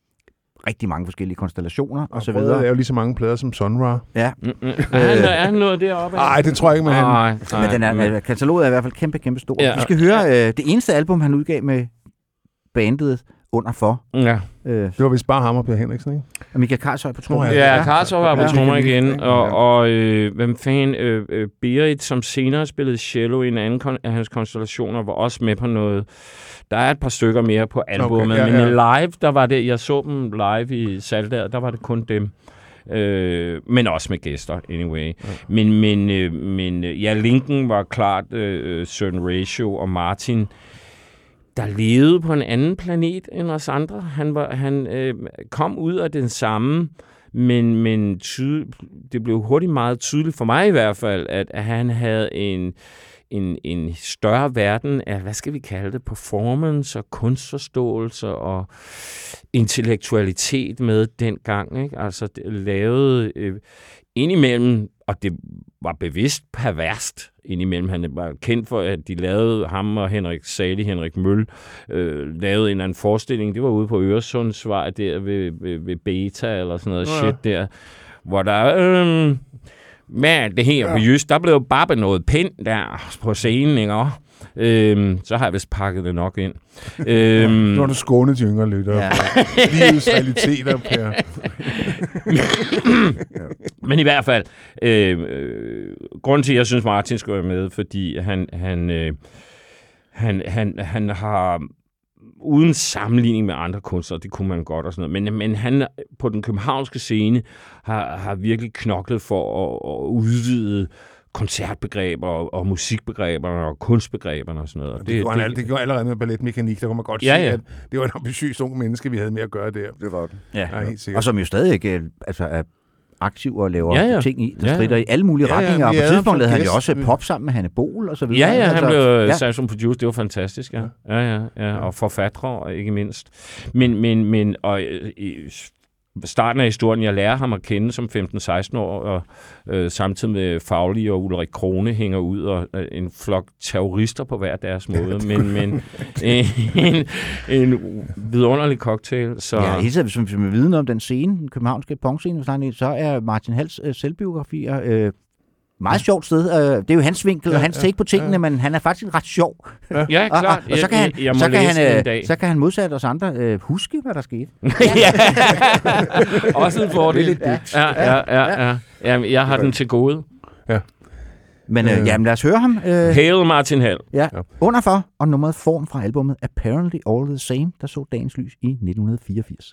rigtig mange forskellige konstellationer og, og så videre. Det er jo lige så mange plader som Sun Ra. Ja. Mm-hmm. Er, han, er han noget deroppe? Nej, det tror jeg ikke, men han... Nej, men den er, kataloget er i hvert fald kæmpe, kæmpe stor. Ja. Vi skal høre øh, det eneste album, han udgav med bandet under for. Ja. Øh. Det var vist bare ham og Per Henriksen, ikke? Og Michael Karlshøj på trommer. Ja, Karlshøj var på trommer igen. Og, og øh, hvem fanden, øh, øh, Berit, som senere spillede cello i en anden kon- af hans konstellationer, var også med på noget. Der er et par stykker mere på albumet, okay, ja, ja. Men live, der var det, jeg så dem live i Saltager, der var det kun dem. Øh, men også med gæster, anyway. Ja. Men, men, øh, men ja, Lincoln var klart øh, Søren Ratio og Martin, der levede på en anden planet end os andre. Han, var, han øh, kom ud af den samme, men, men tydel, det blev hurtigt meget tydeligt, for mig i hvert fald, at, at han havde en, en, en større verden af, hvad skal vi kalde det, performance og kunstforståelse og intellektualitet med dengang. Ikke? Altså det lavede øh, indimellem, og det var bevidst perverst indimellem. Han var kendt for, at de lavede, ham og Henrik Salig, Henrik Møll, øh, lavede en eller anden forestilling. Det var ude på Øresundsvej der ved, ved, ved Beta eller sådan noget ja. shit der, hvor der... Øh, men det her ja. på Jysk, der blev bare noget pind der på scenen, ikke? Øhm, så har jeg vist pakket det nok ind. øhm, nu har du skånet de yngre lyttere. Ja. Livets realiteter, Per. Men i hvert fald, øh, øh, grunden til, at jeg synes, Martin skal være med, fordi han, han, øh, han, han, han har... uden sammenligning med andre kunstnere, det kunne man godt og sådan noget, men, men han på den københavnske scene har, har virkelig knoklet for at, at udvide koncertbegreber og, og musikbegreberne og kunstbegreberne og sådan noget. Det, det, gjorde, det, det gjorde allerede med balletmekanik, der kunne man godt ja, sige, ja. at det var et ambitiøst unge menneske, vi havde med at gøre der. Det var det. Ja. Ja, helt sikkert. Og som jo stadig ikke altså, er aktiv og laver ja, ja. ting i, der ja, strider ja. i alle mulige ja, ja. retninger, og på ja, tidspunkt lavede han jo også pop sammen med Hanne Bol og så videre. Ja, ja, han altså, blev ja. sat som producer, det var fantastisk, ja. Ja, ja, ja. Og forfattere, ikke mindst. Men, men, men, og i starten af historien, jeg lærer ham at kende som femten-seksten år, og øh, samtidig med Fagli og Ulrik Krone hænger ud, og øh, en flok terrorister på hver deres måde, men, men en, en, en vidunderlig cocktail. Så... Ja, helt hvis vi er viden om den scene, den københavnske punkscene, så er Martin Hals øh, selvbiografier øh, meget sjovt sted. Det er jo hans vinkel ja, og hans take ja, på tingene, ja. Men han er faktisk ret sjov. Ja, ja klart. Og, og, og så kan han, jeg, jeg så kan han, øh, så kan han modsat os andre øh, huske, hvad der skete. ja. Også en fordel. Ja, ja, ja, ja. ja. Jeg har den til gode. Ja. Men øh, jamen, lad os høre ham. Øh, Hail Martin Hall. Ja. Underfor, og nummeret Form fra albumet Apparently All the Same, der så dagens lys i nitten fireogfirs.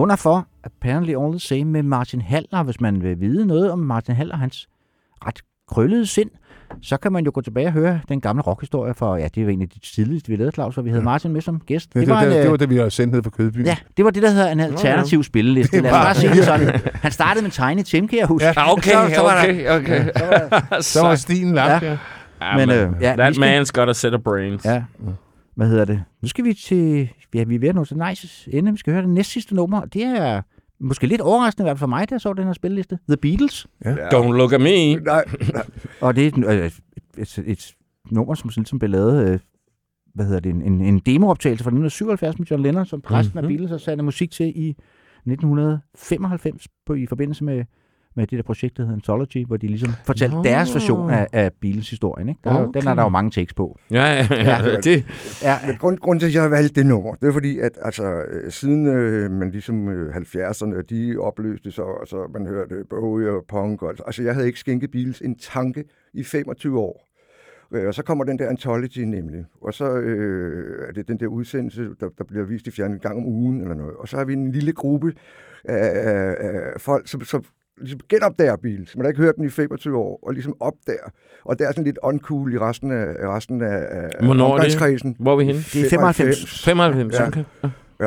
under for Apparently All the Same med Martin Haller. Hvis man vil vide noget om Martin Haller, hans ret krøllede sind, så kan man jo gå tilbage og høre den gamle rockhistorie for, ja, det var en af de tidligste, vi lavede, Claus, hvor vi havde Martin med som gæst. Ja, det, det, var det, en, det var det, vi har sendt ned fra Kødby. Ja, det var det, der hedder en alternativ spilleliste. Lad os bare sige det sådan. Han startede med Tiny Tim, kan jeg huske. Ja, okay, så, så var okay, der, okay. Så var, så var stilen lagt, ja. ja. Men, øh, ja, that skal, man's got a set of brains. Ja. Hvad hedder det? Nu skal vi til, ja, vi er ved at nå til nice ende. Vi skal høre det næst sidste nummer. Det er måske lidt overraskende i hvert fald for mig, der så den her spilleliste. The Beatles. Ja. Don't look at me. Nej, nej. Og det er et, et, et, et nummer, som ligesom blev lavet, øh, hvad hedder det, en, en, en demooptagelse fra nitten syvoghalvfjerds med John Lennon, som præsten mm-hmm. af Beatles har sat musik til i nitten femoghalvfems på, i forbindelse med, med det der projekt, der hedder Anthology, hvor de ligesom fortalte oh. deres version af, af Beatles-historien. Ikke? Der, okay. Den er der jo mange takes på. Ja, ja, ja. ja det. Ja. Men grund, grunden til, at jeg har valgt det nummer, det er fordi, at altså, siden øh, man ligesom øh, halvfjerdserne, de opløste sig, og så man hørte Bowie og punk, og, altså jeg havde ikke skænket Beatles en tanke i femogtyve år. Og så kommer den der Anthology nemlig, og så øh, er det den der udsendelse, der, der bliver vist i fjernet en gang om ugen eller noget. Og så har vi en lille gruppe af, af, af folk, som, som ligesom genopdager Beatles. Man har ikke hørt den i femogtyve år, og ligesom opdager. Og det er sådan lidt uncool i resten af, resten af omgangskredsen. Hvor er vi henne? Det er femoghalvfems. femoghalvfems, ja. Okay. Ja.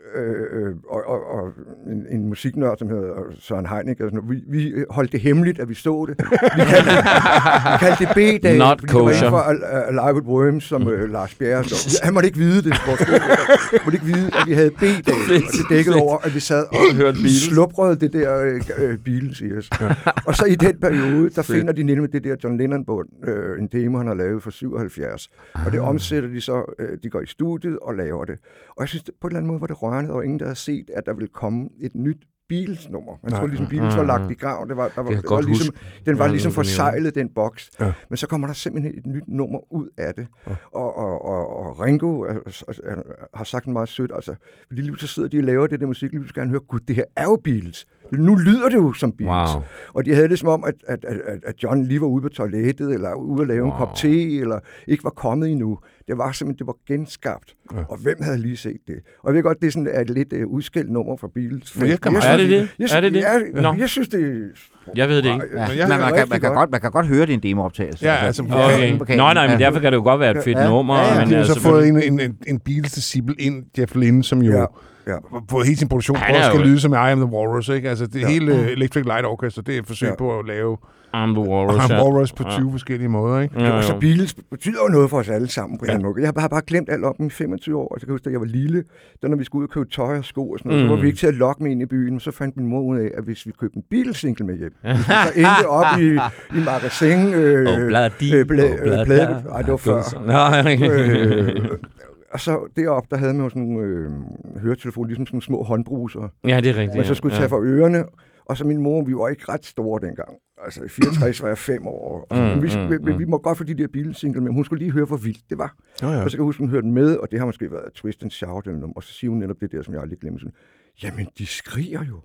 Øh, og, og, og en, en musiknørd, som hedder Søren Heinik, og sådan, vi, vi holdt det hemmeligt, at vi stod det. Vi kaldte, vi kaldte det B-dag. Not kosher. For Alive with Worms, som mm. uh, Lars Bjerre stod. Han måtte ikke vide det. Han måtte ikke vide, at vi havde B-dag. Og det dækkede over, at vi sad og slubrede det der uh, Beatles i os. Ja. Og så i den periode, der finder de nemlig det der John Lennon-bånd, uh, en demo, han har lavet for syvoghalvfjerds. Og det omsætter de så, uh, de går i studiet og laver det. Og jeg synes, på en eller anden måde var det rørende, og ingen, der havde set, at der ville komme et nyt Beatles-nummer. Man troede ligesom, Beatles var lagt i graven. Det var, der var, det var ligesom, den var ligesom forsejlet, den boks. Ja. Men så kommer der simpelthen et nyt nummer ud af det. Ja. Og, og, og, og Ringo er, er, er, har sagt en meget sødt, altså, fordi lige så sidder de og laver det der musik, lige så skal han høre, gud, det her er jo Beatles. Nu lyder det jo som Beatles. Wow. Og de havde det som om, at, at, at, at John lige var ude på toilettet, eller ude at lave wow. en kop te, eller ikke var kommet endnu. Det var simpelthen, det var genskabt. Ja. Og hvem havde lige set det? Og jeg ved godt, det er sådan et lidt uh, udskældt nummer fra Beatles. Men jeg, jeg, er det det? Jeg, er det det? Jeg, jeg, jeg synes, det Jeg ved det ikke. Ja. Men man, man, kan, man, kan godt, man kan godt høre det i en demooptagelse. Ja, altså. Okay. Okay. Nå, nej, men derfor kan det jo godt være et fedt ja. nummer. Ja, ja. Men de har altså, så fået en, en, en, en Beatles-disciple ind, Jeff Lynne, som jo... Ja. Ja. På hele sin produktion prøver skal lyde som I Am the Walrus, ikke? Altså det ja. hele uh, Electric Light Orchestra, det er et forsøg ja. på at lave I'm the Walrus, I'm Walrus på tyve ja. forskellige måder, ikke? Ja, og så Beatles betyder jo noget for os alle sammen på en ja. måde. Jeg har bare glemt alt om i femogtyve år, og så kan jeg huske, at jeg var lille, da når vi skulle ud og købe tøj og sko og sådan noget, mm. så var vi ikke til at lokke mig ind i byen, så fandt min mor ud af, at hvis vi købte en Beatles-single med hjem, så endte op i, i magasin, øh, oh, bladi, øh, blæ, øh, blade, blade, ej, det var før. Og så deroppe, der havde man jo sådan nogle øh, høretelefoner, ligesom sådan små håndbruser. Ja, det er rigtigt. Man så skulle tage ja. for ørerne. Og så min mor, vi var ikke ret store dengang. Altså i fireogtres var jeg fem år. Og mm, vi, mm, vi, vi, vi må godt få de der Beatles-single, men hun skulle lige høre, hvor vildt det var. Oh, ja. Og så kan jeg huske, hun hørte den med, og det har måske været Twist and Shout eller noget. Og så siger hun netop det der, som jeg aldrig glemmer. Sådan, jamen, de skriger jo.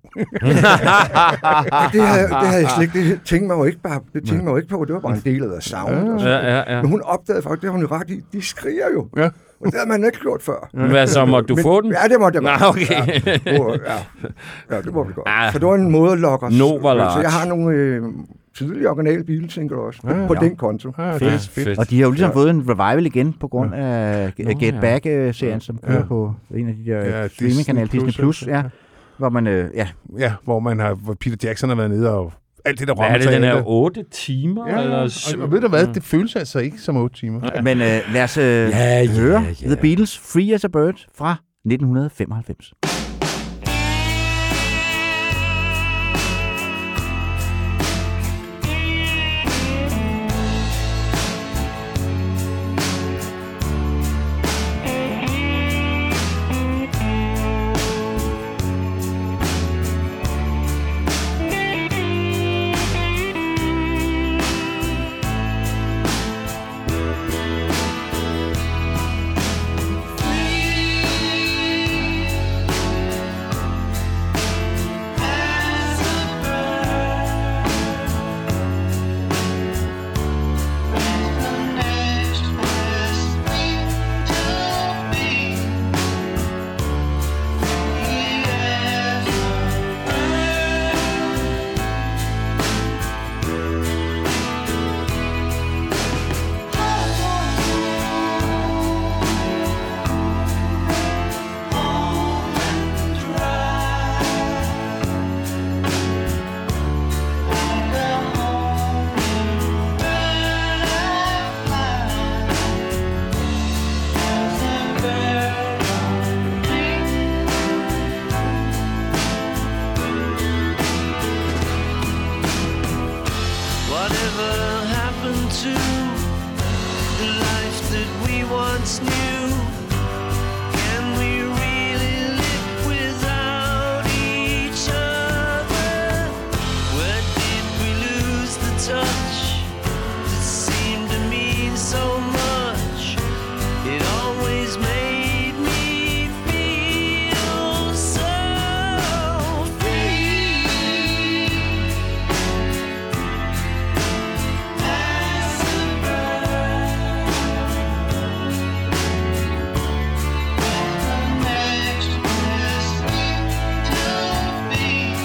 det, havde, det havde jeg slet ikke. Det tænkte mig jo ikke bare, det tænkte mig jo ikke på. Det var bare en del af deres sound. Ja, ja, ja. Men hun opdagede faktisk, det har hun jo ret i. De skriger jo. Ja. Og det havde man ikke gjort før. Hvad så, måtte du men, få den? Ja, det måtte jeg godt. Nah, okay. ja, ja, ja, det måtte vi godt. Ah, så det var en måde at lokke os. Så jeg har nogle øh, tidlige originale Beatles-singler også, ja, på ja. den konto. Ja, fedt, fedt. fedt. Og de har jo ligesom ja. fået en revival igen, på grund af ja. Get Back-serien, som kører ja. på en af de der ja, streaming-kanaler, Disney Plus, ja. Hvor man, øh, ja. ja, hvor man har, hvor Peter Jackson har været nede og alt det der Hvad er det, den er otte timer? Ja, eller og, og ved du hvad, det føles altså ikke som otte timer. Ja. Men øh, lad os øh, ja, høre ja, ja. The Beatles, Free as a Bird fra nitten femoghalvfems. Whatever happened to the life that we once knew? Can we really live without each other? Where did we lose the touch that seemed to mean so much? It always made me feel so free. As a bird, the next best to be.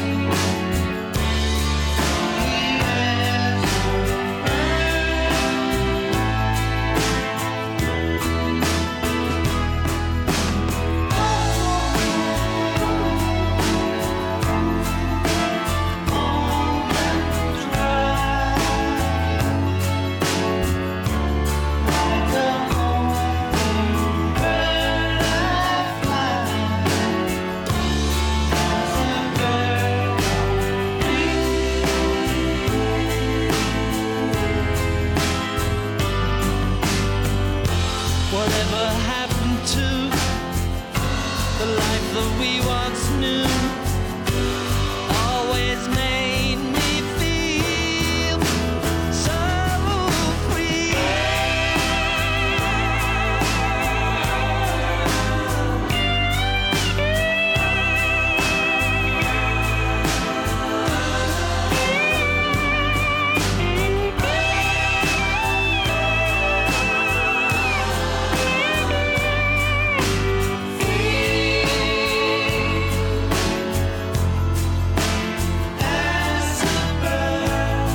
Whatever happened to the life that we once knew? Always made me feel so free. As a bird,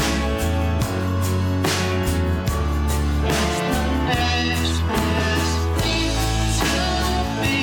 that's the next best thing to be.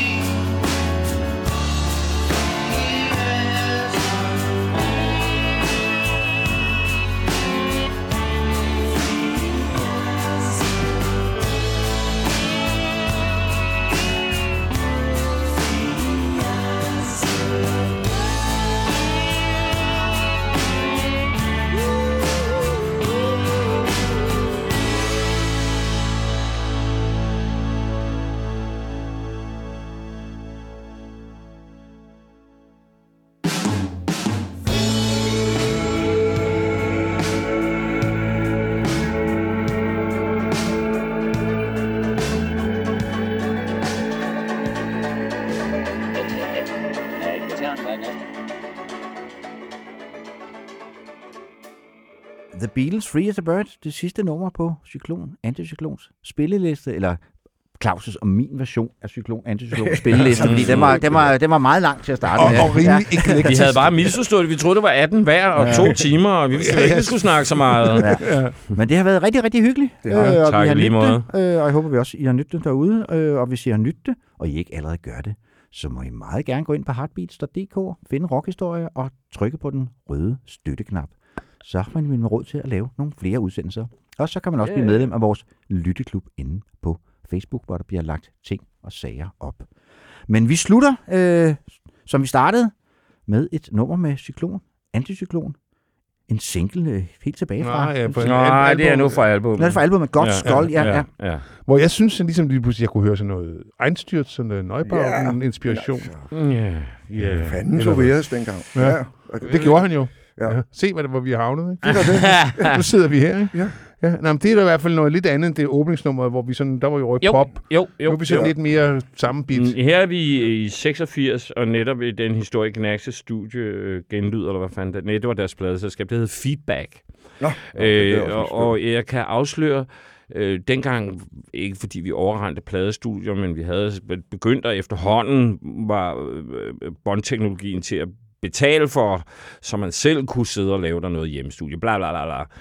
The Beatles, Free as a Bird, det sidste nummer på Cyklon, Anticyklons spilleliste, eller Claus' og min version af Cyklon, Anticyklons spilleliste, fordi den var, den, var, den var meget lang til at starte og, med. Og rimelig ja. Vi havde bare misforstået det. Vi troede, det var atten hver og ja. to timer, og vi vidste ikke, vi skulle snakke så meget. Ja. Men det har været rigtig, rigtig hyggeligt. Det har, øh, og tak vi har lige måde. Det, øh, og jeg håber, vi også I har nyttet det derude. Øh, og hvis I har nyttet det, og I ikke allerede gør det, så må I meget gerne gå ind på heartbeats punktum d k, finde rockhistorie og trykke på den røde støtteknap. Så har man med råd til at lave nogle flere udsendelser. Og så kan man også blive medlem af vores lytteklub inde på Facebook, hvor der bliver lagt ting og sager op. Men vi slutter, øh, som vi startede, med et nummer med Cyklon, Anticyklon. En single øh, helt tilbage fra. Nej, ja, Nej det er nu fra albumet. Det er fra albumet. Godt ja, skål, ja, ja, ja, ja. Hvor jeg synes, at ligesom lige pludselig, jeg kunne høre sådan noget Einstürt, sådan noget Neubauer-inspiration. Ja, ja. ja. Fanden Tobias dengang. Ja. Ja. Det gjorde han jo. Ja. Ja. Se, hvad det, hvor vi har havnet. Ikke? Det er det. Nu sidder vi her. Ikke? Ja. Ja. Nå, men det er da i hvert fald noget lidt andet end det åbningsnummer, hvor vi sådan, der var jo i pop. Jo, jo. Nu er vi sådan jo. lidt mere samme beat. Her er vi i seksogfirs, og netop i den historie Gnaxes studie genlyd, eller hvad fanden det, nej, det var deres pladeselskab, det hed Feedback. Nå, øh, og, og jeg kan afsløre, Øh, dengang, ikke fordi vi overrendte pladestudier, men vi havde begyndt, og efterhånden var øh, båndteknologien til at betale for, så man selv kunne sidde og lave der noget hjemmestudie, bla bla bla bla.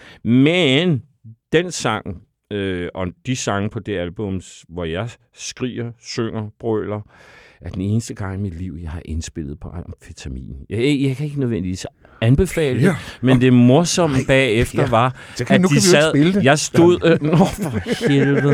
Men den sang, øh, og de sange på det album, hvor jeg skriger, synger, brøler, er den eneste gang i mit liv, jeg har indspillet på amfetamin. Jeg, jeg kan ikke nødvendigvis anbefale det, ja. Men det morsomme Ej, bagefter ja. var, at de sad... Jeg stod... Øh, nå, for helvede.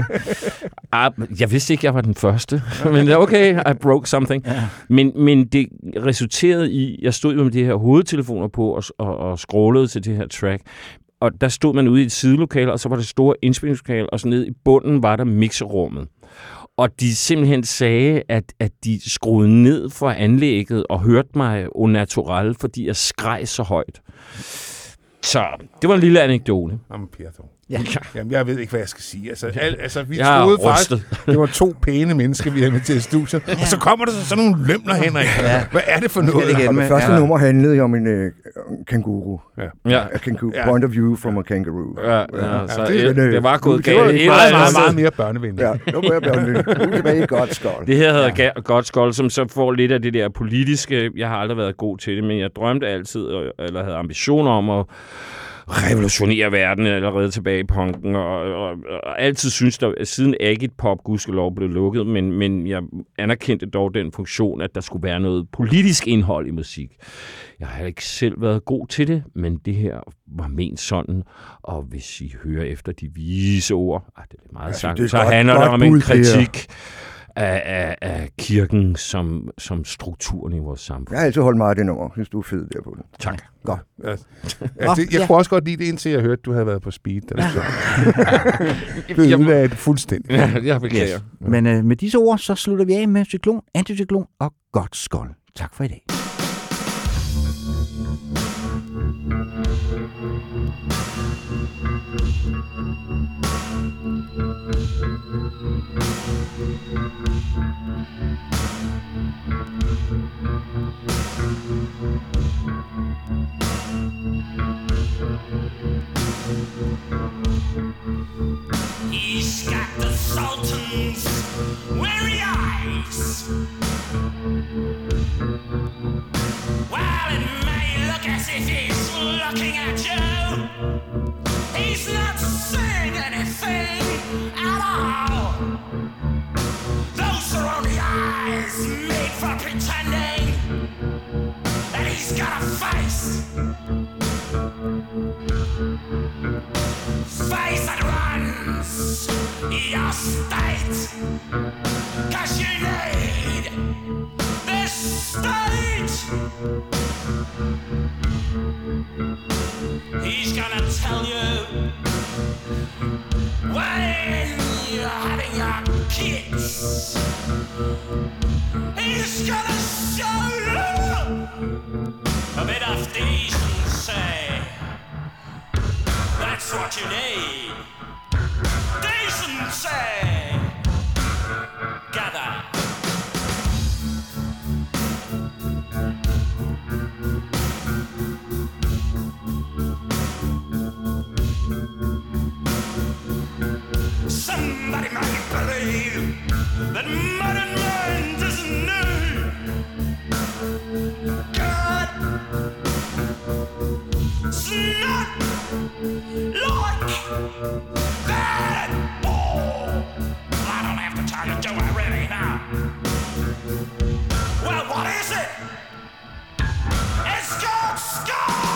Ah, jeg vidste ikke, jeg var den første. Men okay, I broke something. Ja. Men, men det resulterede i... Jeg stod jo med de her hovedtelefoner på og, og, og scrollede til det her track. og der stod man ude i et sidelokale, og så var det store indspillingslokale, og så nede i bunden var der mixerummet. Og de simpelthen sagde, at, at de skruede ned for anlægget og hørte mig au naturel, fordi jeg skreg så højt. Så det var en lille anekdote. Jamen, Pierre, ja. Jamen, jeg ved ikke, hvad jeg skal sige. Altså, al, altså vi jeg troede faktisk, det var to pæne mennesker, vi havde med til studiet. Ja. Og så kommer der sådan nogle lømler, Henrik. Ja. Hvad er det for noget? Det, det første ja. nummer handlede jo om en uh, kanguru. Ja. Ja. A kangaroo, ja. Point of view from a kangaroo. Ja, ja. ja. Så ja, det, det, det var gået galt. Det var meget, meget, meget mere børnevenligt. Ja, det var mere børnevenligt. Nu tilbage i godt skål. Det her hedder ja. Godt skål, som så får lidt af det der politiske. Jeg har aldrig været god til det, men jeg drømte altid, eller havde ambitioner om at revolutionere verden allerede tilbage i punken, og, og, og altid synes der, at siden Agit Pop gudskelov blev lukket, men, men jeg anerkendte dog den funktion, at der skulle være noget politisk indhold i musik. Jeg har ikke selv været god til det, men det her var ment sådan, og hvis I hører efter de vise ord, ah, det er meget sagt, så godt, handler det om en kritik Af, af, af kirken som, som strukturen i vores samfund. Jeg har altid holdt meget af det nummer. Synes du er fed der på den. Tak. Godt. Ja. Ja, det, jeg ja. kunne også godt lide det, indtil jeg hørte, at du havde været på speed. Der ja. Det er fuldstændig. Ja, jeg beklager. Yes. Men øh, med disse ord, så slutter vi af med cyklon, anticyklon og godt skål. Tak for i dag. He's got the Sultan's weary eyes. While it may look as if he's looking at you, he's not saying anything at all. Those are only eyes made for pretending that he's got a face. Face that runs your state, 'cause you need this state. He's gonna tell you when you're having your kids. He's gonna show you a bit of decency. That's what you need. Decency. Gather. Somebody might believe that modern mind isn't new. God, it's not like that. Oh, I don't have to tell you, do I really now? Well, what is it? It's got Scott!